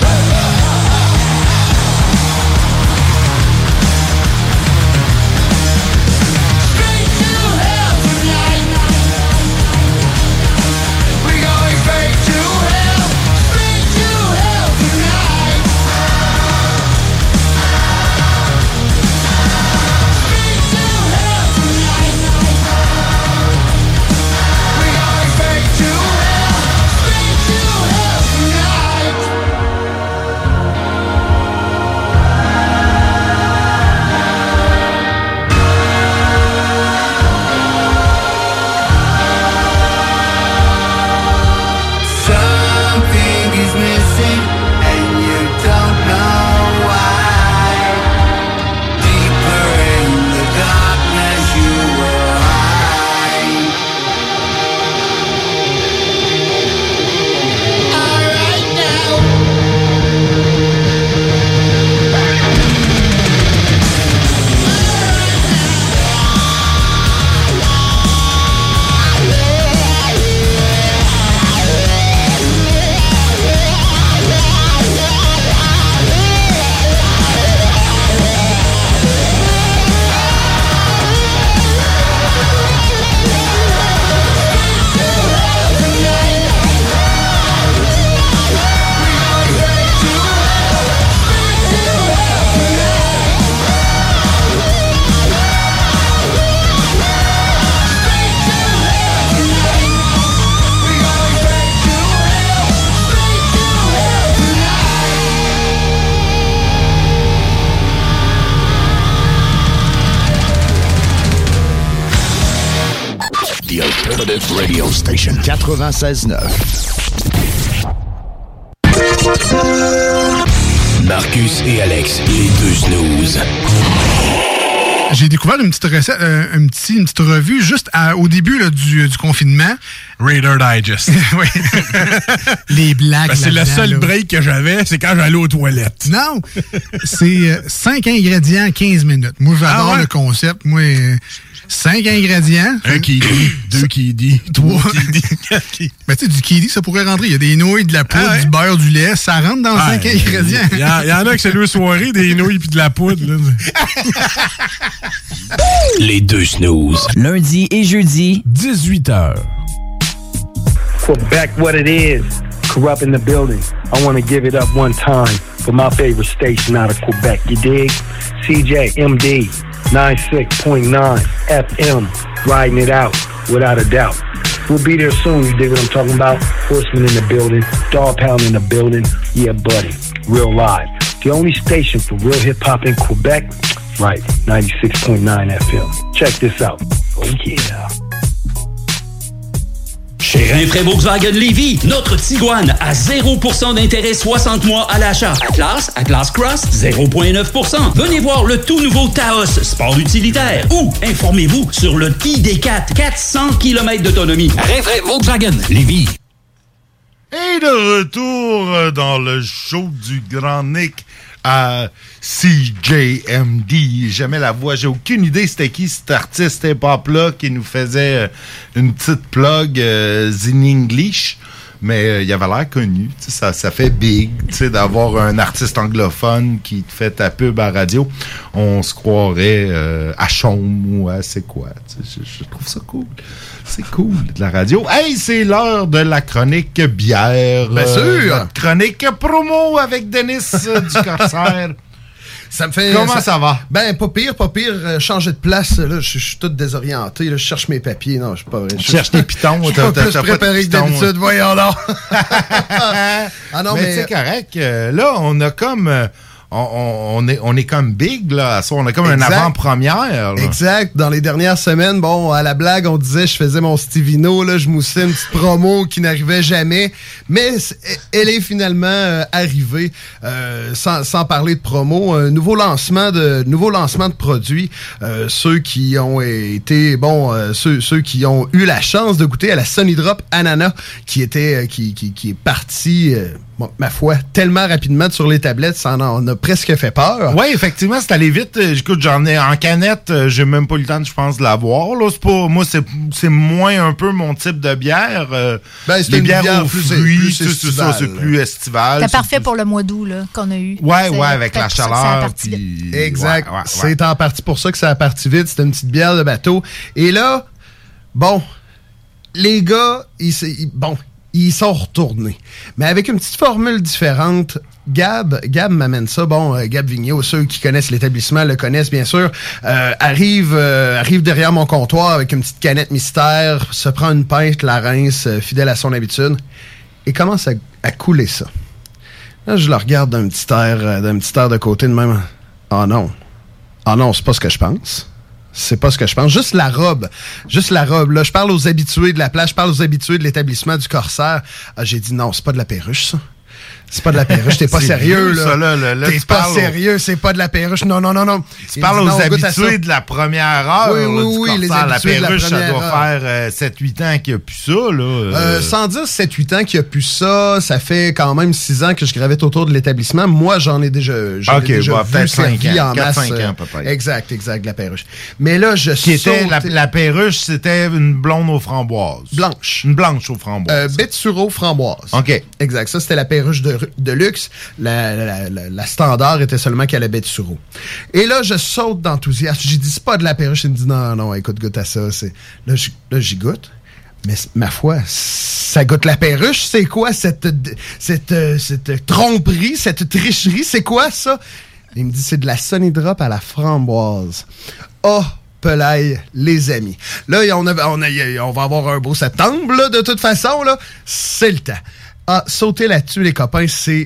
[SPEAKER 3] Radio Station 96.9. Marcus et Alex, les deux snooze.
[SPEAKER 14] J'ai découvert une petite recette, une petite revue juste au début là, du confinement.
[SPEAKER 11] Raider Digest.
[SPEAKER 14] Oui. Les blagues.
[SPEAKER 11] C'est le seul break que j'avais, c'est quand j'allais aux toilettes.
[SPEAKER 14] Non! C'est 5 ingrédients, 15 minutes. Moi, j'adore le concept. Moi, 5 ingrédients.
[SPEAKER 11] Un qui dit, 2 qui dit, 3 qui dit, 4 qui dit.
[SPEAKER 14] Ben, tu sais, du kiwi, ça pourrait rentrer. Il y a des nouilles, de la poudre, du beurre, du lait. Ça rentre dans 5 ingrédients.
[SPEAKER 11] Il y en a qui c'est le soirée, des nouilles puis de la poudre. Là.
[SPEAKER 3] Les deux snooze.
[SPEAKER 2] Lundi et jeudi,
[SPEAKER 11] 18h.
[SPEAKER 16] Quebec, what it is. Corrupt in the building. I want to give it up one time for my favorite station out of Quebec. You dig? CJMD 96.9 FM. Riding it out without a doubt. We'll be there soon. You dig what I'm talking about? Horseman in the building. Dog pound in the building. Yeah, buddy. Real live. The only station for real hip-hop in Quebec? Right. 96.9 FM. Check this out. Oh, yeah.
[SPEAKER 17] Chez Rinfraie Volkswagen Lévy, notre Tiguan à 0% d'intérêt 60 mois à l'achat. Atlas Cross, 0,9%. Venez voir le tout nouveau Taos, sport utilitaire. Ou informez-vous sur le ID4, 400 km d'autonomie. Rinfraie Volkswagen Lévy.
[SPEAKER 8] Et de retour dans le show du Grand Nick à CJMD. J'aimais la voix. J'ai aucune idée c'était qui cet artiste hip-hop-là qui nous faisait une petite plug in English. Mais il avait l'air connu. Ça fait big d'avoir un artiste anglophone qui te fait ta pub à radio. On se croirait à Chaume ou à c'est quoi. Je trouve ça cool. C'est cool, de la radio. Hey, c'est l'heure de la chronique bière.
[SPEAKER 13] Bien sûr!
[SPEAKER 8] Notre chronique promo avec Denis du Corsaire.
[SPEAKER 13] Ça me fait...
[SPEAKER 8] Comment ça va?
[SPEAKER 13] Ben, pas pire. Changer de place, là, je suis tout désorienté. Là, je cherche mes papiers. Non, je suis pas vrai.
[SPEAKER 8] Je cherche tes pitons.
[SPEAKER 13] Je suis pas plus préparé que d'habitude. Voyons là.
[SPEAKER 8] Ah non, mais c'est correct. Là, on a comme... On est comme big, là. On a comme une avant-première. Là.
[SPEAKER 13] Exact. Dans les dernières semaines, bon, à la blague, on disait je faisais mon Stevino, là, je moussais une petite promo qui n'arrivait jamais. Mais elle est finalement arrivée. Sans parler de promo, un nouveau lancement de produits. Ceux qui ont été, ceux qui ont eu la chance de goûter à la Sunny Drop Ananas, qui est parti... ma foi, tellement rapidement sur les tablettes, ça en a presque fait peur.
[SPEAKER 8] Oui, effectivement, c'est allé vite. Écoute, j'en ai en canette, j'ai même pas eu le temps, je pense, de l'avoir. Là, moi, c'est moins un peu mon type de bière.
[SPEAKER 13] C'est
[SPEAKER 8] les
[SPEAKER 13] une
[SPEAKER 8] bières
[SPEAKER 13] bière
[SPEAKER 8] aux fruits, c'est ça, c'est plus estival.
[SPEAKER 12] C'est parfait pour le mois d'août là, qu'on a eu.
[SPEAKER 8] Ouais, avec la chaleur.
[SPEAKER 13] Exact. C'est en partie pour ça que ça a parti vite. C'était une petite bière de bateau. Et là, bon, les gars, ils sont retournés. Mais avec une petite formule différente. Gab m'amène ça. Bon, Gab Vigneault, ceux qui connaissent l'établissement le connaissent bien sûr. Arrive derrière mon comptoir avec une petite canette mystère, se prend une pinte, la rince, fidèle à son habitude, et commence à couler ça. Là, je le regarde d'un petit air de côté de même. Ah non, c'est pas ce que je pense. C'est pas ce que je pense. Juste la robe. Là, je parle aux habitués de la plage, je parle aux habitués de l'établissement du Corsaire. Ah, j'ai dit non, c'est pas de la perruche, ça. C'est pas de la perruche, t'es pas sérieux, là. T'es pas sérieux, c'est pas de la perruche. Non.
[SPEAKER 8] Tu parles aux habitués de la première heure.
[SPEAKER 13] Oui, les habitués
[SPEAKER 8] de la perruche,
[SPEAKER 13] ça doit
[SPEAKER 8] faire 7-8 ans qu'il n'y a plus ça, là.
[SPEAKER 13] Sans dire 7-8 ans qu'il n'y a plus ça, ça fait quand même 6 ans que je gravite autour de l'établissement. Moi, j'en ai déjà vu
[SPEAKER 8] peut-être 5 ans,
[SPEAKER 13] en masse.
[SPEAKER 8] 4-5 ans, peut-être.
[SPEAKER 13] Exact, la perruche. Mais là,
[SPEAKER 8] la perruche, c'était une blonde aux framboises.
[SPEAKER 13] Blanche.
[SPEAKER 8] Une blanche aux framboises.
[SPEAKER 13] Betsuro framboise.
[SPEAKER 8] OK.
[SPEAKER 13] Exact. Ça, c'était la perruche de luxe. La standard était seulement qu'à la Betsuro. Et là, je saute d'enthousiasme. J'ai dit, c'est pas de la perruche. Il me dit, non, écoute, goûte à ça. Là, j'y goûte. Mais ma foi, ça goûte la perruche. C'est quoi cette tromperie, cette tricherie? C'est quoi ça? Il me dit, c'est de la Sunny Drop à la framboise. Oh! Pelaille, les amis. Là, on va avoir un beau septembre, là, de toute façon, là. C'est le temps. Ah, sauter là-dessus, les copains, c'est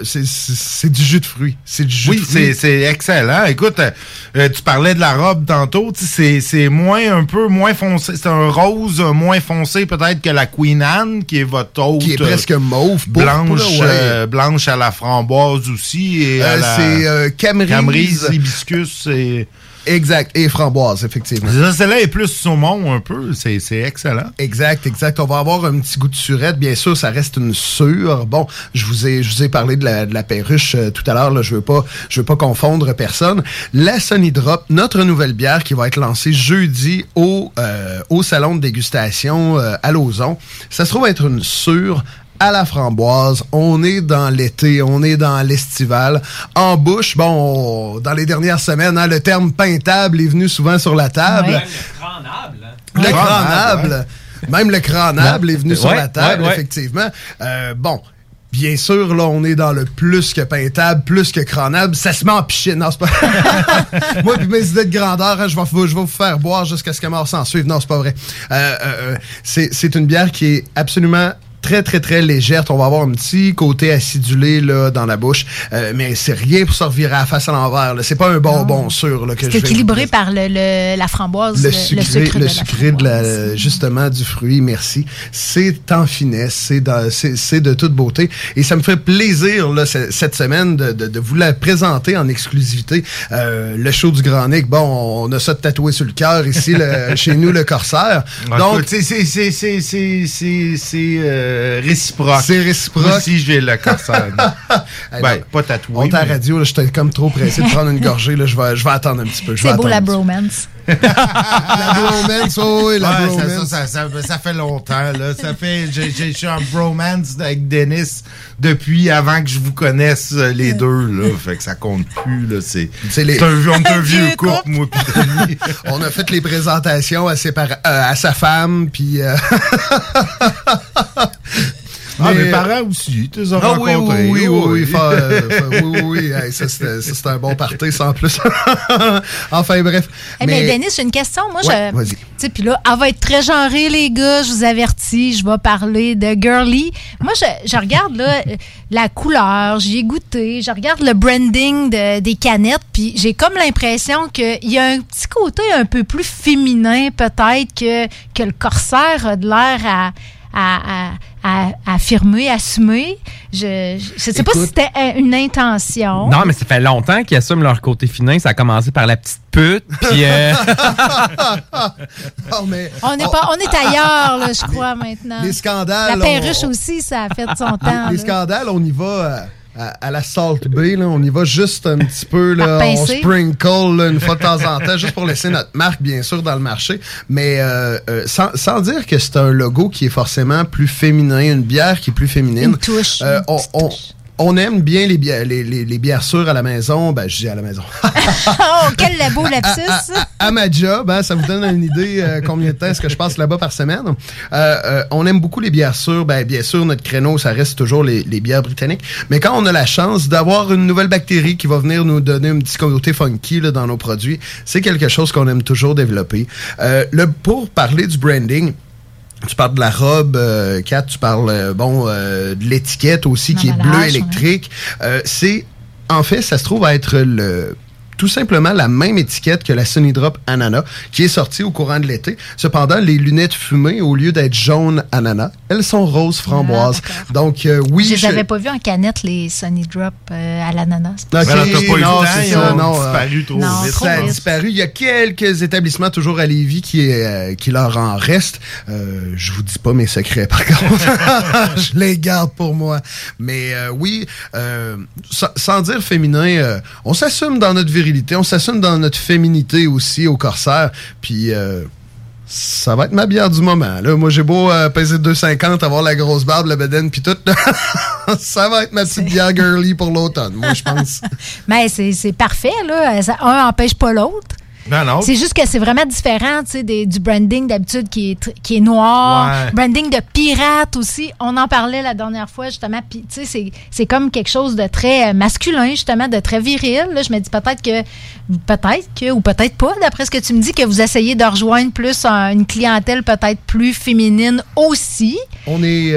[SPEAKER 13] du jus de fruits. C'est du jus de fruits.
[SPEAKER 8] Oui, c'est excellent. Écoute, tu parlais de la robe tantôt. C'est un peu moins foncé. C'est un rose moins foncé peut-être que la Queen Anne, qui est votre autre.
[SPEAKER 13] Qui est presque mauve.
[SPEAKER 8] Blanche à la framboise aussi. Et
[SPEAKER 13] c'est
[SPEAKER 8] Camerise, hibiscus et...
[SPEAKER 13] Exact, et framboise, effectivement.
[SPEAKER 8] Celle-là est plus saumon un peu, c'est excellent.
[SPEAKER 13] Exact. On va avoir un petit goût de surette, bien sûr, ça reste une sûre. Bon, je vous ai parlé de la perruche tout à l'heure, là, je veux pas confondre personne. La Sunny Drop, notre nouvelle bière qui va être lancée jeudi au salon de dégustation à Lauson. Ça se trouve être une sûre à la framboise. On est dans l'été, on est dans l'estival. En bouche, bon, dans les dernières semaines, le terme peintable est venu souvent sur la table.
[SPEAKER 7] Ouais. Le cranable.
[SPEAKER 13] Le cranable. Même le cranable est venu sur la table, effectivement. Bon. Bien sûr, là, on est dans le plus que peintable, plus que cranable. Ça se met en pichine. Non, c'est pas... Moi, puis mes idées de grandeur, je vais vous faire boire jusqu'à ce que mort s'en suive. Non, c'est pas vrai. C'est une bière qui est absolument très, très, très légère. On va avoir un petit côté acidulé là, dans la bouche. Mais c'est rien pour se revirer à la face à l'envers. Là. C'est pas un bonbon sûr. Là, que
[SPEAKER 12] c'est équilibré par la framboise,
[SPEAKER 13] le sucré justement du fruit. Merci. C'est en finesse. C'est de toute beauté. Et ça me fait plaisir là, cette semaine de vous la présenter en exclusivité. Le show du Grand Nick. Bon, on a ça tatoué sur le cœur ici, chez nous, le Corsaire. Donc,
[SPEAKER 8] c'est réciproque.
[SPEAKER 13] C'est réciproque.
[SPEAKER 8] Moi aussi, j'ai le Corsaire. Pas tatoué.
[SPEAKER 13] On est à la radio, là, j'étais comme trop pressé de prendre une gorgée. Là, je vais attendre un petit peu.
[SPEAKER 12] C'est beau la bromance.
[SPEAKER 13] La bromance, oui, la bromance.
[SPEAKER 8] Ça fait longtemps. Là. Je suis en bromance avec Dennis depuis avant que je vous connaisse les deux. Là. Fait que ça compte plus. Là. C'est un vieux couple, moi pis Denis.
[SPEAKER 13] On a fait les présentations à sa femme, puis...
[SPEAKER 8] mes parents aussi, tu les as rencontrés.
[SPEAKER 13] Oui. Hey, ça, c'était un bon party, sans plus. Enfin, bref.
[SPEAKER 12] Mais Denis, j'ai une question. Moi,
[SPEAKER 13] vas-y.
[SPEAKER 12] Tu sais, puis là, elle va être très genrée, les gars. Je vous avertis, je vais parler de girly. Moi, je regarde là, la couleur, j'y ai goûté. Je regarde le branding des canettes, puis j'ai comme l'impression qu'il y a un petit côté un peu plus féminin, peut-être, que le Corsaire a de l'air affirmer, assumer. Je sais pas si c'était une intention.
[SPEAKER 7] Non, mais ça fait longtemps qu'ils assument leur côté féminin. Ça a commencé par la petite pute, puis...
[SPEAKER 12] On est ailleurs, là, je crois, maintenant.
[SPEAKER 13] Les scandales...
[SPEAKER 12] La perruche aussi, ça a fait de son temps.
[SPEAKER 13] Les scandales, on y va... À la Salt Bay, là, on y va juste un petit peu, là, on sprinkle là, une fois de temps en temps, juste pour laisser notre marque, bien sûr, dans le marché. Mais sans dire que c'est un logo qui est forcément plus féminin, une bière qui est plus féminine.
[SPEAKER 12] Une touche.
[SPEAKER 13] On aime bien les bières sûres à la maison. Ben, je dis à la maison.
[SPEAKER 12] Oh, quel beau lapsus!
[SPEAKER 13] À ma job, hein, ça vous donne une idée combien de temps est-ce que je passe là-bas par semaine. On aime beaucoup les bières sûres. Ben, bien sûr, notre créneau, ça reste toujours les bières britanniques. Mais quand on a la chance d'avoir une nouvelle bactérie qui va venir nous donner un petit côté funky là, dans nos produits, c'est quelque chose qu'on aime toujours développer. Pour parler du branding, tu parles de la robe, Kat, tu parles de l'étiquette aussi qui est bleu électrique. En fait, ça se trouve à être tout simplement la même étiquette que la Sunny Drop Ananas qui est sortie au courant de l'été. Cependant, les lunettes fumées, au lieu d'être jaune ananas, elles sont rose framboise. Donc, oui.
[SPEAKER 12] Je les avais pas vues en canette, les Sunny Drop à l'ananas.
[SPEAKER 8] Okay, t'as pas eu le temps, ils ont disparu trop vite.
[SPEAKER 13] Ça a disparu. Il y a quelques établissements toujours à Lévis qui leur en restent. Je vous dis pas mes secrets, par contre. Je les garde pour moi. Mais oui, sans dire féminin, on s'assume dans notre virilité. On s'assume dans notre féminité aussi au Corsair. Puis ça va être ma bière du moment. Là, moi, j'ai beau peser 2,50, avoir la grosse barbe, la bedaine, puis tout. Ça va être ma petite bière girly pour l'automne, moi, je pense.
[SPEAKER 12] Mais c'est parfait, là. Un n'empêche pas l'autre.
[SPEAKER 8] Non.
[SPEAKER 12] C'est juste que c'est vraiment différent, tu sais, du branding d'habitude qui est noir. Ouais. Branding de pirate aussi. On en parlait la dernière fois, justement. Puis, tu sais, c'est comme quelque chose de très masculin, justement, de très viril. Là, je me dis peut-être que, ou peut-être pas, d'après ce que tu me dis, que vous essayez de rejoindre plus une clientèle peut-être plus féminine aussi.
[SPEAKER 13] On est...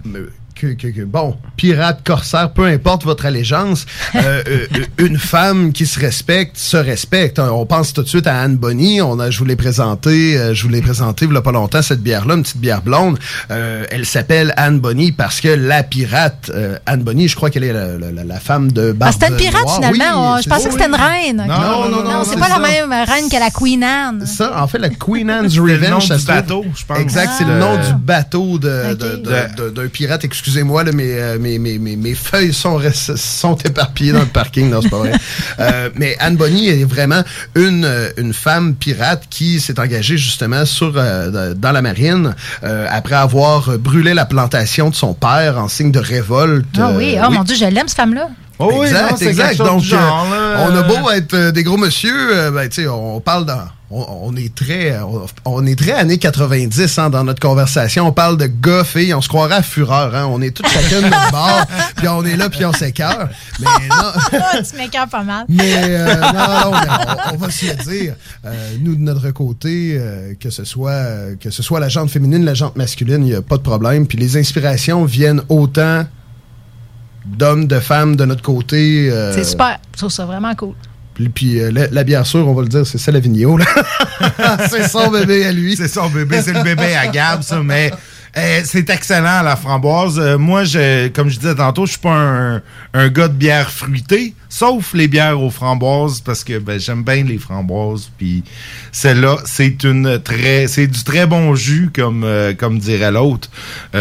[SPEAKER 13] bon, pirate, corsaire, peu importe votre allégeance, une femme qui se respecte. On pense tout de suite à Anne Bonny. Je vous l'ai présenté il y a pas longtemps, cette bière-là, une petite bière blonde. Elle s'appelle Anne Bonny parce que la pirate, Anne Bonny, je crois qu'elle est la femme de Barbe
[SPEAKER 12] c'était une pirate,
[SPEAKER 13] Noire.
[SPEAKER 12] finalement.
[SPEAKER 13] Oui,
[SPEAKER 12] je pensais que c'était une reine.
[SPEAKER 13] Non,
[SPEAKER 12] c'est pas la même reine que la Queen Anne.
[SPEAKER 13] Ça, en fait, la Queen Anne's Revenge,
[SPEAKER 8] c'est le nom du bateau, je pense.
[SPEAKER 13] Exact, c'est le nom du bateau d'un pirate. Excusez-moi, là, mes feuilles sont éparpillées dans le parking. Non, c'est pas vrai. Mais Anne Bonny est vraiment une femme pirate qui s'est engagée justement dans la marine après avoir brûlé la plantation de son père en signe de révolte.
[SPEAKER 12] Ah oui, mon Dieu, je l'aime, cette femme-là.
[SPEAKER 13] Oh exact. Donc, on a beau être des gros monsieur, on parle on est très années 90 dans notre conversation. On parle de gars, filles, on se croirait à fureur. Hein? On est tous chacun de notre bord, puis on est là, puis on s'écœure. Mais non.
[SPEAKER 12] Tu m'écœures pas mal.
[SPEAKER 13] Mais non, on va se le dire. Nous, de notre côté, que ce soit la jante féminine, la jante masculine, il n'y a pas de problème. Puis les inspirations viennent autant d'hommes, de femmes de notre côté.
[SPEAKER 12] C'est super. Je trouve ça vraiment cool.
[SPEAKER 13] Puis la bière sûre, on va le dire, c'est celle à Vigneault, là. C'est son bébé à lui.
[SPEAKER 8] C'est son bébé, c'est le bébé à Gab, ça, mais c'est excellent, la framboise. Moi, comme je disais tantôt, je suis pas un gars de bière fruitée, sauf les bières aux framboises, parce que j'aime bien les framboises, puis celle-là, c'est du très bon jus, comme dirait l'autre.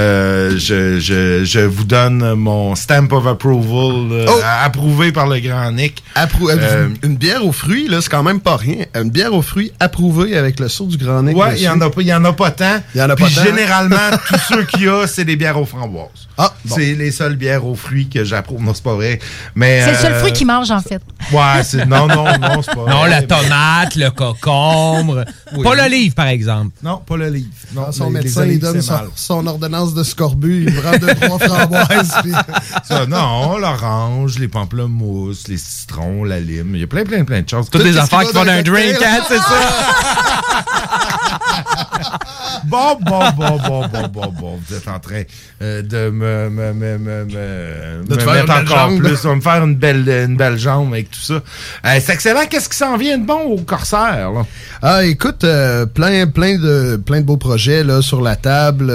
[SPEAKER 8] Je vous donne mon stamp of approval, approuvé par le Grand Nick.
[SPEAKER 13] Une bière aux fruits, là, c'est quand même pas rien. Une bière aux fruits approuvée avec le sceau du Grand Nick.
[SPEAKER 8] Ouais, il y en a pas tant. Puis généralement, tous ceux qu'il y a, c'est des bières aux framboises.
[SPEAKER 13] Ah, bon.
[SPEAKER 8] C'est les seules bières aux fruits que j'approuve. Non, c'est pas vrai. Mais,
[SPEAKER 12] c'est le seul fruit qu'ils mangent, en fait.
[SPEAKER 8] Ouais, non, c'est pas vrai.
[SPEAKER 7] Non, la tomate, le concombre. Oui. Pas l'olive, par exemple.
[SPEAKER 8] Non, pas l'olive.
[SPEAKER 13] Non, son médecin, il donne son ordonnance de scorbut. Il prend 2-3 framboises. Puis...
[SPEAKER 8] Ça, non, l'orange, les pamplemousses, les citrons, la lime. Il y a plein de choses.
[SPEAKER 7] Toutes les affaires qui font un drink, hein, c'est ça?
[SPEAKER 8] Bon. Vous êtes en train de me mettre encore plus. On va me faire une belle jambe avec tout ça. C'est excellent. Qu'est-ce qui s'en vient de bon au Corsaire, là?
[SPEAKER 13] Ah, écoute, plein de beaux projets là sur la table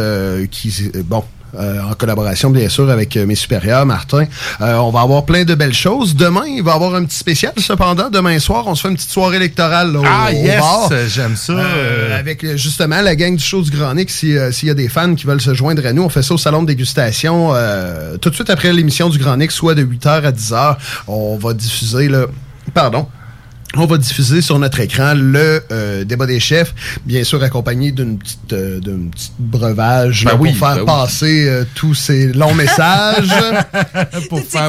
[SPEAKER 13] en collaboration, bien sûr, avec mes supérieurs, Martin. On va avoir plein de belles choses. Demain, il va y avoir un petit spécial, cependant. Demain soir, on se fait une petite soirée électorale là, au bar.
[SPEAKER 8] J'aime ça.
[SPEAKER 13] Avec, justement, la gang du show du Grand Nick. S'il y a des fans qui veulent se joindre à nous, on fait ça au salon de dégustation tout de suite après l'émission du Grand Nick, soit de 8h à 10h. On va diffuser On va diffuser sur notre écran le débat des chefs, bien sûr accompagné d'un petit breuvage pour faire passer tous ces longs messages.
[SPEAKER 8] Pour faire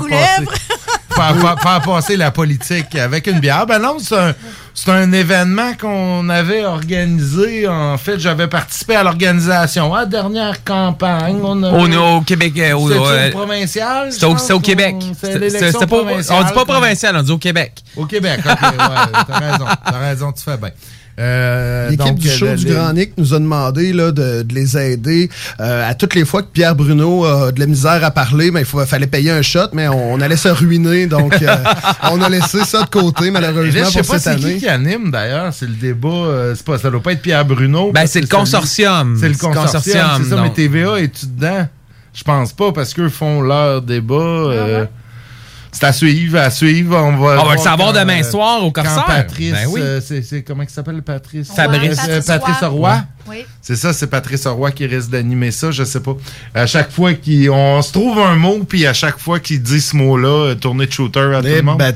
[SPEAKER 8] passer la politique avec une bière. Ben non, c'est un événement qu'on avait organisé. En fait, j'avais participé à l'organisation. À la dernière campagne,
[SPEAKER 7] au Québec.
[SPEAKER 8] C'était au provincial?
[SPEAKER 7] C'était au Québec. On dit pas provincial, on dit au Québec.
[SPEAKER 8] Au Québec, OK. Ouais, t'as raison, tu fais bien.
[SPEAKER 13] L'équipe du show du Grand Nick nous a demandé là, de les aider. À toutes les fois que Pierre Bruno a de la misère à parler, il fallait payer un shot, mais on allait se ruiner. Donc, on a laissé ça de côté, malheureusement,
[SPEAKER 8] là,
[SPEAKER 13] pour cette année.
[SPEAKER 8] C'est qui anime, d'ailleurs? C'est le débat. Ça doit pas être Pierre Bruno.
[SPEAKER 7] C'est le consortium.
[SPEAKER 8] C'est le consortium, c'est ça. Donc. Mais TVA, es-tu dedans? Je pense pas, parce qu'eux font leur débat. C'est à suivre. On va
[SPEAKER 7] le savoir demain soir au Corsaire.
[SPEAKER 8] Patrice,
[SPEAKER 7] oui.
[SPEAKER 8] c'est comment il s'appelle, Patrice?
[SPEAKER 12] Patrice
[SPEAKER 8] Roy.
[SPEAKER 12] Oui.
[SPEAKER 8] C'est ça, c'est Patrice Roy qui risque d'animer ça, je sais pas. À chaque fois on se trouve un mot, puis à chaque fois qu'il dit ce mot-là, tournée de shooter à tout le monde.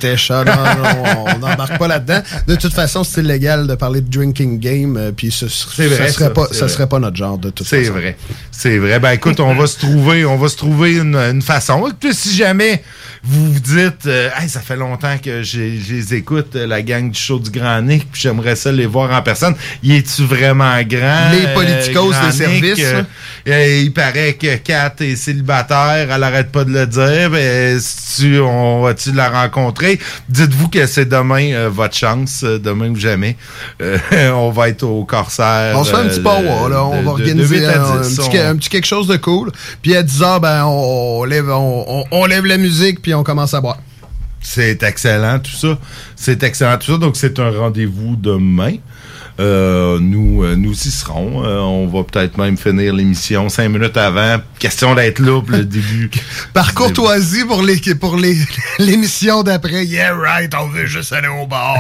[SPEAKER 13] On n'embarque pas là-dedans. De toute façon, c'est illégal de parler de drinking game, puis ça serait pas notre genre de toute façon.
[SPEAKER 8] C'est vrai. Ben écoute, on va se trouver une façon. Puis si jamais vous vous dites, ça fait longtemps que je les écoute, la gang du show du Grand Nick, puis j'aimerais ça les voir en personne. Y es-tu vraiment grand?
[SPEAKER 13] Les politicos des services.
[SPEAKER 8] Il paraît que Kat est célibataire, elle arrête pas de le dire. On va-tu la rencontrer? Dites-vous que c'est demain votre chance, demain ou jamais. On va être au Corsaire.
[SPEAKER 13] On se fait un petit power, là. On va organiser un petit quelque chose de cool. Puis à 10h, on lève la musique, puis on commence à boire.
[SPEAKER 8] C'est excellent tout ça. Donc c'est un rendez-vous demain. Nous y serons. On va peut-être même finir l'émission 5 minutes avant. Question d'être là pour le début.
[SPEAKER 13] Par courtoisie pour l'émission d'après. Yeah, right, on veut juste aller au bar.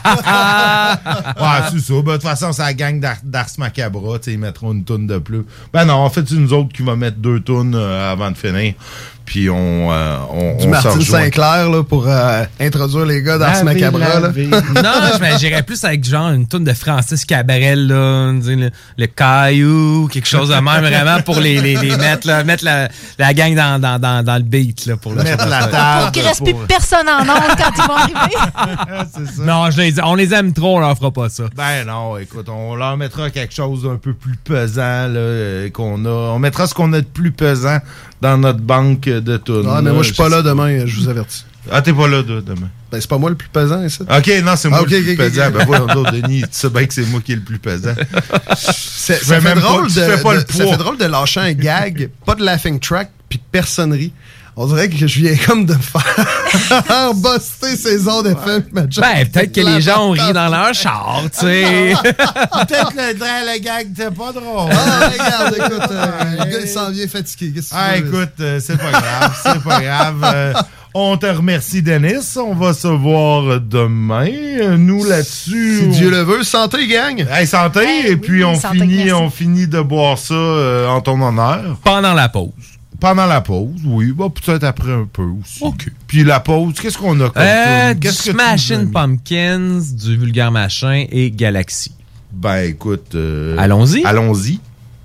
[SPEAKER 8] C'est ça. De toute façon, c'est la gang d'Ars Macabra. Ils mettront une toune de plus. Non, en fait, c'est nous autres qui va mettre 2 tounes avant de finir. Puis on
[SPEAKER 13] Martin Sinclair là, pour introduire les gars d'Ars Macabra. Là.
[SPEAKER 7] Non, j'irais plus avec genre une toune de Francis Cabrel, là, le Caillou, quelque chose de même, vraiment pour les mettre la gang dans le beat. Là, pour
[SPEAKER 8] mettre la table.
[SPEAKER 12] Pour qu'il ne reste plus personne en ondes quand ils vont arriver.
[SPEAKER 8] C'est ça.
[SPEAKER 7] Non, on les aime trop, on leur fera pas ça.
[SPEAKER 8] Ben non, écoute, on leur mettra quelque chose d'un peu plus pesant là, qu'on a. On mettra ce qu'on a de plus pesant dans notre banque de tunes.
[SPEAKER 13] Ah, mais moi, je suis pas là demain, je vous avertis.
[SPEAKER 8] Ah, t'es pas là demain?
[SPEAKER 13] Ben, c'est pas moi le plus pesant, ça.
[SPEAKER 8] OK, non, c'est moi le plus pesant. Ben, voilà, Denis, tu sais bien que c'est moi qui est le plus pesant.
[SPEAKER 13] Ça fait drôle de lâcher un gag, pas de laughing track, puis de personnerie. On dirait que je viens comme de me faire buster ces ondes FM.
[SPEAKER 7] Peut-être que les gens ont ri dans leur char, tu sais.
[SPEAKER 8] Peut-être le gag n'était pas drôle.
[SPEAKER 13] Regarde, écoute, le gars, il s'en vient fatigué.
[SPEAKER 8] Écoute, c'est pas grave, On te remercie, Dennis. On va se voir demain. Nous, là-dessus...
[SPEAKER 13] Si Dieu le veut. Santé, gang!
[SPEAKER 8] Santé! Et puis, on finit de boire ça en ton honneur.
[SPEAKER 7] Pendant la pause.
[SPEAKER 8] Pendant la pause, oui. Peut-être après un peu aussi. OK. Puis la pause, qu'est-ce qu'on a comme
[SPEAKER 7] du Smashing Pumpkins, du Vulgaire Machin et Galaxy.
[SPEAKER 8] Ben, écoute...
[SPEAKER 7] Allons-y.
[SPEAKER 8] Allons-y.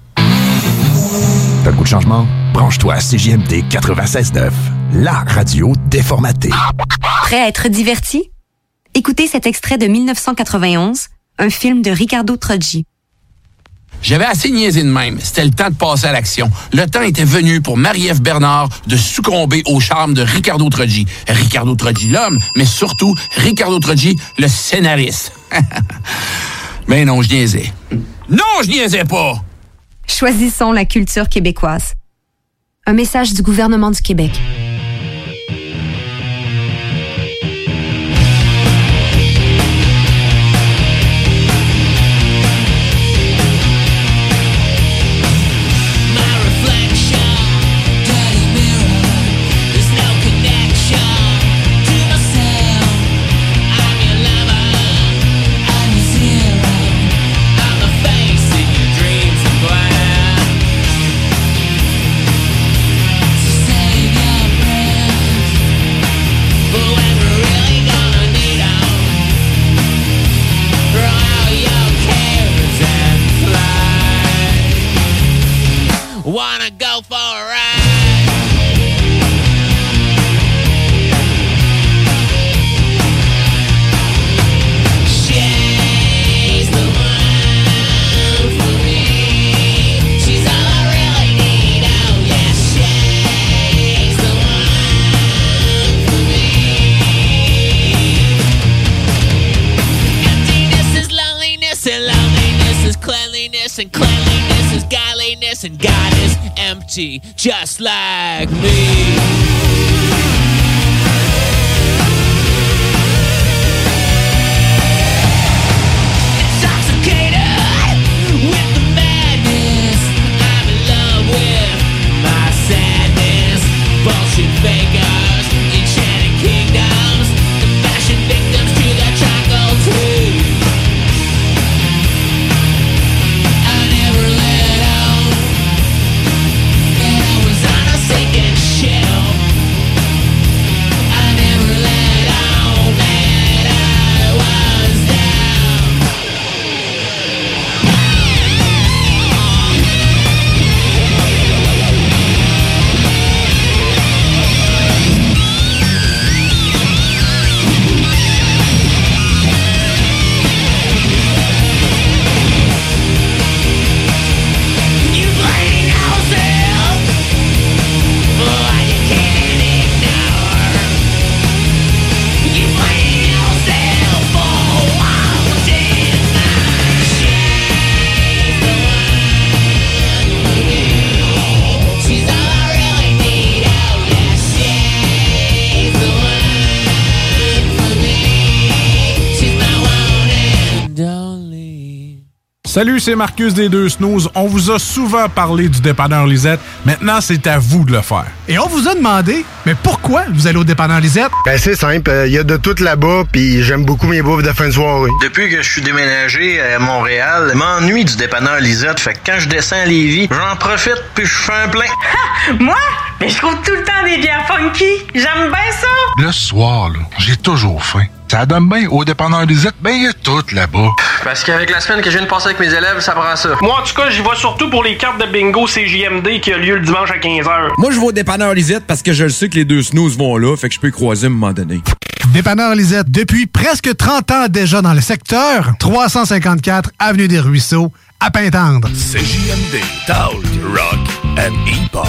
[SPEAKER 3] T'as le goût de changement? Branche-toi à CJMD 96.9, la radio déformatée.
[SPEAKER 1] Prêt à être diverti? Écoutez cet extrait de 1991, un film de Riccardo Troggi.
[SPEAKER 2] J'avais assez niaisé de même. C'était le temps de passer à l'action. Le temps était venu pour Marie-Ève Bernard de succomber au charme de Riccardo Troggi. Riccardo Troggi, l'homme, mais surtout Riccardo Troggi, le scénariste. Ben non, je niaisais. Non, je niaisais pas!
[SPEAKER 1] Choisissons la culture québécoise. Un message du gouvernement du Québec.
[SPEAKER 15] Wanna go for a ride? She's the one for me. She's all I really need. Oh yeah, she's the one for me. Emptiness is loneliness, and loneliness is cleanliness, and cleanliness is godliness, and God is empty, just like me. Intoxicated with the madness, I'm in love with my sadness. Bullshit fakers, enchanted kingdoms, the fashion victims to the charcoal tree. I never let out. I was on a sinking ship. I never let out that I was down. You blame yourself for what you can't ignore. You blame yourself for what did not. She's the one for me. She's all I really need. Oh yeah, she's the one for me. She's my one and only.
[SPEAKER 11] Salut, c'est Marcus des Deux Snooze. On vous a souvent parlé du dépanneur Lisette. Maintenant, c'est à vous de le faire.
[SPEAKER 14] Et on vous a demandé, mais pourquoi vous allez au dépanneur Lisette?
[SPEAKER 6] Ben c'est simple, il y a de tout là-bas, puis j'aime beaucoup mes bouffes de fin de soirée. Depuis que je suis déménagé à Montréal, je m'ennuie du dépanneur Lisette, fait que quand je descends à Lévis, j'en profite puis je fais un plein.
[SPEAKER 18] Moi? Mais je trouve tout le temps des bières funky. J'aime bien ça.
[SPEAKER 26] Le soir, là, j'ai toujours faim. Ça donne bien au dépanneur Lisette, ben il y a tout là-bas.
[SPEAKER 18] Parce qu'avec la semaine que je viens de passer avec mes élèves, ça prend ça.
[SPEAKER 27] Moi, en tout cas, j'y vais surtout pour les cartes de bingo CJMD qui a lieu le dimanche à 15h.
[SPEAKER 28] Moi, je vais au dépanneur Lisette parce que je le sais que les deux snooze vont là, fait que je peux y croiser à un moment donné.
[SPEAKER 14] Dépanneur Lisette, depuis presque 30 ans déjà dans le secteur, 354 Avenue des Ruisseaux, à Pintendre.
[SPEAKER 3] CJMD, Talk, Rock and Hip-Hop.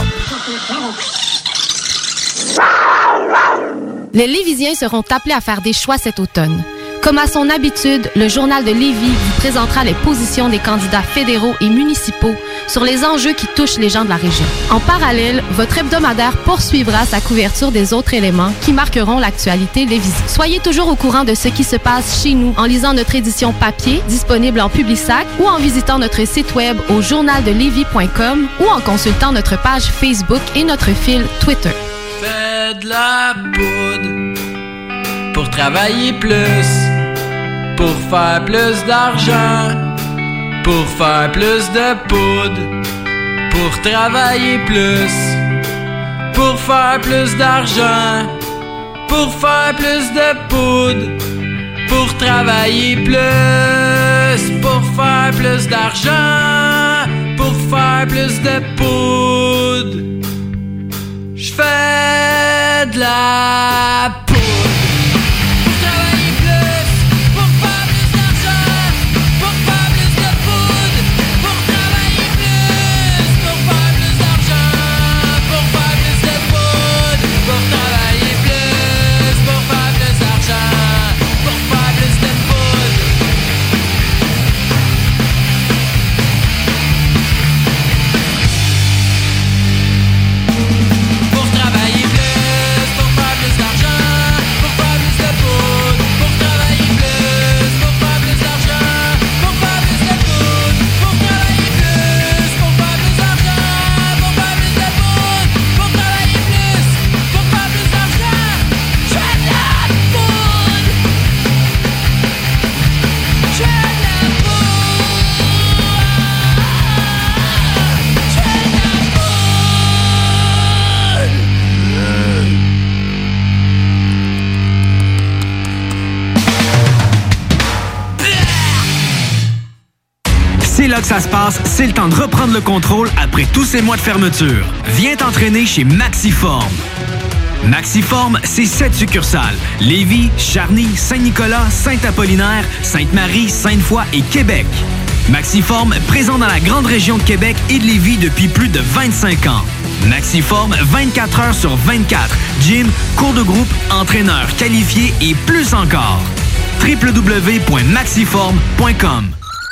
[SPEAKER 19] Les Lévisiens seront appelés à faire des choix cet automne. Comme à son habitude, le Journal de Lévis vous présentera les positions des candidats fédéraux et municipaux sur les enjeux qui touchent les gens de la région. En parallèle, votre hebdomadaire poursuivra sa couverture des autres éléments qui marqueront l'actualité lévisienne. Soyez toujours au courant de ce qui se passe chez nous en lisant notre édition papier, disponible en Publisac, ou en visitant notre site web au journaldelévis.com ou en consultant notre page Facebook et notre fil Twitter.
[SPEAKER 18] Fais de la poudre pour travailler plus, pour faire plus d'argent, pour faire plus de poudre, pour travailler plus, pour faire plus d'argent, pour faire plus de poudre, pour travailler plus, pour faire plus d'argent, pour faire plus de poudre. J'fais de la poudre.
[SPEAKER 4] que ça se passe, c'est le temps de reprendre le contrôle après tous ces mois de fermeture. Viens t'entraîner chez Maxiform. Maxiform, c'est 7 succursales. Lévis, Charny, Saint-Nicolas, Saint-Apollinaire, Sainte-Marie, Sainte-Foy et Québec. Maxiform, présent dans la grande région de Québec et de Lévis depuis plus de 25 ans. Maxiform, 24 heures sur 24. Gym, cours de groupe, entraîneur qualifié et plus encore. www.maxiform.com.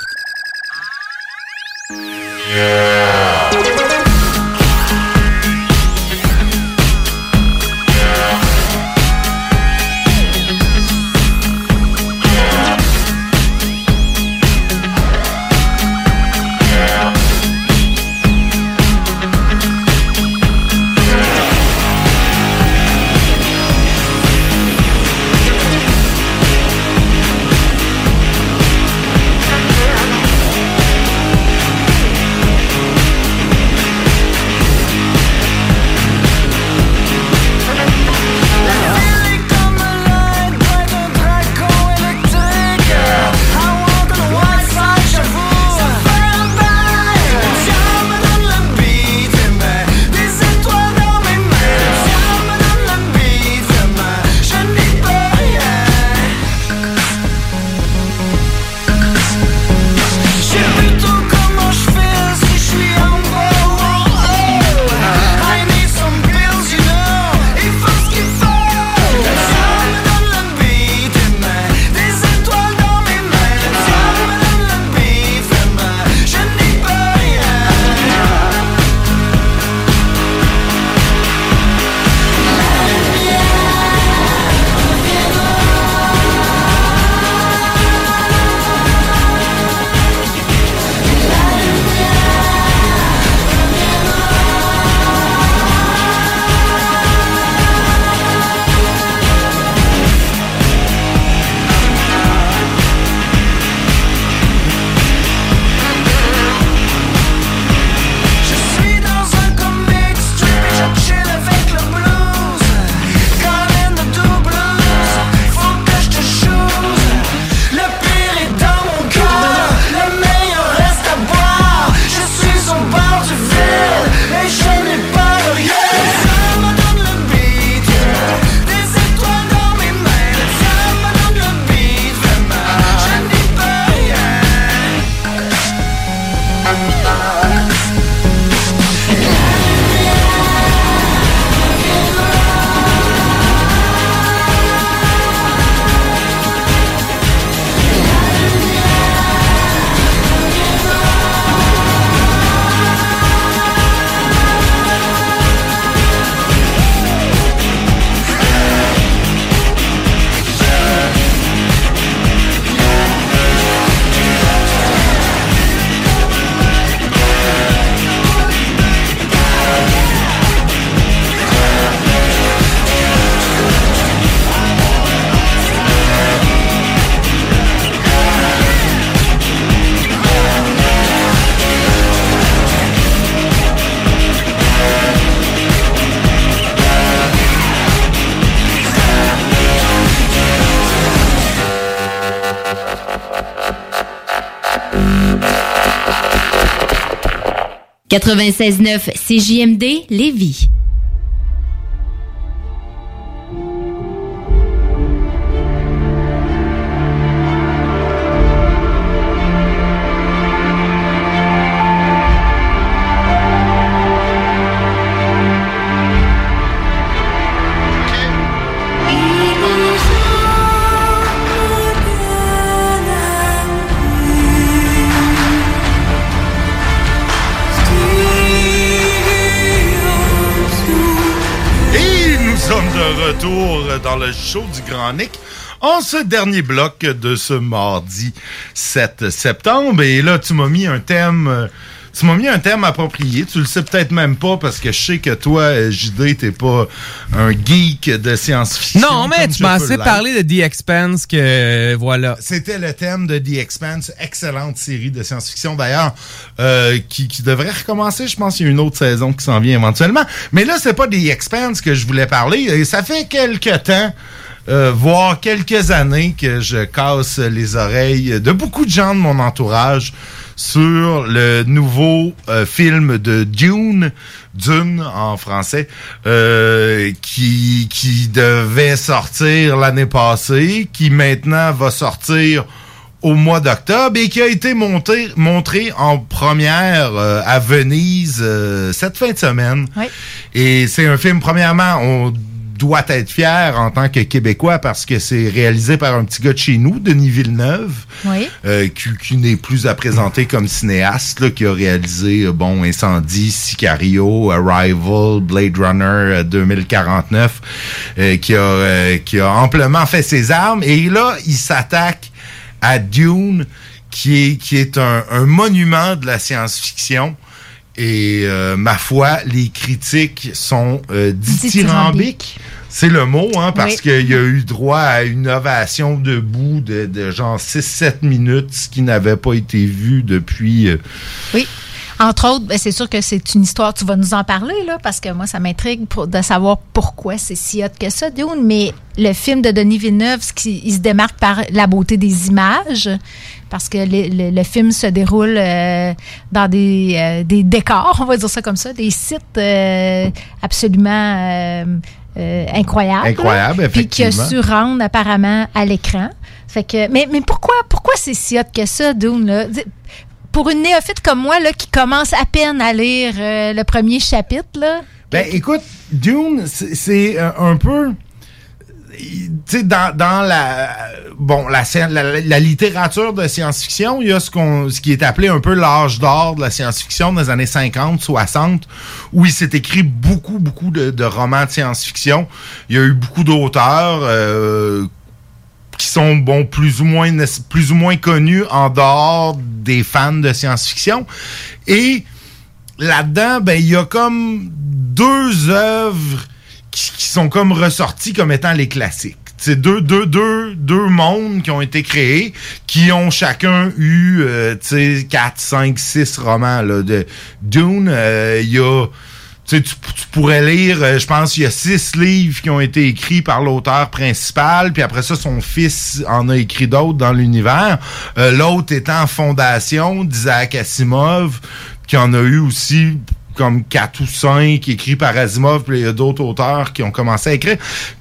[SPEAKER 10] « 96.9 CJMD Lévis.
[SPEAKER 8] Retour dans le show du Grand Nick en ce dernier bloc de ce mardi 7 septembre. Et là, tu m'as mis un thème approprié. Tu le sais peut-être même pas parce que je sais que toi, JD, t'es pas un geek de science-fiction.
[SPEAKER 7] Non, mais tu m'as assez parlé de The Expanse que voilà.
[SPEAKER 8] C'était le thème de The Expanse, excellente série de science-fiction d'ailleurs, qui devrait recommencer. Je pense qu'il y a une autre saison qui s'en vient éventuellement. Mais là, c'est pas The Expanse que je voulais parler. Et ça fait quelques temps, voire quelques années que je casse les oreilles de beaucoup de gens de mon entourage sur le nouveau film de Dune en français, qui devait sortir l'année passée, qui maintenant va sortir au mois d'octobre et qui a été montré en première à Venise cette fin de semaine. Oui. Et c'est un film, premièrement, on doit être fier en tant que Québécois parce que c'est réalisé par un petit gars de chez nous, Denis Villeneuve, oui. Qui n'est plus à présenter comme cinéaste, là, qui a réalisé Incendie, Sicario, Arrival, Blade Runner 2049, qui a amplement fait ses armes. Et là, il s'attaque à Dune, qui est un monument de la science-fiction. Et ma foi, les critiques sont dithyrambiques. C'est le mot, hein, parce oui. qu'il y a eu droit à une ovation debout de genre 6-7 minutes, ce qui n'avait pas été vu depuis...
[SPEAKER 12] Oui. Entre autres, c'est sûr que c'est une histoire, tu vas nous en parler, là, parce que moi, ça m'intrigue de savoir pourquoi c'est si hot que ça, Dune. Mais le film de Denis Villeneuve, il se démarque par la beauté des images, parce que le film se déroule dans des décors, on va dire ça comme ça, des sites absolument incroyables.
[SPEAKER 8] Incroyables, effectivement.
[SPEAKER 12] Puis qui a su rendre apparemment à l'écran. Fait que, mais pourquoi c'est si hot que ça, Dune, là? Pour une néophyte comme moi, là, qui commence à peine à lire le premier chapitre, là.
[SPEAKER 8] Ben, écoute, Dune, c'est un peu... Tu sais, dans la littérature de science-fiction, il y a ce qui est appelé un peu l'âge d'or de la science-fiction dans les années 50, 60, où il s'est écrit beaucoup de romans de science-fiction. Il y a eu beaucoup d'auteurs qui sont plus ou moins connus en dehors des fans de science-fiction. Et là-dedans, il y a comme deux œuvres qui sont comme ressorties comme étant les classiques. C'est deux mondes qui ont été créés, qui ont chacun eu 4, 5, 6 romans là, de Dune. Il y a... Tu pourrais lire, je pense qu'il y a 6 livres qui ont été écrits par l'auteur principal, puis après ça, son fils en a écrit d'autres dans l'univers. L'autre étant Fondation d'Isaac Asimov, qui en a eu aussi comme 4 ou 5 écrits par Asimov, puis il y a d'autres auteurs qui ont commencé à écrire.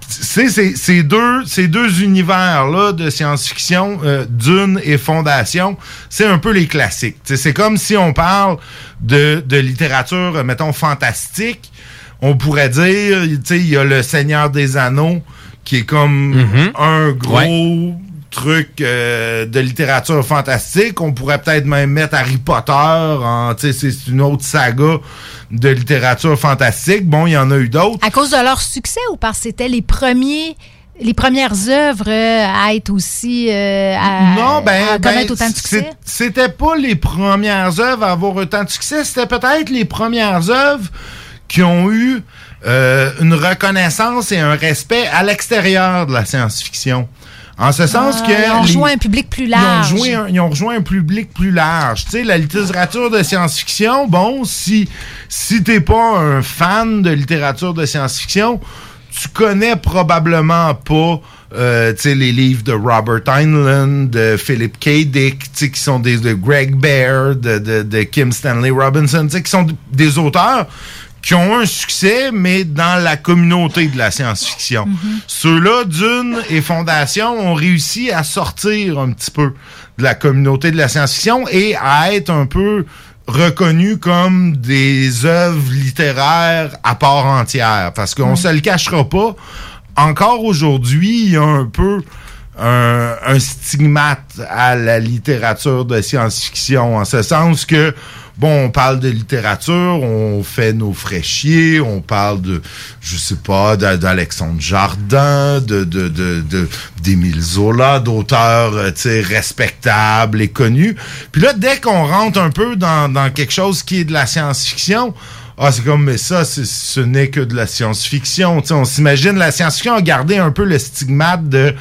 [SPEAKER 8] Ces deux univers-là de science-fiction, Dune et Fondation, c'est un peu les classiques. T'sais, c'est comme si on parle de littérature, mettons, fantastique. On pourrait dire, il y a Le Seigneur des Anneaux, qui est comme un gros truc de littérature fantastique. On pourrait peut-être même mettre Harry Potter c'est une autre saga de littérature fantastique. Bon, il y en a eu d'autres.
[SPEAKER 12] À cause de leur succès ou parce que c'était les premières œuvres à être aussi à connaître autant de succès?
[SPEAKER 8] C'était pas les premières œuvres à avoir autant de succès, c'était peut-être les premières œuvres qui ont eu une reconnaissance et un respect à l'extérieur de la science-fiction. En ce sens que...
[SPEAKER 12] Ils ont rejoint un public plus large.
[SPEAKER 8] Ils ont rejoint un public plus large. Tu sais, la littérature de science-fiction, si t'es pas un fan de littérature de science-fiction, tu connais probablement pas les livres de Robert Heinlein, de Philip K. Dick, qui sont de Greg Bear, de Kim Stanley Robinson, qui sont des auteurs qui ont un succès, mais dans la communauté de la science-fiction. Ceux-là, Dune et Fondation, ont réussi à sortir un petit peu de la communauté de la science-fiction et à être un peu reconnus comme des œuvres littéraires à part entière. Parce qu'on se le cachera pas, encore aujourd'hui, il y a un peu un stigmate à la littérature de science-fiction, en ce sens que on parle de littérature, on fait nos fraîchiers, on parle de, je sais pas, d'Alexandre Jardin, d'Émile Zola, d'auteurs, respectables et connus. Puis là, dès qu'on rentre un peu dans quelque chose qui est de la science-fiction, c'est comme, mais ça, ce n'est que de la science-fiction. On s'imagine, la science-fiction a gardé un peu le stigmate de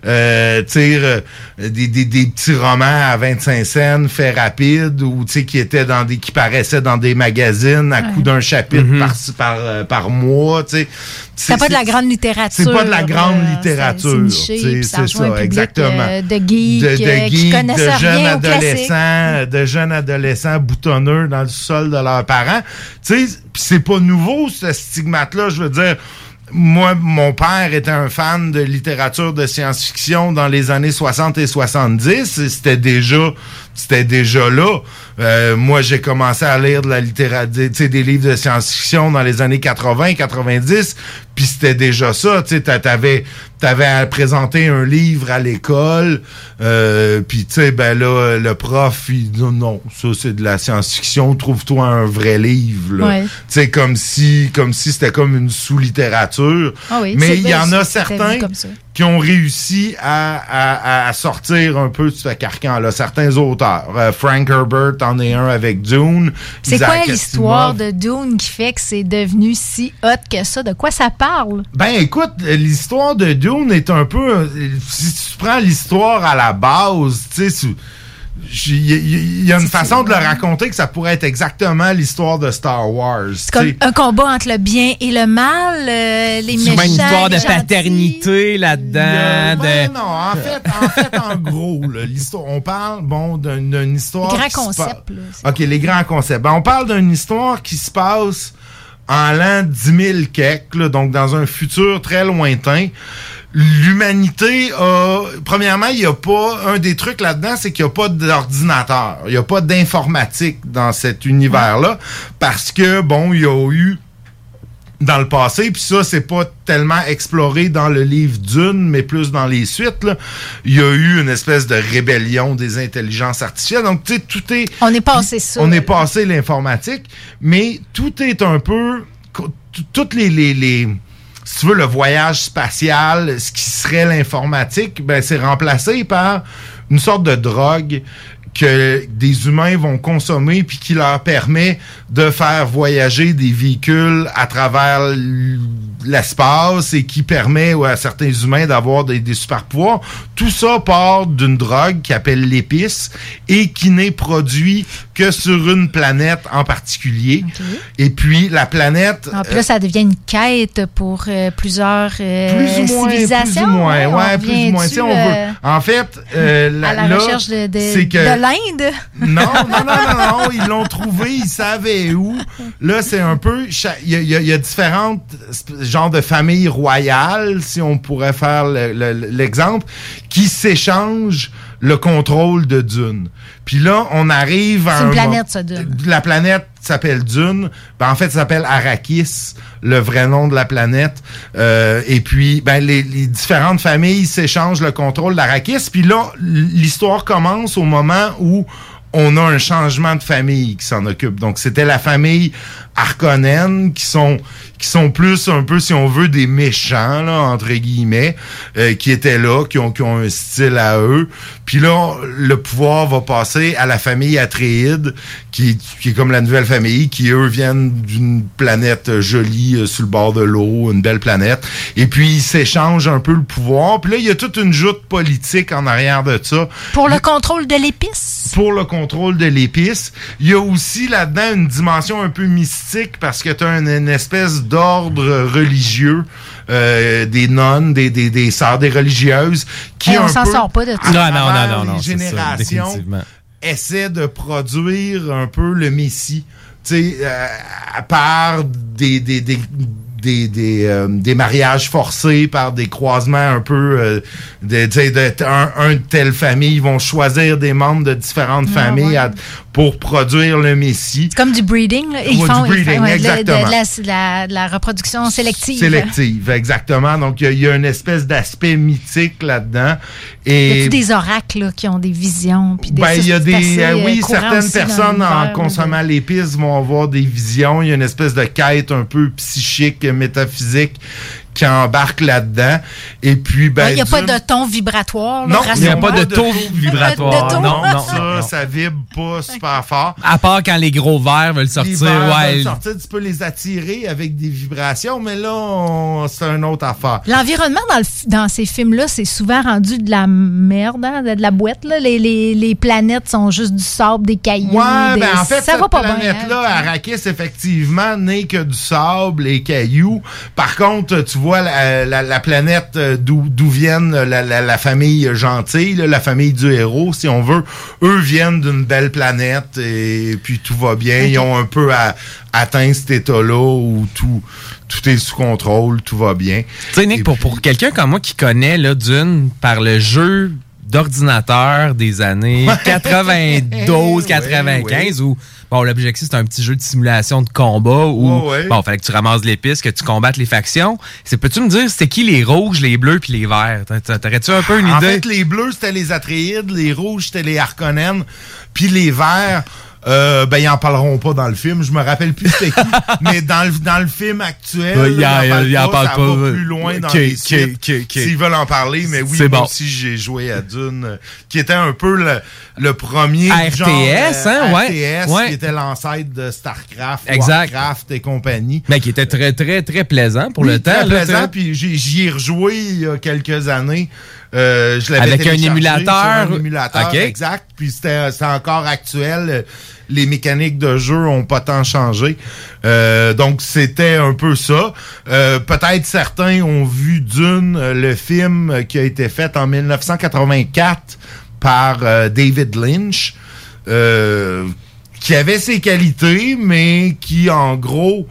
[SPEAKER 8] des petits romans à 25 cents, faits rapides, ou qui paraissaient dans des magazines à coup d'un chapitre par mois.
[SPEAKER 12] C'est pas de la grande littérature.
[SPEAKER 8] C'est pas de la grande littérature.
[SPEAKER 12] C'est niché, puis ça rejoint un public
[SPEAKER 8] exactement.
[SPEAKER 12] de geeks qui connaissent rien au classique.
[SPEAKER 8] De jeunes adolescents boutonneux dans le sol de leurs parents. Tu sais, puis c'est pas nouveau, ce stigmate-là, je veux dire. Moi, mon père était un fan de littérature de science-fiction dans les années 60 et 70. Et c'était déjà là. Moi, j'ai commencé à lire de la littérature, des livres de science-fiction dans les années 80, 90. Puis c'était déjà ça. Tu sais, t'avais à présenter un livre à l'école. Puis tu sais, ben là, le prof, il dit non, ça c'est de la science-fiction. Trouve-toi un vrai livre. Là.
[SPEAKER 12] Ouais.
[SPEAKER 8] Tu sais, comme si c'était comme une sous-littérature.
[SPEAKER 12] Ah oui,
[SPEAKER 8] mais il y en a certains qui ont réussi à sortir un peu de ce carcan-là. Certains auteurs. Frank Herbert en est un avec Dune.
[SPEAKER 12] C'est
[SPEAKER 8] Isaac
[SPEAKER 12] quoi l'histoire de Dune qui fait que c'est devenu si hot que ça? De quoi ça parle?
[SPEAKER 8] Ben écoute, l'histoire de Dune est un peu... Si tu prends l'histoire à la base, tu sais... Il y a une façon de le raconter que ça pourrait être exactement l'histoire de Star Wars.
[SPEAKER 12] C'est comme un combat entre le bien et le mal, les méchants.
[SPEAKER 7] C'est une histoire de
[SPEAKER 12] gentils.
[SPEAKER 7] paternité là-dedans.
[SPEAKER 8] Non, en fait, en gros, là, l'histoire, on parle d'une histoire.
[SPEAKER 12] Les grands concepts.
[SPEAKER 8] OK, les grands concepts. Ben, on parle d'une histoire qui se passe en l'an 10 000 quelques, là, donc dans un futur très lointain. L'humanité a... Premièrement, il n'y a pas... Un des trucs là-dedans, c'est qu'il n'y a pas d'ordinateur. Il n'y a pas d'informatique dans cet univers-là. Parce que, il y a eu... Dans le passé, puis ça, c'est pas tellement exploré dans le livre Dune, mais plus dans les suites, là. Il y a eu une espèce de rébellion des intelligences artificielles. Donc, tu sais, tout est...
[SPEAKER 12] On est passé ça.
[SPEAKER 8] On est passé l'informatique, mais tout est un peu... Toutes les si tu veux, le voyage spatial, ce qui serait l'informatique, ben c'est remplacé par une sorte de drogue que des humains vont consommer puis qui leur permet de faire voyager des véhicules à travers l'espace et qui permet à certains humains d'avoir des super pouvoirs. Tout ça part d'une drogue qui s'appelle l'épice et qui n'est produit que sur une planète en particulier. Okay. Et puis, la planète...
[SPEAKER 12] puis là, ça devient une quête pour plusieurs civilisations.
[SPEAKER 8] Plus ou moins, ouais, plus ou moins. On veut. En fait,
[SPEAKER 12] à la recherche de l'Inde?
[SPEAKER 8] Non, ils l'ont trouvé, ils savaient où. Là, c'est un peu... Il y a différentes genres de familles royales, si on pourrait faire l'exemple, qui s'échangent le contrôle de Dune. Puis là, on arrive à
[SPEAKER 12] c'est une planète, ça, Dune.
[SPEAKER 8] La planète s'appelle Dune. Ben, en fait, ça s'appelle Arrakis, le vrai nom de la planète. Et puis, les différentes familles s'échangent le contrôle d'Arrakis. Puis là, l'histoire commence au moment où on a un changement de famille qui s'en occupe. Donc, c'était la famille Harkonnen qui sont plus un peu, si on veut, des méchants, là, entre guillemets, qui étaient là, qui ont un style à eux. Puis là, le pouvoir va passer à la famille Atréide, qui est comme la nouvelle famille, qui, eux, viennent d'une planète jolie sur le bord de l'eau, une belle planète. Et puis, ils s'échangent un peu le pouvoir. Puis là, il y a toute une joute politique en arrière de ça.
[SPEAKER 12] Pour le contrôle de l'épice?
[SPEAKER 8] Pour le contrôle de l'épice. Il y a aussi là-dedans une dimension un peu mystique parce que tu as une espèce d'ordre religieux, des nonnes, des sœurs, des religieuses, qui
[SPEAKER 12] on s'en sort pas de tout.
[SPEAKER 8] Non, générations essaient de produire un peu le Messie, tu sais, par des mariages forcés, par des croisements un peu un de telle famille, ils vont choisir des membres de différentes familles pour produire le Messie.
[SPEAKER 12] C'est comme du breeding, là. Ils font de la reproduction sélective.
[SPEAKER 8] Sélective, exactement. Donc, il y a une espèce d'aspect mythique là-dedans.
[SPEAKER 12] Et y a des oracles là, qui ont des visions? Puis
[SPEAKER 8] il y a certaines personnes, en consommant l'épice, vont avoir des visions. Il y a une espèce de quête un peu psychique, métaphysique, qui embarquent là-dedans. Et puis, ben...
[SPEAKER 12] Il n'y a pas de ton vibratoire.
[SPEAKER 8] Non,
[SPEAKER 7] il n'y a pas de taux vibratoire. Non.
[SPEAKER 8] Ça vibre pas super fort.
[SPEAKER 7] À part quand les gros verres veulent sortir.
[SPEAKER 8] Les verres veulent sortir, tu peux les attirer avec des vibrations, mais là, c'est une autre affaire.
[SPEAKER 12] L'environnement dans ces films-là, c'est souvent rendu de la merde, hein, de la boîte. Là. Les planètes sont juste du sable, des cailloux.
[SPEAKER 8] Ouais, ben en fait,
[SPEAKER 12] ça
[SPEAKER 8] cette
[SPEAKER 12] va pas
[SPEAKER 8] planète-là, Arrakis, effectivement, n'est que du sable et cailloux. Par contre, tu vois la planète d'où viennent la famille gentille, là, la famille du héros, si on veut. Eux viennent d'une belle planète et puis tout va bien. Okay. Ils ont un peu atteint cet état-là où tout est sous contrôle, tout va bien.
[SPEAKER 7] Tu sais, Nick, pour quelqu'un comme moi qui connaît là, Dune par le jeu d'ordinateur des années 92-95 où bon, l'objectif, c'est un petit jeu de simulation de combat où bon, fallait que tu ramasses l'épice, que tu combattes les factions. Peux-tu me dire, c'était qui les rouges, les bleus puis les verts? T'aurais-tu un peu une idée?
[SPEAKER 8] En fait, les bleus, c'était les Atréides, les rouges, c'était les Harkonnen, puis les verts... ben, ils en parleront pas dans le film. Je me rappelle plus c'était qui. Mais dans le film actuel, ils en parlent pas. Ça va plus loin dans les suites. S'ils veulent en parler, mais oui, moi aussi, j'ai joué à Dune, qui était un peu le premier
[SPEAKER 7] RTS,
[SPEAKER 8] genre,
[SPEAKER 7] RTS,
[SPEAKER 8] qui était l'ancêtre de StarCraft,
[SPEAKER 7] exact.
[SPEAKER 8] Warcraft et compagnie.
[SPEAKER 7] Mais qui était très, très, très plaisant pour le temps.
[SPEAKER 8] Très plaisant, puis j'y ai rejoué il y a quelques années. Je l'avais
[SPEAKER 7] avec un émulateur.
[SPEAKER 8] Exact. Puis c'était encore actuel. Les mécaniques de jeu ont pas tant changé. Donc, c'était un peu ça. Peut-être certains ont vu Dune, le film qui a été fait en 1984 par David Lynch, qui avait ses qualités, mais qui, en gros,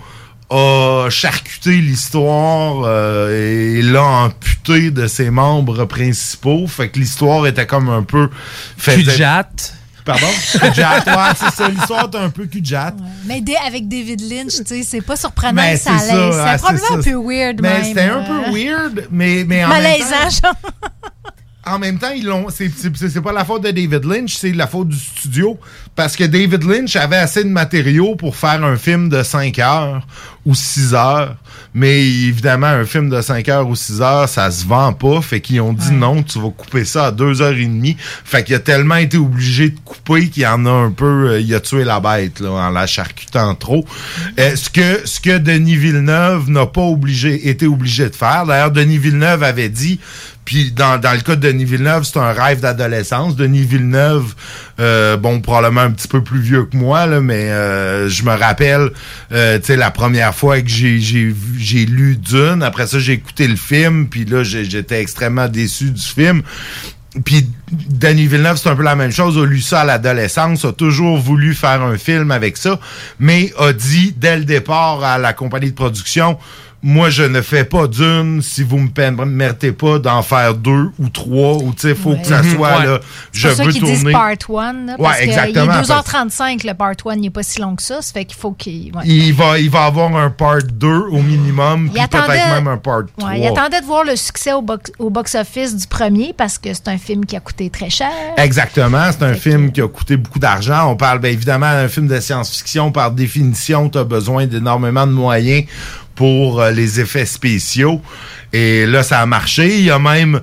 [SPEAKER 8] a charcuté l'histoire et l'a amputé de ses membres principaux. Fait que l'histoire était comme un peu...
[SPEAKER 7] Cul-de-jatte.
[SPEAKER 8] Pardon? Cul-de-jatte, ouais, c'est ça. L'histoire est un peu cul-de-jatte.
[SPEAKER 12] Ouais. Mais avec David Lynch, tu sais, c'est pas surprenant
[SPEAKER 8] mais
[SPEAKER 12] que ça allait. C'est probablement un peu weird,
[SPEAKER 8] mais
[SPEAKER 12] même.
[SPEAKER 8] C'était un peu weird, mais en
[SPEAKER 12] malaisant,
[SPEAKER 8] même temps...
[SPEAKER 12] genre.
[SPEAKER 8] En même temps, c'est pas la faute de David Lynch, c'est la faute du studio. Parce que David Lynch avait assez de matériaux pour faire un film de 5 heures ou 6 heures. Mais évidemment, un film de 5 heures ou 6 heures, ça se vend pas. Fait qu'ils ont dit non, tu vas couper ça à 2h30. Fait qu'il a tellement été obligé de couper qu'il en a un peu... il a tué la bête là, en la charcutant trop. Ce que Denis Villeneuve n'a pas été obligé de faire. D'ailleurs, Denis Villeneuve avait dit... Puis dans le cas de Denis Villeneuve, c'est un rêve d'adolescence. Denis Villeneuve, bon, probablement un petit peu plus vieux que moi, là, mais je me rappelle, tu sais, la première fois que j'ai lu Dune, après ça, j'ai écouté le film, puis là, j'étais extrêmement déçu du film. Puis Denis Villeneuve, c'est un peu la même chose, a lu ça à l'adolescence, a toujours voulu faire un film avec ça, mais a dit, dès le départ à la compagnie de production... Moi, je ne fais pas Dune si vous me permettez pas d'en faire 2 ou 3, ou tu sais, faut que ça soit là. Je veux tourner. C'est pour ça qu'ils disent
[SPEAKER 12] Part 1, là, parce qu'il est 2h35, le Part 1 n'est pas si long que ça fait qu'il faut qu'il... Ouais.
[SPEAKER 8] Il va avoir un Part 2 au minimum, puis peut-être même un Part 3.
[SPEAKER 12] Ouais, il attendait de voir le succès au box-office du premier, parce que c'est un film qui a coûté très cher.
[SPEAKER 8] Exactement, c'est un film qui a coûté beaucoup d'argent. On parle, bien évidemment, d'un film de science-fiction, par définition, tu as besoin d'énormément de moyens pour les effets spéciaux. Et là, ça a marché. Il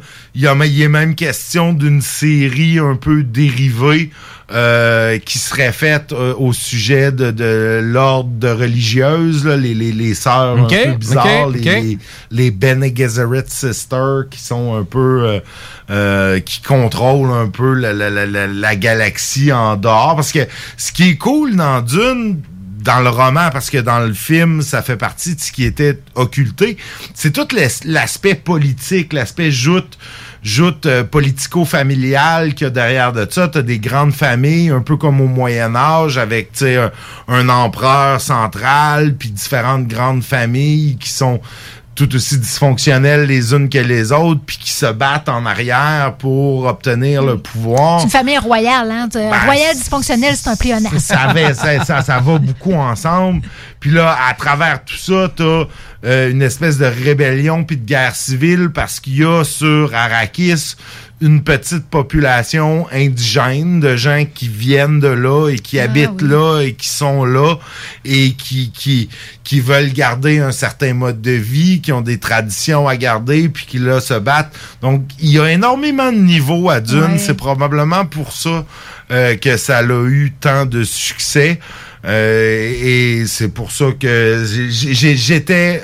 [SPEAKER 8] est même question d'une série un peu dérivée qui serait faite au sujet de l'ordre de religieuses, là, les sœurs un peu bizarres, les Bene Gesserit Sisters, qui sont un peu qui contrôlent un peu la galaxie en dehors. Parce que ce qui est cool dans Dune, dans le roman, parce que dans le film, ça fait partie de ce qui était occulté, c'est tout l'aspect politique, l'aspect joute politico-familial qu'il y a derrière de ça. T'as des grandes familles, un peu comme au Moyen-Âge, avec un empereur central, puis différentes grandes familles qui sont tout aussi dysfonctionnelles les unes que les autres, puis qui se battent en arrière pour obtenir le pouvoir.
[SPEAKER 12] C'est une famille royale, hein? Royal dysfonctionnel, c'est un pléonasme.
[SPEAKER 8] Ça va beaucoup ensemble. Puis là, à travers tout ça, t'as une espèce de rébellion puis de guerre civile parce qu'il y a sur Arrakis une petite population indigène de gens qui viennent de là et qui habitent là et qui sont là et qui veulent garder un certain mode de vie, qui ont des traditions à garder puis qui là se battent. Donc, il y a énormément de niveaux à Dune. Ouais. C'est probablement pour ça que ça a eu tant de succès. Et c'est pour ça que j'étais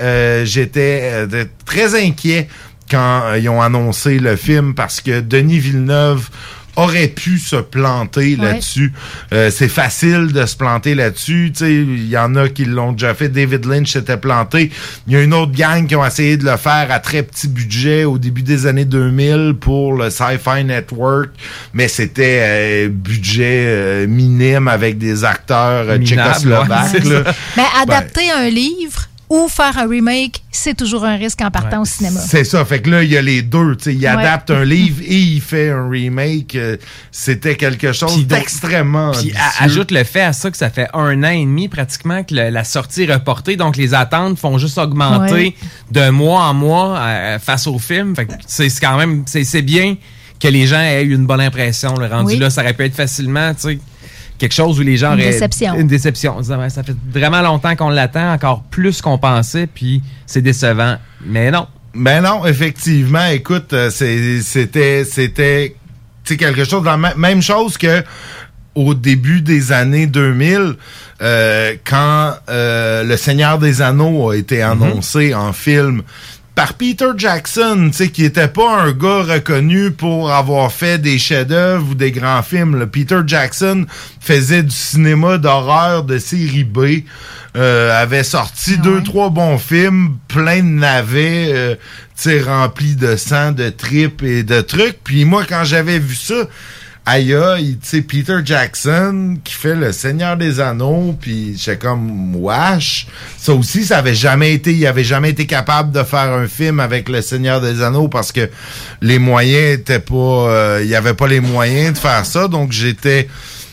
[SPEAKER 8] très inquiet quand ils ont annoncé le film parce que Denis Villeneuve aurait pu se planter là-dessus. C'est facile de se planter là-dessus. Tu sais, il y en a qui l'ont déjà fait. David Lynch s'était planté. Il y a une autre gang qui ont essayé de le faire à très petit budget au début des années 2000 pour le Sci-Fi Network, mais c'était budget minime avec des acteurs tchécoslovaques.
[SPEAKER 12] Mais adapter un livre ou faire un remake, c'est toujours un risque en partant au cinéma.
[SPEAKER 8] C'est ça. Fait que là, il y a les deux. T'sais, il adapte un livre et il fait un remake. C'était quelque chose d'extrêmement
[SPEAKER 7] Puis
[SPEAKER 8] ambitieux.
[SPEAKER 7] ajoute le fait à ça que ça fait 1 an et demi pratiquement que la sortie est reportée. Donc, les attentes font juste augmenter de mois en mois face au film. Fait que c'est quand même... C'est bien que les gens aient eu une bonne impression. Le rendu là, ça aurait pu être facilement... T'sais, quelque chose où les gens auraient... Une déception. Ça fait vraiment longtemps qu'on l'attend, encore plus qu'on pensait, puis c'est décevant. Mais non.
[SPEAKER 8] Ben non, effectivement. Écoute, c'était quelque chose... Même chose que au début des années 2000, quand Le Seigneur des Anneaux a été annoncé en film par Peter Jackson, tu sais, qui était pas un gars reconnu pour avoir fait des chefs-d'œuvre ou des grands films. Là. Peter Jackson faisait du cinéma d'horreur de série B, avait sorti 2-3 bons films, plein de navets, tu sais, remplis de sang, de tripes et de trucs. Puis moi, quand j'avais vu ça, aïe, tu sais, Peter Jackson qui fait Le Seigneur des Anneaux, puis j'étais comme wesh. Ça aussi, il avait jamais été capable de faire un film avec Le Seigneur des Anneaux parce que les moyens étaient pas, il y avait pas les moyens de faire ça, donc j'étais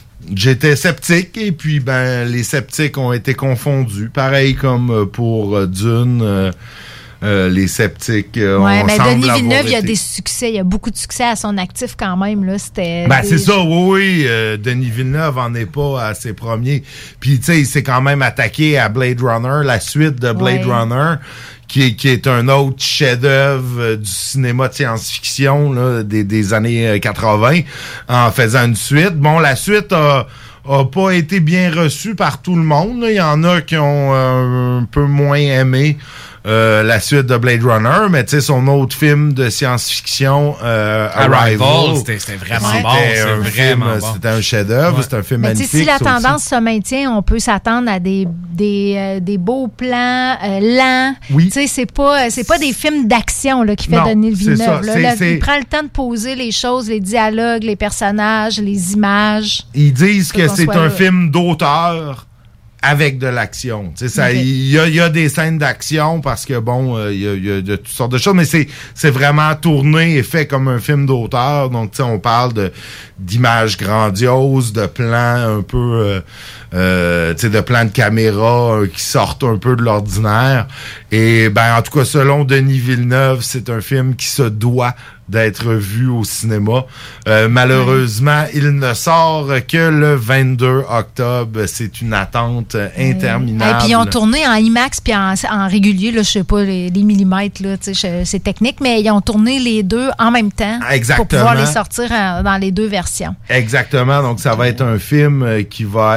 [SPEAKER 8] sceptique et puis ben les sceptiques ont été confondus, pareil comme pour Dune. Les sceptiques
[SPEAKER 12] mais Denis Villeneuve, il y a des succès, il y a beaucoup de succès à son actif quand même là, c'était
[SPEAKER 8] c'est ça, oui, Denis Villeneuve en est pas à ses premiers. Puis tu sais, il s'est quand même attaqué à Blade Runner, la suite de Blade Runner qui est un autre chef-d'œuvre du cinéma de science-fiction là, des années 80 en faisant une suite. Bon, la suite a pas été bien reçue par tout le monde, là. Il y en a qui ont un peu moins aimé la suite de Blade Runner, mais tu sais, son autre film de science-fiction, Arrival,
[SPEAKER 7] c'était vraiment bon.
[SPEAKER 8] C'était un chef-d'œuvre, c'était un film magnifique.
[SPEAKER 12] Si la tendance se maintient, on peut s'attendre à des beaux plans lents.
[SPEAKER 8] Oui.
[SPEAKER 12] Tu sais, c'est pas des films d'action là, qui fait Denis Villeneuve. Il prend le temps de poser les choses, les dialogues, les personnages, les images.
[SPEAKER 8] Ils disent que c'est un film d'auteur avec de l'action. Tu sais, il y a des scènes d'action parce que bon, il y a toutes sortes de choses, mais c'est vraiment tourné et fait comme un film d'auteur. Donc, tu sais, on parle d'images grandioses, de plans un peu, tu sais, de plans de caméra qui sortent un peu de l'ordinaire. Et ben, en tout cas, selon Denis Villeneuve, c'est un film qui se doit d'être vu au cinéma. Malheureusement, il ne sort que le 22 octobre. C'est une attente interminable.
[SPEAKER 12] Et puis ils ont tourné en IMAX puis en régulier, là, je sais pas, les millimètres, là, c'est technique, mais ils ont tourné les deux en même temps.
[SPEAKER 8] Exactement.
[SPEAKER 12] Pour pouvoir les sortir dans les deux versions.
[SPEAKER 8] Exactement. Donc, ça va être un film qui va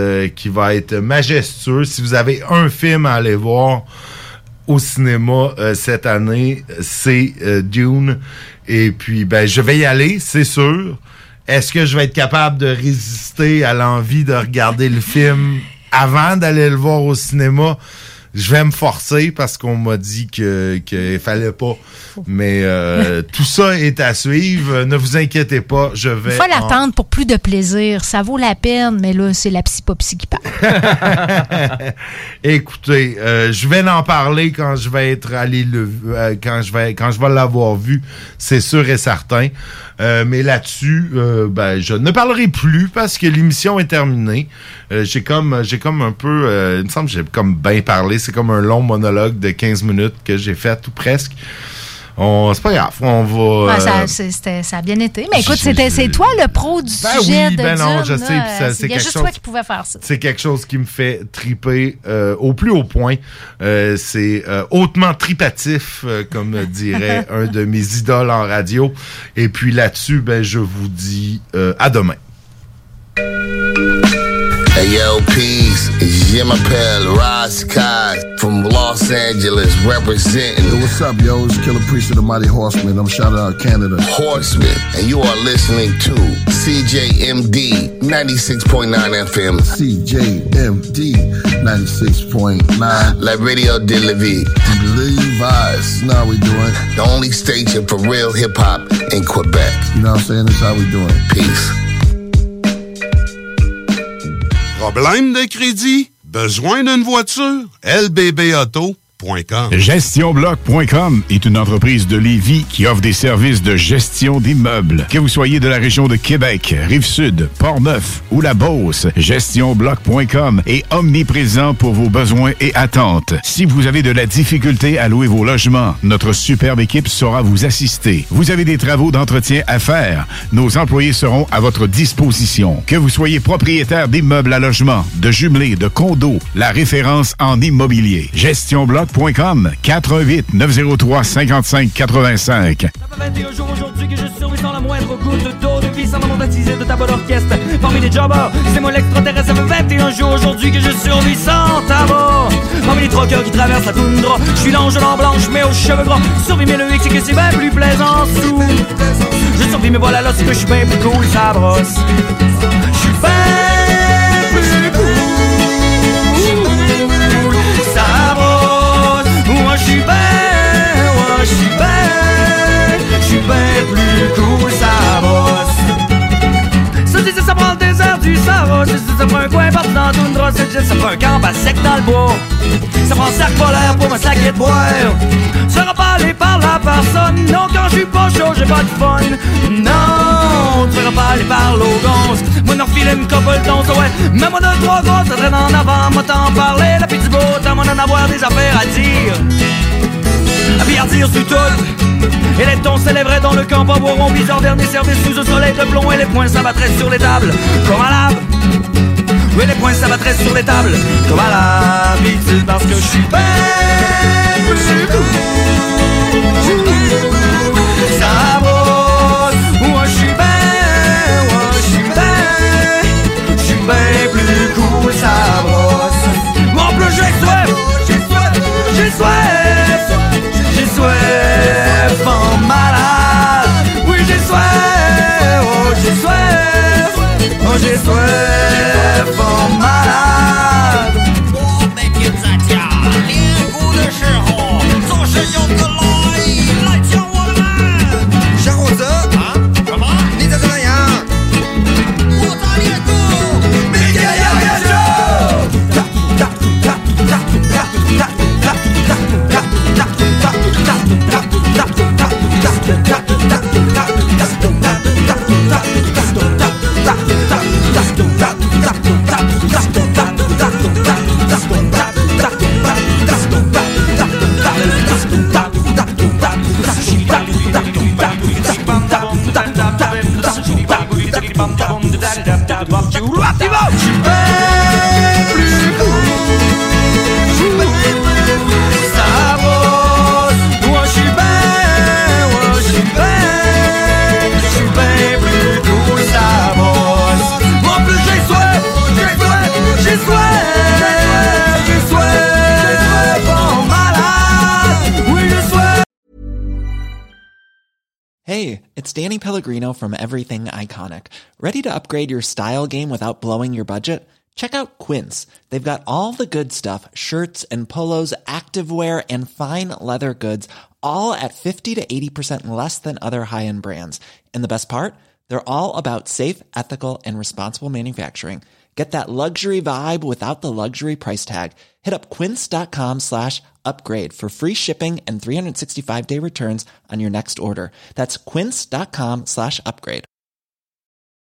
[SPEAKER 8] être majestueux. Si vous avez un film à aller voir au cinéma cette année, c'est Dune. Et puis, ben, je vais y aller, c'est sûr. Est-ce que je vais être capable de résister à l'envie de regarder le film avant d'aller le voir au cinéma? Je vais me forcer parce qu'on m'a dit qu'il fallait pas. Mais tout ça est à suivre. Ne vous inquiétez pas, je vais...
[SPEAKER 12] Il faut l'attendre pour plus de plaisir. Ça vaut la peine, mais là, c'est la psy-popsy qui parle.
[SPEAKER 8] Écoutez, je vais en parler quand je vais être allé quand je vais l'avoir vu, c'est sûr et certain. Mais là-dessus, ben, je ne parlerai plus parce que l'émission est terminée. J'ai comme un peu... il me semble que j'ai comme bien parlé. c'est comme un long monologue de 15 minutes que j'ai fait, ou presque. C'est pas grave, on va...
[SPEAKER 12] ça a bien été. Mais écoute, c'est toi le pro du sujet de Dune.
[SPEAKER 8] Non, je sais.
[SPEAKER 12] Il y a juste toi qui pouvais faire ça.
[SPEAKER 8] C'est quelque chose qui me fait triper au plus haut point. C'est hautement tripatif, comme dirait un de mes idoles en radio. Et puis là-dessus, je vous dis à demain.
[SPEAKER 5] Hey yo, peace, it's Jim Appel, Ross Kai from Los Angeles representing.
[SPEAKER 9] Yo, what's up, yo? It's Killer Priest of the Mighty Horsemen. I'm shouting out Canada.
[SPEAKER 5] Horsemen, and you are listening to CJMD 96.9 FM.
[SPEAKER 9] CJMD 96.9.
[SPEAKER 5] La Radio de la Vie.
[SPEAKER 9] Levi's. Now we doing.
[SPEAKER 5] The only station for real hip-hop in Quebec.
[SPEAKER 9] You know what I'm saying? That's how we doing.
[SPEAKER 5] Peace.
[SPEAKER 20] Problème de crédit? Besoin d'une voiture? LBBauto.com.
[SPEAKER 3] GestionBloc.com est une entreprise de Lévis qui offre des services de gestion d'immeubles. Que vous soyez de la région de Québec, Rive-Sud, Port-Neuf ou la Beauce, GestionBloc.com est omniprésent pour vos besoins et attentes. Si vous avez de la difficulté à louer vos logements, notre superbe équipe saura vous assister. Vous avez des travaux d'entretien à faire, nos employés seront à votre disposition. Que vous soyez propriétaire d'immeubles à logement, de jumelés, de condos, la référence en immobilier. GestionBloc.com 418 903 55 85.
[SPEAKER 15] Ça fait 21 jours aujourd'hui que je survis sans la moindre goutte d'eau de vie, sans la mondatisée de ta bonne orchestre. Parmi les jobbers, c'est moi l'extraterrestre. Ça fait 21 jours aujourd'hui que je survis sans tabac. Parmi les troqueurs qui traversent la toundra, je suis l'ange de l'an blanche mais aux cheveux gras. Survis mais le hic c'est que c'est bien plus plaisant sous. Je survis mais voilà là c'est que je suis bien plus cool, ça brosse. Je suis bien plus cool. Je suis ben plus cool, ça bosse. Ça dit ça prend le désert du Sahara. Ça prend un coin partout dans toundra. Ça prend un camp à sec dans le bois. Ça prend un sac polaire pour me saquer de boire. Ça sera pas aller par la personne. Non, quand je suis pas chaud, j'ai pas de fun. Non, tu seras pas aller par l'Ogonce. Moi, n'en refile une couple d'once, ouais. Mais moi, de trois gosses, ça traîne en avant. Moi, t'en parler, la pis du beau temps, moi, d'en avoir des affaires à dire. À bien dire sur tout. Et les tons s'élèveraient dans le camp, pas boiront bizarre, dernier service sous un soleil de plomb. Et les poings s'abattraient sur les tables, comme à l'âme. Oui, les poings s'abattraient sur les tables, comme à l'habitude. Parce que je suis ben plus cool. Ça brosse, moi je suis ben plus cool, ça brosse. Moi en plus j'ai soif, j'ai soif en malade. Oui j'ai soif, oh j'ai soif, oh j'ai soif en malade. Oh mais qu'est-ce que ça les goûts de chéron, son chignon de l'ail, la tient au mal. Charose, hein? Comment? Ni de rien. Oh t'as les goûts, mais qu'il y a rien de
[SPEAKER 21] Hey, it's Danny Pellegrino from Everything Iconic. Ready to upgrade your style game without blowing your budget? Check out Quince. They've got all the good stuff, shirts and polos, activewear, and fine leather goods, all at 50 to 80% less than other high-end brands. And the best part? They're all about safe, ethical, and responsible manufacturing. Get that luxury vibe without the luxury price tag. Hit up quince.com/upgrade for free shipping and 365-day returns on your next order. That's quince.com/upgrade.